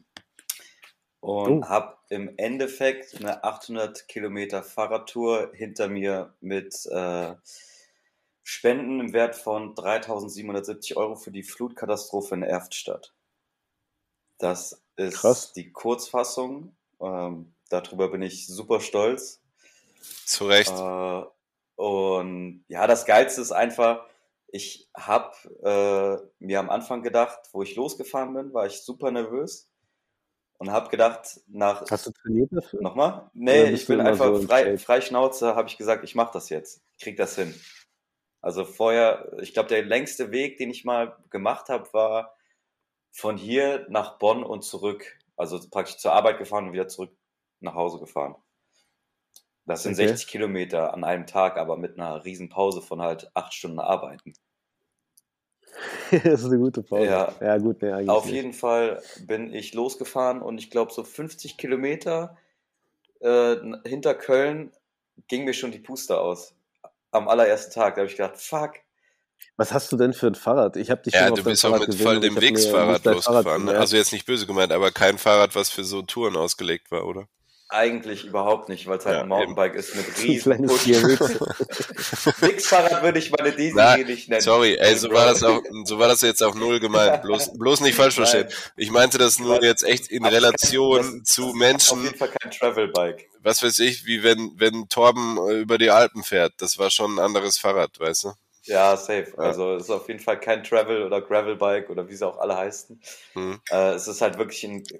G: Und
B: Oh.
G: habe im Endeffekt eine achthundert Kilometer Fahrradtour hinter mir mit äh, Spenden im Wert von dreitausendsiebenhundertsiebzig Euro für die Flutkatastrophe in Erftstadt. Das ist
B: Krass.
G: die Kurzfassung. Ähm, darüber bin ich super stolz.
F: Zu Recht.
G: Äh, und ja, das Geilste ist einfach, ich habe äh, mir am Anfang gedacht, wo ich losgefahren bin, war ich super nervös und habe gedacht, nach
B: Hast du trainiert dafür?
G: Nochmal?
B: Oder
G: Nee,
B: bist
G: ich
B: du
G: bin
B: immer
G: einfach
B: so im
G: frei,
B: Shape?
G: frei Schnauze, habe ich gesagt, ich mache das jetzt. Ich krieg das hin. Also vorher, ich glaube, der längste Weg, den ich mal gemacht habe, war von hier nach Bonn und zurück. Also praktisch zur Arbeit gefahren und wieder zurück nach Hause gefahren. Das sind
B: Okay.
G: sechzig Kilometer an einem Tag, aber mit einer riesen Pause von halt acht Stunden Arbeiten.
B: Das ist eine gute Pause.
G: Ja.
B: Ja, gut, nee, eigentlich
G: Auf
B: nicht.
G: jeden Fall bin ich losgefahren und ich glaube, so fünfzig Kilometer äh, hinter Köln ging mir schon die Puste aus. Am allerersten Tag. Da habe ich gedacht, fuck.
B: Was hast du denn für ein Fahrrad? Ich habe dich
F: Ja,
B: schon auf
F: du
B: deinem
F: bist auch
B: Fahrrad
F: mit
B: gesehen,
F: voll
B: aber
F: dem
B: ich hab mir
F: Wegsfahrrad
B: nicht dein Fahrrad
F: losgefahren. Ne?
B: gemerkt.
F: Also jetzt nicht böse gemeint, aber kein Fahrrad, was für so Touren ausgelegt war, oder?
G: Eigentlich überhaupt nicht, weil es halt
F: Ja,
G: ein Mountainbike ist mit
B: Ein
G: riesen
B: kleines
G: Push.
B: G R X.
G: Wix-Fahrrad würde ich meine Daisy
F: Na,
G: nicht nennen.
F: Sorry, ey, so war das auch, so war das jetzt auch null gemeint. Bloß, bloß nicht falsch verstehen. Ich meinte das nur jetzt echt in
G: Aber kein-
F: Relation
G: das-
F: zu
G: das ist Auf
F: Menschen,
G: jeden Fall kein Travel-Bike.
F: was weiß ich, wie wenn, wenn Torben äh, über die Alpen fährt. Das war schon ein anderes Fahrrad, weißt du?
G: Ja, safe.
F: Ja.
G: Also es ist auf jeden Fall kein Travel- oder Gravel-Bike oder wie sie auch alle heißen.
F: Hm.
G: Äh, es ist halt wirklich ein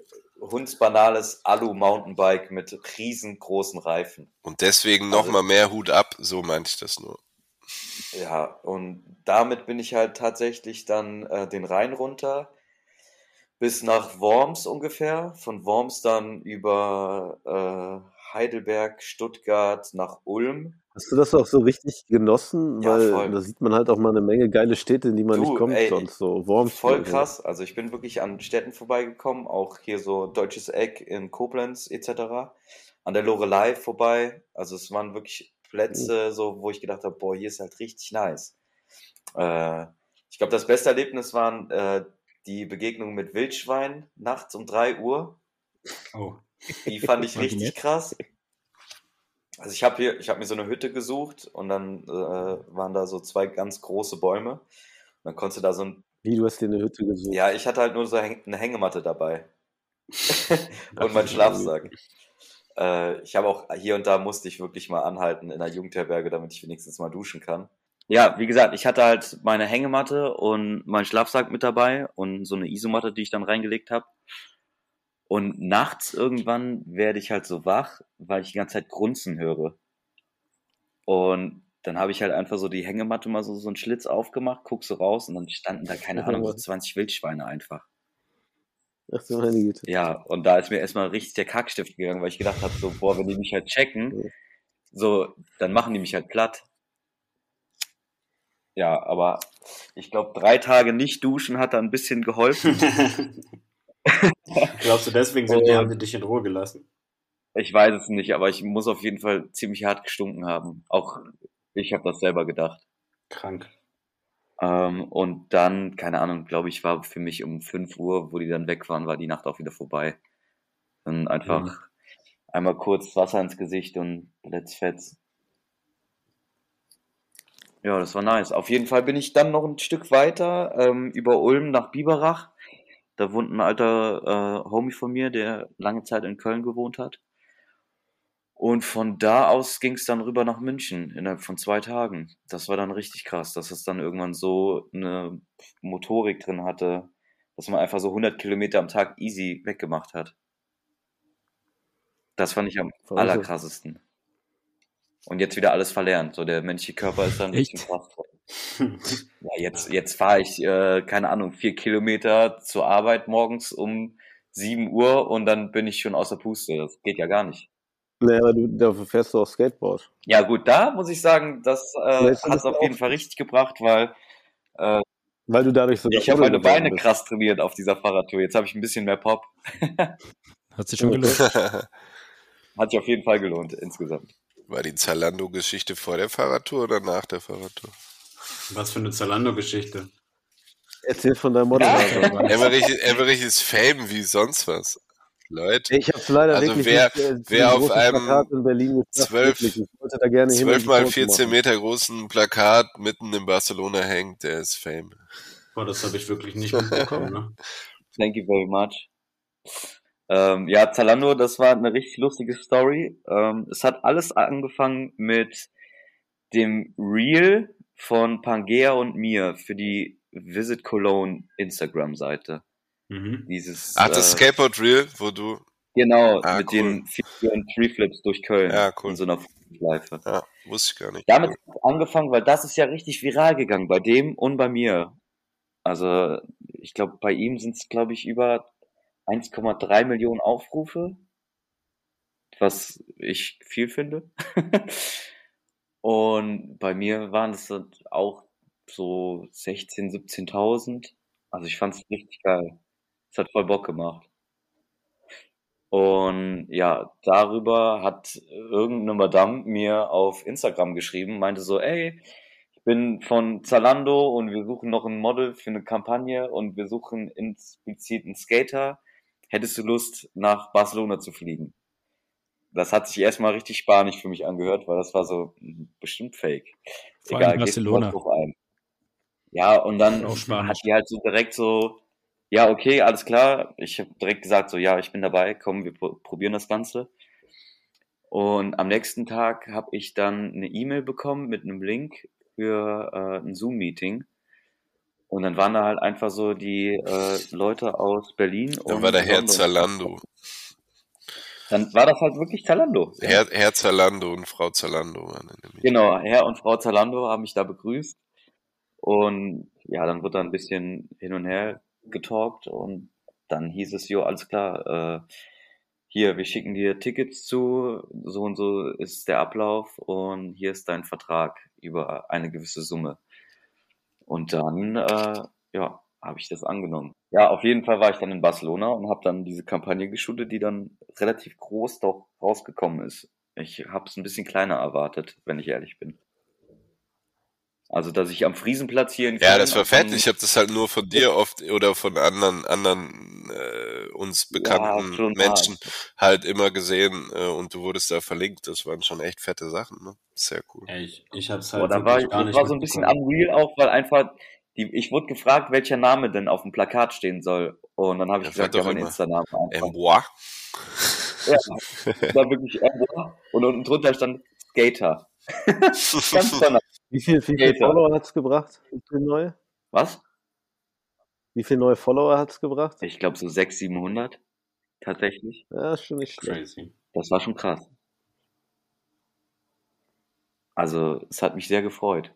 G: hundsbanales Alu-Mountainbike mit riesengroßen Reifen.
F: Und deswegen
G: Also-
F: nochmal mehr Hut ab, so meinte ich das nur.
G: Ja, und damit bin ich halt tatsächlich dann äh, den Rhein runter bis nach Worms ungefähr. Von Worms dann über äh, Heidelberg, Stuttgart nach Ulm.
B: Hast du das auch so richtig genossen?
G: Ja,
B: Weil
G: voll.
B: da sieht man halt auch mal eine Menge geile Städte, in die man
G: Du,
B: nicht kommt,
G: ey,
B: sonst so Worms
G: Voll
B: oder so.
G: krass. Also ich bin wirklich an Städten vorbeigekommen, auch hier so Deutsches Eck in Koblenz et cetera. An der Loreley vorbei. Also es waren wirklich Plätze, so wo ich gedacht habe, boah, hier ist halt richtig nice. Äh, ich glaube, das beste Erlebnis waren äh, die Begegnung mit Wildschwein nachts um drei Uhr.
D: Oh.
G: Die fand ich
C: War die
G: richtig
C: nett?
G: krass. Also ich habe hier, ich habe mir so eine Hütte gesucht und dann äh, waren da so zwei ganz große Bäume. Und dann konntest du da so ein,
B: Wie, du hast dir eine Hütte gesucht?
G: ja, ich hatte halt nur so häng- eine Hängematte dabei und meinen Schlafsack. Äh, ich habe auch hier und da musste ich wirklich mal anhalten in der Jugendherberge, damit ich wenigstens mal duschen kann. Ja, wie gesagt, ich hatte halt meine Hängematte und meinen Schlafsack mit dabei und so eine Isomatte, die ich dann reingelegt habe. Und nachts irgendwann werde ich halt so wach, weil ich die ganze Zeit Grunzen höre. Und dann habe ich halt einfach so die Hängematte mal so, so einen Schlitz aufgemacht, guck so raus und dann standen da, keine Ahnung, so zwanzig Wildschweine einfach.
B: Ach so, meine Güte.
G: Ja, und da ist mir erstmal richtig der Kackstift gegangen, weil ich gedacht habe, so, boah, wenn die mich halt checken, so, dann machen die mich halt platt. Ja, aber ich glaube, drei Tage nicht duschen hat da ein bisschen geholfen.
D: Glaubst du, deswegen sind die,
G: Und-
D: haben die dich in Ruhe gelassen?
G: Ich weiß es nicht, aber ich muss auf jeden Fall ziemlich hart gestunken haben. Auch ich habe das selber gedacht.
D: Krank.
G: Ähm, und dann, keine Ahnung, glaube ich, war für mich um fünf Uhr, wo die dann weg waren, war die Nacht auch wieder vorbei. Dann einfach
D: Mhm.
G: einmal kurz Wasser ins Gesicht und let's fetz. Ja, das war nice. Auf jeden Fall bin ich dann noch ein Stück weiter ähm, über Ulm nach Biberach. Da wohnt ein alter äh, Homie von mir, der lange Zeit in Köln gewohnt hat. Und von da aus ging es dann rüber nach München innerhalb von zwei Tagen. Das war dann richtig krass, dass es dann irgendwann so eine Motorik drin hatte, dass man einfach so hundert Kilometer am Tag easy weggemacht hat. Das fand ich am
B: Verrückt.
G: allerkrassesten. Und jetzt wieder alles verlernt. So der menschliche Körper ist dann ein bisschen
C: Echt?
G: krass. Ja, jetzt, jetzt fahre ich, äh, keine Ahnung, vier Kilometer zur Arbeit morgens um sieben Uhr und dann bin ich schon außer Puste. Das geht ja gar nicht.
B: Naja, aber du, dafür fährst du auch Skateboard.
G: Ja gut, da muss ich sagen, das äh,
B: Vielleicht
G: hat es
B: findest du
G: auf jeden
B: auch-
G: Fall richtig gebracht, weil
B: Weil du dadurch sogar
G: ich habe
B: Model
G: meine
B: geworden
G: Beine
B: bist.
G: krass trainiert auf dieser Fahrradtour. Jetzt habe ich ein bisschen mehr Pop.
C: Hat sich schon gelohnt.
G: Hat sich auf jeden Fall gelohnt insgesamt.
F: War die Zalando-Geschichte vor der Fahrradtour oder nach der Fahrradtour?
D: Was für eine Zalando-Geschichte.
B: Erzähl von deinem Model.
F: Emmerich, Emmerich ist Fame wie sonst was. Leute,
B: Ich hab's leider
F: Also
B: wirklich
F: wer-
B: nicht äh, zu
F: wer
B: dem
F: auf
B: großen
F: einem
B: Plakat in Berlin geschafft,
F: zwölf-
B: wirklich. Ich wollte da gerne hin. und
F: zwölf
B: die
F: mal
B: Fotos
F: vierzehn
B: machen.
F: Meter großen Plakat mitten in Barcelona hängt, der ist Fame.
D: Boah, das habe ich wirklich nicht mitbekommen, ne?
G: Thank you very much. Ähm, ja, Zalando, das war eine richtig lustige Story. Ähm, es hat alles angefangen mit dem Reel von Pangea und mir für die Visit Cologne Instagram-Seite.
D: Mhm.
G: Dieses
F: Ach, das
G: äh,
F: Skateboard Reel, wo du,
G: genau,
F: Ah,
G: mit
F: cool.
G: den vier und Three Flips durch Köln
F: Ja, cool.
G: in so einer Schleife.
F: ja, wusste ich gar nicht.
G: Damit hat es angefangen, weil das ist ja richtig viral gegangen, bei dem und bei mir. Also, ich glaube, bei ihm sind es, glaube ich, über eins Komma drei Millionen Aufrufe, was ich viel finde. Und bei mir waren es dann auch so sechzehntausend, siebzehntausend. Also ich fand es richtig geil. Es hat voll Bock gemacht. Und ja, darüber hat irgendeine Madame mir auf Instagram geschrieben, meinte so, ey, ich bin von Zalando und wir suchen noch ein Model für eine Kampagne und wir suchen explizit einen Skater. Hättest du Lust, nach Barcelona zu fliegen? Das hat sich erstmal richtig spanisch für mich angehört, weil das war so hm, bestimmt fake.
C: Vor allem
G: gehst du
C: Barcelona.
G: mal drauf ein. Ja, und dann
C: Auch Spanisch.
G: hat die halt so direkt so, ja, okay, alles klar. Ich habe direkt gesagt so, ja, ich bin dabei, komm, wir pro- probieren das Ganze. Und am nächsten Tag habe ich dann eine E-Mail bekommen mit einem Link für äh, ein Zoom-Meeting. Und dann waren da halt einfach so die äh, Leute aus Berlin
F: Dann
G: und
F: war der Herr
G: London.
F: Zalando.
G: Dann war das halt wirklich Zalando. Ja.
F: Herr, Herr Zalando und Frau Zalando waren in dem Meeting.
G: Genau, Herr und Frau Zalando haben mich da begrüßt. Und ja, dann wird da ein bisschen hin und her getalkt und dann hieß es, jo, alles klar, äh, hier, wir schicken dir Tickets zu, so und so ist der Ablauf und hier ist dein Vertrag über eine gewisse Summe. Und dann, äh, ja, habe ich das angenommen. Ja, auf jeden Fall war ich dann in Barcelona und habe dann diese Kampagne geshootet, die dann relativ groß doch rausgekommen ist. Ich habe es ein bisschen kleiner erwartet, wenn ich ehrlich bin. Also, dass ich am Friesenplatz hier in
F: Ja,
G: Köln
F: das war
G: auf einem-
F: fett. Ich habe das halt nur von dir oft oder von anderen anderen äh, uns bekannten
G: Ja, schon
F: Menschen
G: hart.
F: halt immer gesehen äh, und du wurdest da verlinkt. Das waren schon echt fette Sachen, ne? Sehr cool.
D: Ja, ich, ich hab's
G: Boah,
D: halt
G: da war
D: wirklich
G: ich,
D: gar
G: das
D: nicht
G: war so ein bisschen
D: mitbekommen.
G: unreal auch, weil einfach, die, ich wurde gefragt, welcher Name denn auf dem Plakat stehen soll. Und dann habe ich
F: Ja, sag
G: gesagt, ja,
F: doch
G: mein
F: immer.
G: Insta-Name einfach.
F: Embois.
G: Ja, das war wirklich Emma. Und unten drunter stand Skater. Ganz toller
B: Wie viel, wie viel
G: Skater.
B: Follower hat es gebracht? Wie viel neue?
G: Was?
B: Wie viel neue Follower hat es gebracht?
G: Ich glaube so sechshundert, siebenhundert tatsächlich.
B: Ja, ist schon nicht schlecht.
D: Crazy.
G: Das war schon krass. Also, es hat mich sehr gefreut.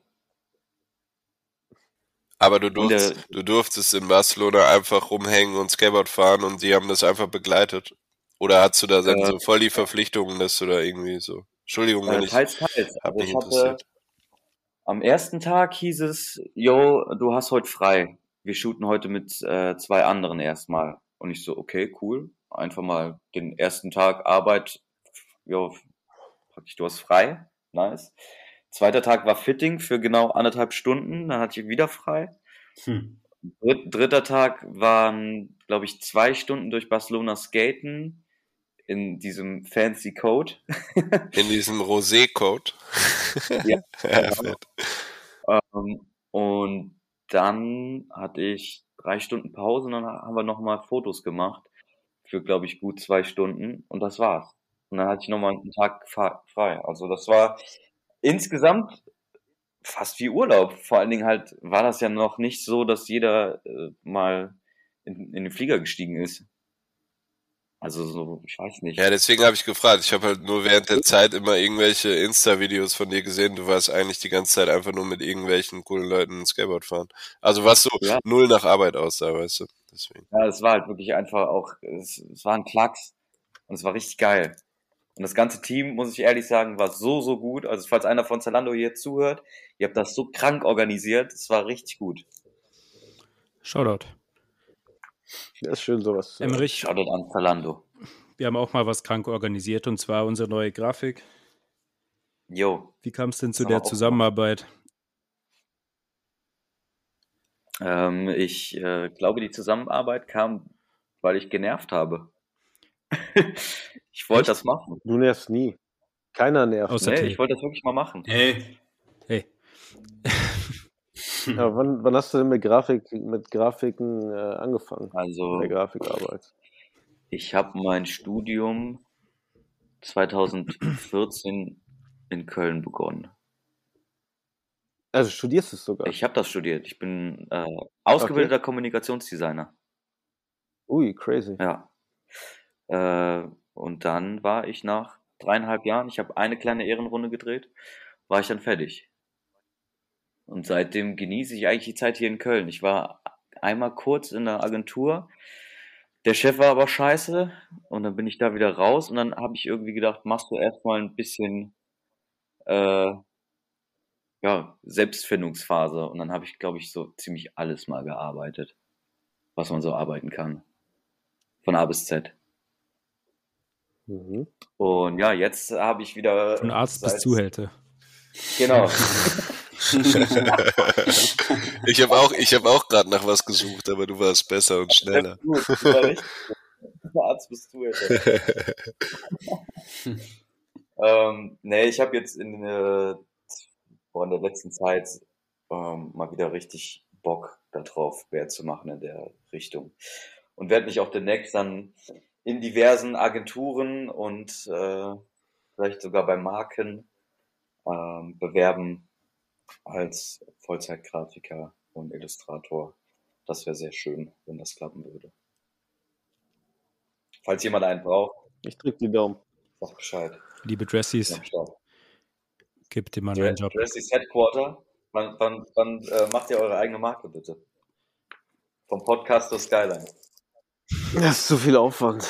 F: Aber du
G: Und der,
F: durftest, du durftest in Barcelona einfach rumhängen und Skateboard fahren und die haben das einfach begleitet. Oder hast du da dann
G: äh,
F: so voll die Verpflichtungen, dass du da irgendwie so. Entschuldigung, wenn
G: äh,
F: ich
G: teils, teils.
F: hab
G: Also
F: mich
G: ich hatte,
F: interessiert.
G: am ersten Tag hieß es, yo, du hast heute frei. Wir shooten heute mit äh, zwei anderen erstmal. Und ich so, okay, cool. Einfach mal den ersten Tag Arbeit, jo, praktisch, du hast frei. Nice. Zweiter Tag war Fitting für genau anderthalb Stunden. Dann hatte ich wieder frei.
D: Hm.
G: Dritt, dritter Tag waren, glaube ich, zwei Stunden durch Barcelona skaten in diesem fancy Code.
F: In diesem Rosé-Code.
G: Ja,
F: Ja,
G: genau.
F: fett.
G: Ähm, und dann hatte ich drei Stunden Pause und dann haben wir nochmal Fotos gemacht für, glaube ich, gut zwei Stunden und das war's. Und dann hatte ich nochmal einen Tag fa- frei. Also das war insgesamt fast wie Urlaub. Vor allen Dingen halt war das ja noch nicht so, dass jeder äh, mal in, in den Flieger gestiegen ist. Also so, ich weiß nicht.
F: Ja, deswegen habe ich gefragt. Ich habe halt nur während der Zeit immer irgendwelche Insta-Videos von dir gesehen. Du warst eigentlich die ganze Zeit einfach nur mit irgendwelchen coolen Leuten ein Skateboard fahren. Also was so
G: Ja,
F: null nach Arbeit aussah, weißt du. Deswegen.
G: ja, es war halt wirklich einfach auch, es, es war ein Klacks und es war richtig geil. Und das ganze Team, muss ich ehrlich sagen, war so, so gut. Also falls einer von Zalando hier zuhört, ihr habt das so krank organisiert, es war richtig gut.
C: Shoutout.
B: Ja, ist schön, sowas zu hören.
C: Emmerich,
G: Shoutout an Zalando.
C: wir haben auch mal was krank organisiert und zwar unsere neue Grafik.
G: Jo,
C: Wie kam es denn
G: das
C: zu
G: haben wir
C: der
G: auch gemacht.
C: Zusammenarbeit?
G: Ähm, ich äh, glaube, die Zusammenarbeit kam, weil ich genervt habe. Ich wollte
C: Echt?
G: das machen.
B: Du nervst nie. Keiner nervt.
C: Außer
G: Nee,
C: Till.
G: ich wollte das wirklich mal machen.
D: Hey.
C: Hey.
B: Aber wann, wann hast du denn mit Grafik, mit Grafiken äh, angefangen? Mit der
G: Also,
B: Grafikarbeit?
G: ich habe mein Studium zweitausendvierzehn in Köln begonnen.
B: Also studierst du es sogar?
G: Ich habe das studiert. Ich bin äh, ausgebildeter Kommunikationsdesigner.
B: Ui, crazy.
G: Ja. Äh, und dann war ich nach dreieinhalb Jahren, ich habe eine kleine Ehrenrunde gedreht, war ich dann fertig. Und seitdem genieße ich eigentlich die Zeit hier in Köln. Ich war einmal kurz in der Agentur, der Chef war aber scheiße und dann bin ich da wieder raus und dann habe ich irgendwie gedacht, machst du erstmal ein bisschen äh, ja, Selbstfindungsphase und dann habe ich, glaube ich, so ziemlich alles mal gearbeitet, was man so arbeiten kann. Von A bis Z.
B: Mhm.
G: Und ja, jetzt habe ich wieder
C: Von Arzt bis
G: seit-
C: Zuhälter.
G: Genau.
F: Ich habe auch, ich habe auch gerade nach was gesucht, aber du warst besser und schneller.
G: Gut, das war richtig gut. Arzt bist du jetzt. ähm, nee, ich habe jetzt in, äh, boah, in der letzten Zeit ähm, mal wieder richtig Bock darauf, mehr zu machen in der Richtung. Und werde mich auch demnächst dann in diversen Agenturen und äh, vielleicht sogar bei Marken ähm, bewerben als Vollzeitgrafiker und Illustrator. Das wäre sehr schön, wenn das klappen würde. Falls jemand einen braucht,
B: Ich drücke die Daumen.
G: sag Bescheid.
C: Liebe Dressies,
G: Ja, stark.
C: gebt ihm mal einen Job.
G: Dressies Headquarter, wann, wann, wann äh, macht ihr eure eigene Marke bitte? Vom Podcast zur Skyline.
B: Das ist zu viel Aufwand.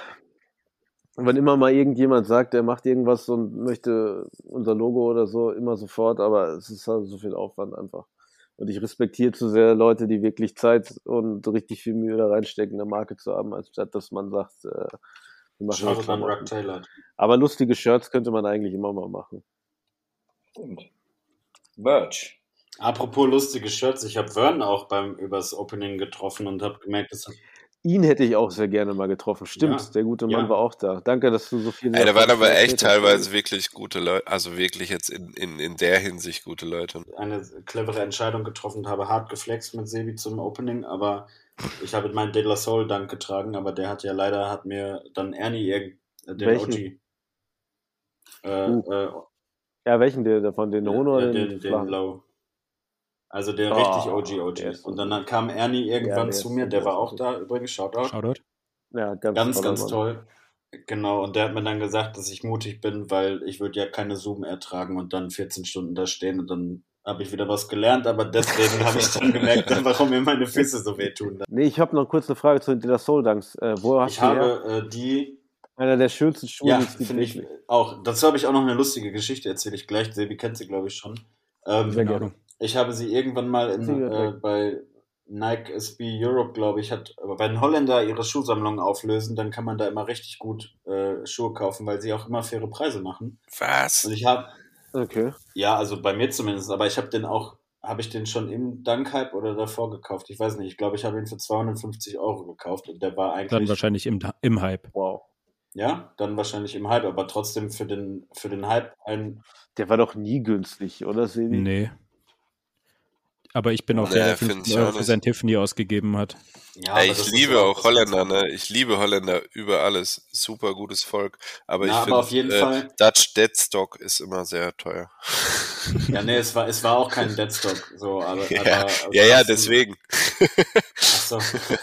B: Und wenn immer mal irgendjemand sagt, der macht irgendwas und möchte unser Logo oder so, immer sofort, aber es ist halt so viel Aufwand einfach. Und ich respektiere zu sehr Leute, die wirklich Zeit und richtig viel Mühe da reinstecken, eine Marke zu haben, als statt dass man sagt, äh, wir machen
D: Schaut
B: jetzt
D: an
B: Klamotten.
D: Ruck Taylor.
B: Aber lustige Shirts könnte man eigentlich immer mal machen.
G: Stimmt. Merch.
D: Apropos lustige Shirts, ich habe Vern auch beim übers Opening getroffen und habe gemerkt, dass
B: Ihn hätte ich auch sehr gerne mal getroffen. Stimmt,
D: Ja,
B: der gute Mann
D: ja.
B: war auch da. Danke, dass du so viel
F: Ey, da waren
B: davon
F: aber echt
B: erzählt hast.
F: teilweise wirklich gute Leute, also wirklich jetzt in, in, in der Hinsicht gute Leute.
D: eine clevere Entscheidung getroffen und habe hart geflext mit Sebi zum Opening, aber ich habe meinen De La Soul Dank getragen, aber der hat ja leider, hat mir dann Ernie irgend- äh, den
B: Welchen?
D: O G äh,
B: Uh.
D: äh,
B: Ja, welchen der davon? Den hohen oder
D: äh,
B: den,
D: den, den
B: flachen?
D: Low. Also der
B: Oh,
D: richtig O G O
B: der
D: G.
B: ist so
D: Und dann
B: gut.
D: kam Ernie
B: Ja,
D: irgendwann
B: der
D: zu
B: ist
D: mir,
B: so
D: der war auch
B: großartig.
D: da übrigens, Shoutout.
C: Shoutout.
B: Ja, ganz,
D: Ganz,
B: toller
D: ganz
B: Mann.
D: toll. Genau, und der hat mir dann gesagt, dass ich mutig bin, weil ich würde ja keine Zoom ertragen und dann vierzehn Stunden da stehen und dann habe ich wieder was gelernt, aber deswegen habe ich dann gemerkt, warum mir meine Füße so wehtun.
B: Nee, ich habe noch kurz eine Frage zu den De La Soul Dunks. Äh, wo hast
D: Ich
B: du die her?
D: habe äh, die,
B: Einer der schönsten Schuhe,
D: ja,
B: die es gibt.
D: finde ich
B: wirklich.
D: auch, dazu habe ich auch noch eine lustige Geschichte, erzähle ich gleich. Sebi kennt sie, glaube ich, schon. Ähm,
B: Sehr
C: Keine
B: gerne.
C: Ahnung.
D: Ich habe sie irgendwann mal in,
B: Sie wird
D: äh,
B: weg.
D: bei Nike S B Europe, glaube ich, hat, aber wenn Holländer ihre Schuhsammlung auflösen, dann kann man da immer richtig gut äh, Schuhe kaufen, weil sie auch immer faire Preise machen.
F: Was?
D: Und ich habe,
B: Okay.
D: ja, also bei mir zumindest, aber ich habe den auch, habe ich den schon im Dunk-Hype oder davor gekauft? Ich weiß nicht, ich glaube, ich habe ihn für zweihundertfünfzig Euro gekauft und der war
C: Dann
D: eigentlich,
C: wahrscheinlich im, im Hype.
B: Wow.
D: ja, dann wahrscheinlich im Hype, aber trotzdem für den, für den Hype ein,
B: Der war doch nie günstig, oder, Sebi?
C: Nee. Aber ich bin auch
F: Nee,
C: der, der
F: find
C: fünfzehn
F: ich
C: Euro
F: auch
C: für
F: nicht.
C: sein Tiffany ausgegeben hat.
D: ja,
F: Ey,
D: aber
F: ich
D: das ist
F: liebe
D: auch
F: auch
D: das
F: Holländer,
D: Ganze.
F: ne? Ich liebe Holländer über alles. Super gutes Volk. Aber
D: Ja,
F: ich
D: aber auf jeden
F: finde, äh,
D: Fall,
F: Dutch Deadstock ist immer sehr teuer.
D: ja, nee, es war, es war auch kein Deadstock, so, aber,
F: Ja,
D: aber
F: ja, ja,
D: trotzdem,
F: deswegen.
D: ach so.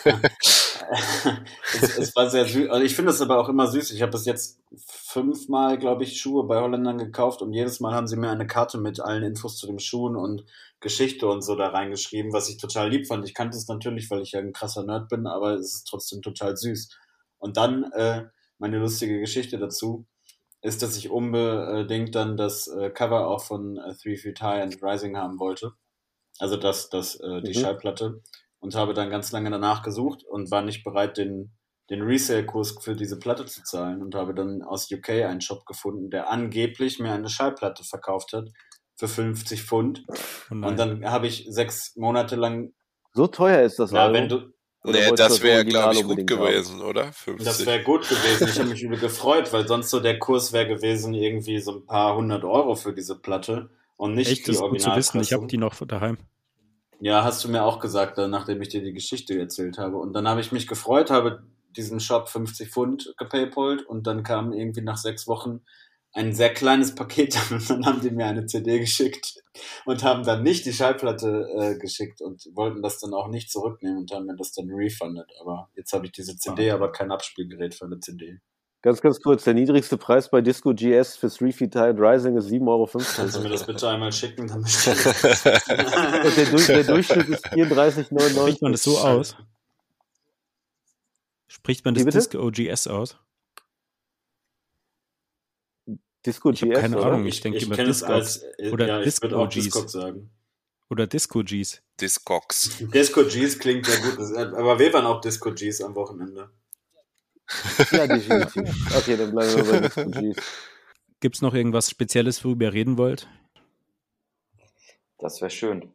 D: es, es war sehr süß. Also ich finde es aber auch immer süß. Ich habe bis jetzt fünfmal, glaube ich, Schuhe bei Holländern gekauft und jedes Mal haben sie mir eine Karte mit allen Infos zu den Schuhen und Geschichte und so da reingeschrieben, was ich total lieb fand. Ich kannte es natürlich, weil ich ja ein krasser Nerd bin, aber es ist trotzdem total süß. Und dann äh, meine lustige Geschichte dazu ist, dass ich unbedingt dann das äh, Cover auch von äh, Three Feet High and Rising haben wollte. Also das, das, äh, die
B: Mhm.
D: Schallplatte. Und habe dann ganz lange danach gesucht und war nicht bereit, den, den Resale-Kurs für diese Platte zu zahlen und habe dann aus U K einen Shop gefunden, der angeblich mir eine Schallplatte verkauft hat für fünfzig Pfund.
C: Oh
D: Und
C: nein.
D: dann habe ich sechs Monate lang,
B: So teuer ist das
D: ja,
B: Album?
D: wenn du,
B: Oder
F: Nee,
B: wolltest du
F: das
B: das
F: wäre,
B: Original
F: glaube ich, gut
B: unbedingt haben?
F: gewesen, oder?
D: das
F: fünfzig.
D: wäre gut gewesen. Ich habe mich übel gefreut, weil sonst so der Kurs wäre gewesen, irgendwie so ein paar hundert Euro für diese Platte und nicht
C: Echt,
D: die
C: das ist gut zu wissen. Ich habe
D: Originalpressung.
C: die noch daheim.
D: Ja, hast du mir auch gesagt, dann, nachdem ich dir die Geschichte erzählt habe. Und dann habe ich mich gefreut, habe diesen Shop fünfzig Pfund gepaypalt und dann kam irgendwie nach sechs Wochen ein sehr kleines Paket und dann haben die mir eine C D geschickt und haben dann nicht die Schallplatte äh, geschickt und wollten das dann auch nicht zurücknehmen und haben mir das dann refundet. Aber jetzt habe ich diese C D, aber kein Abspielgerät für eine C D.
B: Ganz, ganz kurz. Der niedrigste Preis bei Disco G S für Three Feet High and Rising ist sieben Euro
D: Kannst du
B: fünfzig.
D: mir das bitte einmal schicken? Dann bestelle ich das.
B: Und der, Durch- der Durchschnitt ist vierunddreißig
C: Spricht man
B: neunundneunzig.
C: das so aus? Spricht man
B: Wie
C: das
B: bitte?
C: Disco O G S aus?
B: Disco
C: Ich habe
B: G S,
C: keine
B: oder?
C: Ahnung. Ich
D: Ich,
C: denke
D: ich
C: immer
D: kenne es als,
C: Discogs.
D: äh,
C: Oder
D: ja, ich würde auch
C: Disco-O Gs.
D: Discog sagen.
C: Oder Disco Gs.
F: Discogs.
D: Disco Gs klingt ja gut, das- aber wir waren auch Disco Gs am Wochenende.
B: Ja, definitiv. Okay, dann bleiben wir bei Disco Gs.
C: Gibt es noch irgendwas Spezielles, worüber ihr reden wollt?
G: Das wäre schön.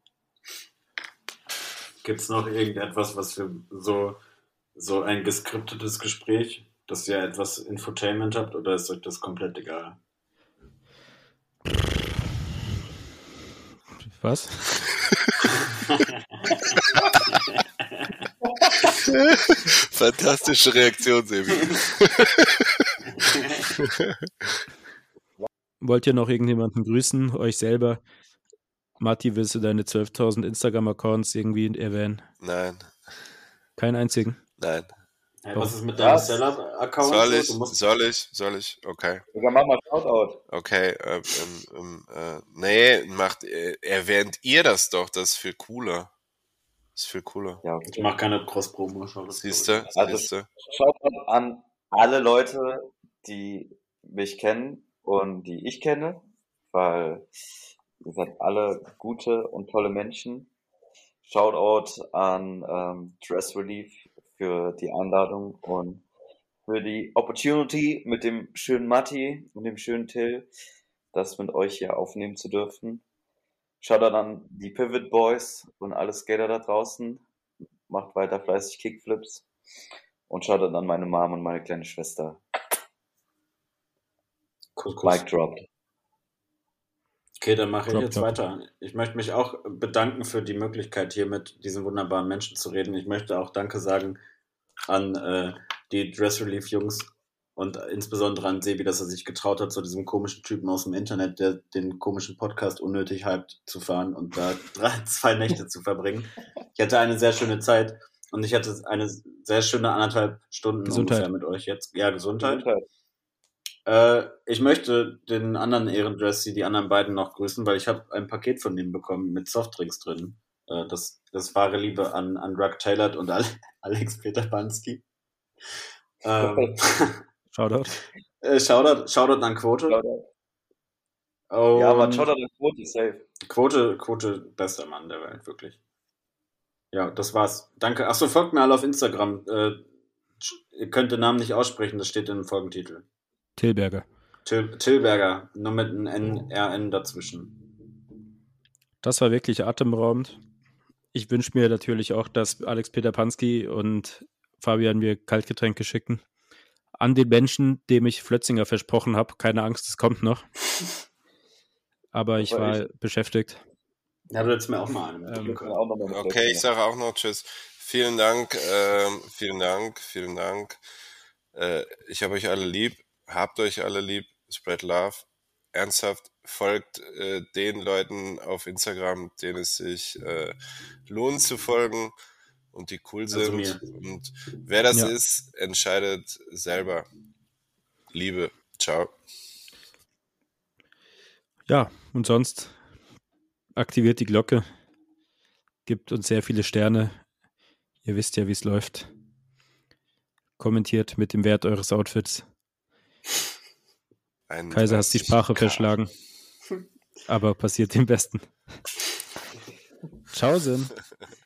D: Gibt es noch irgendetwas, was für so, so ein geskriptetes Gespräch, dass ihr etwas Infotainment habt oder ist euch das komplett egal?
C: Was?
F: Fantastische Reaktion, Sebi.
C: Wollt ihr noch irgendjemanden grüßen? Euch selber? Matti, willst du deine zwölftausend Instagram-Accounts irgendwie erwähnen?
F: Nein,
C: Keinen einzigen?
F: nein.
D: Hey, was ist mit deinem
G: Was?
D: Seller-Account?
F: Soll
D: so?
F: ich,
D: Du musst,
F: soll ich, soll ich? Okay.
G: Sogar mach mal Shoutout.
F: Okay, äh, ähm, ähm, äh, nee, macht, äh, erwähnt ihr das doch, das ist viel cooler. Das ist viel cooler.
G: Ja,
D: ich
G: okay.
D: mache keine Cross-Promo. schau, das
F: Siehst
D: glaub
F: du,
D: ich.
G: Also
F: siehst du.
G: Shoutout an alle Leute, die mich kennen und die ich kenne, weil ihr seid alle gute und tolle Menschen. Shoutout an ähm, Dress Relief für die Einladung und für die Opportunity mit dem schönen Matti und dem schönen Till, das mit euch hier aufnehmen zu dürfen. Shoutout an die Pivot Boys und alle Skater da draußen. Macht weiter fleißig Kickflips. Und Shoutout an meine Mom und meine kleine Schwester.
D: Kuss, Kuss.
G: Mic dropped.
D: Okay, dann mache ich
C: Drop,
D: jetzt
C: drop.
D: weiter. Ich möchte mich auch bedanken für die Möglichkeit, hier mit diesen wunderbaren Menschen zu reden. Ich möchte auch Danke sagen an äh, die Dress Relief Jungs und insbesondere an Sebi, dass er sich getraut hat, zu diesem komischen Typen aus dem Internet, der den komischen Podcast unnötig hypt, zu fahren und da drei, zwei Nächte zu verbringen. Ich hatte eine sehr schöne Zeit und ich hatte eine sehr schöne anderthalb Stunden
C: Gesundheit.
D: ungefähr mit euch jetzt. Ja, Gesundheit.
G: Gesundheit.
D: Äh, ich möchte den anderen Ehrendressy, die anderen beiden noch grüßen, weil ich habe ein Paket von denen bekommen mit Softdrinks drin. Äh, das, das wahre Liebe an, an Drug Taylor und Ale- Alex Peter Pansky. Ähm,
C: Shoutout.
D: äh, Shoutout, Shoutout an Quote.
G: Shoutout.
D: Und
G: Ja, man, Shoutout an Quote, safe.
D: Quote, Quote, bester Mann der Welt, wirklich. Ja, das war's. Danke. Achso, folgt mir alle auf Instagram. Äh, ihr könnt den Namen nicht aussprechen, das steht im Folgentitel.
C: Tilberger.
D: Til Tilberger, nur mit einem N R N dazwischen.
C: Das war wirklich atemberaubend. Ich wünsche mir natürlich auch, dass Alex Peter Pansky und Fabian mir Kaltgetränke schicken. An den Menschen, dem ich Flötzinger versprochen habe. Keine Angst, es kommt noch. Aber ich
G: war
C: war beschäftigt.
D: Ja, du hättest mir auch mal einen
C: Ähm,
D: mitgeben können.
G: Auch noch mal mit
F: Okay,
G: Flötzinger.
F: ich sage auch noch Tschüss. Vielen Dank, ähm, vielen Dank, vielen Dank. Äh, ich habe euch alle lieb, habt euch alle lieb, spread love. Ernsthaft, folgt äh, den Leuten auf Instagram, denen es sich äh, lohnt zu folgen und die cool
D: Also
F: sind.
D: mir.
F: Und wer das
C: Ja.
F: ist, entscheidet selber. Liebe, ciao.
C: Ja, und sonst aktiviert die Glocke. Gibt uns sehr viele Sterne. Ihr wisst ja, wie es läuft. Kommentiert mit dem Wert eures Outfits. Kaiser hat die Sprache
F: einunddreißig K.
C: verschlagen. Aber passiert dem Besten. Ciao, Sinn.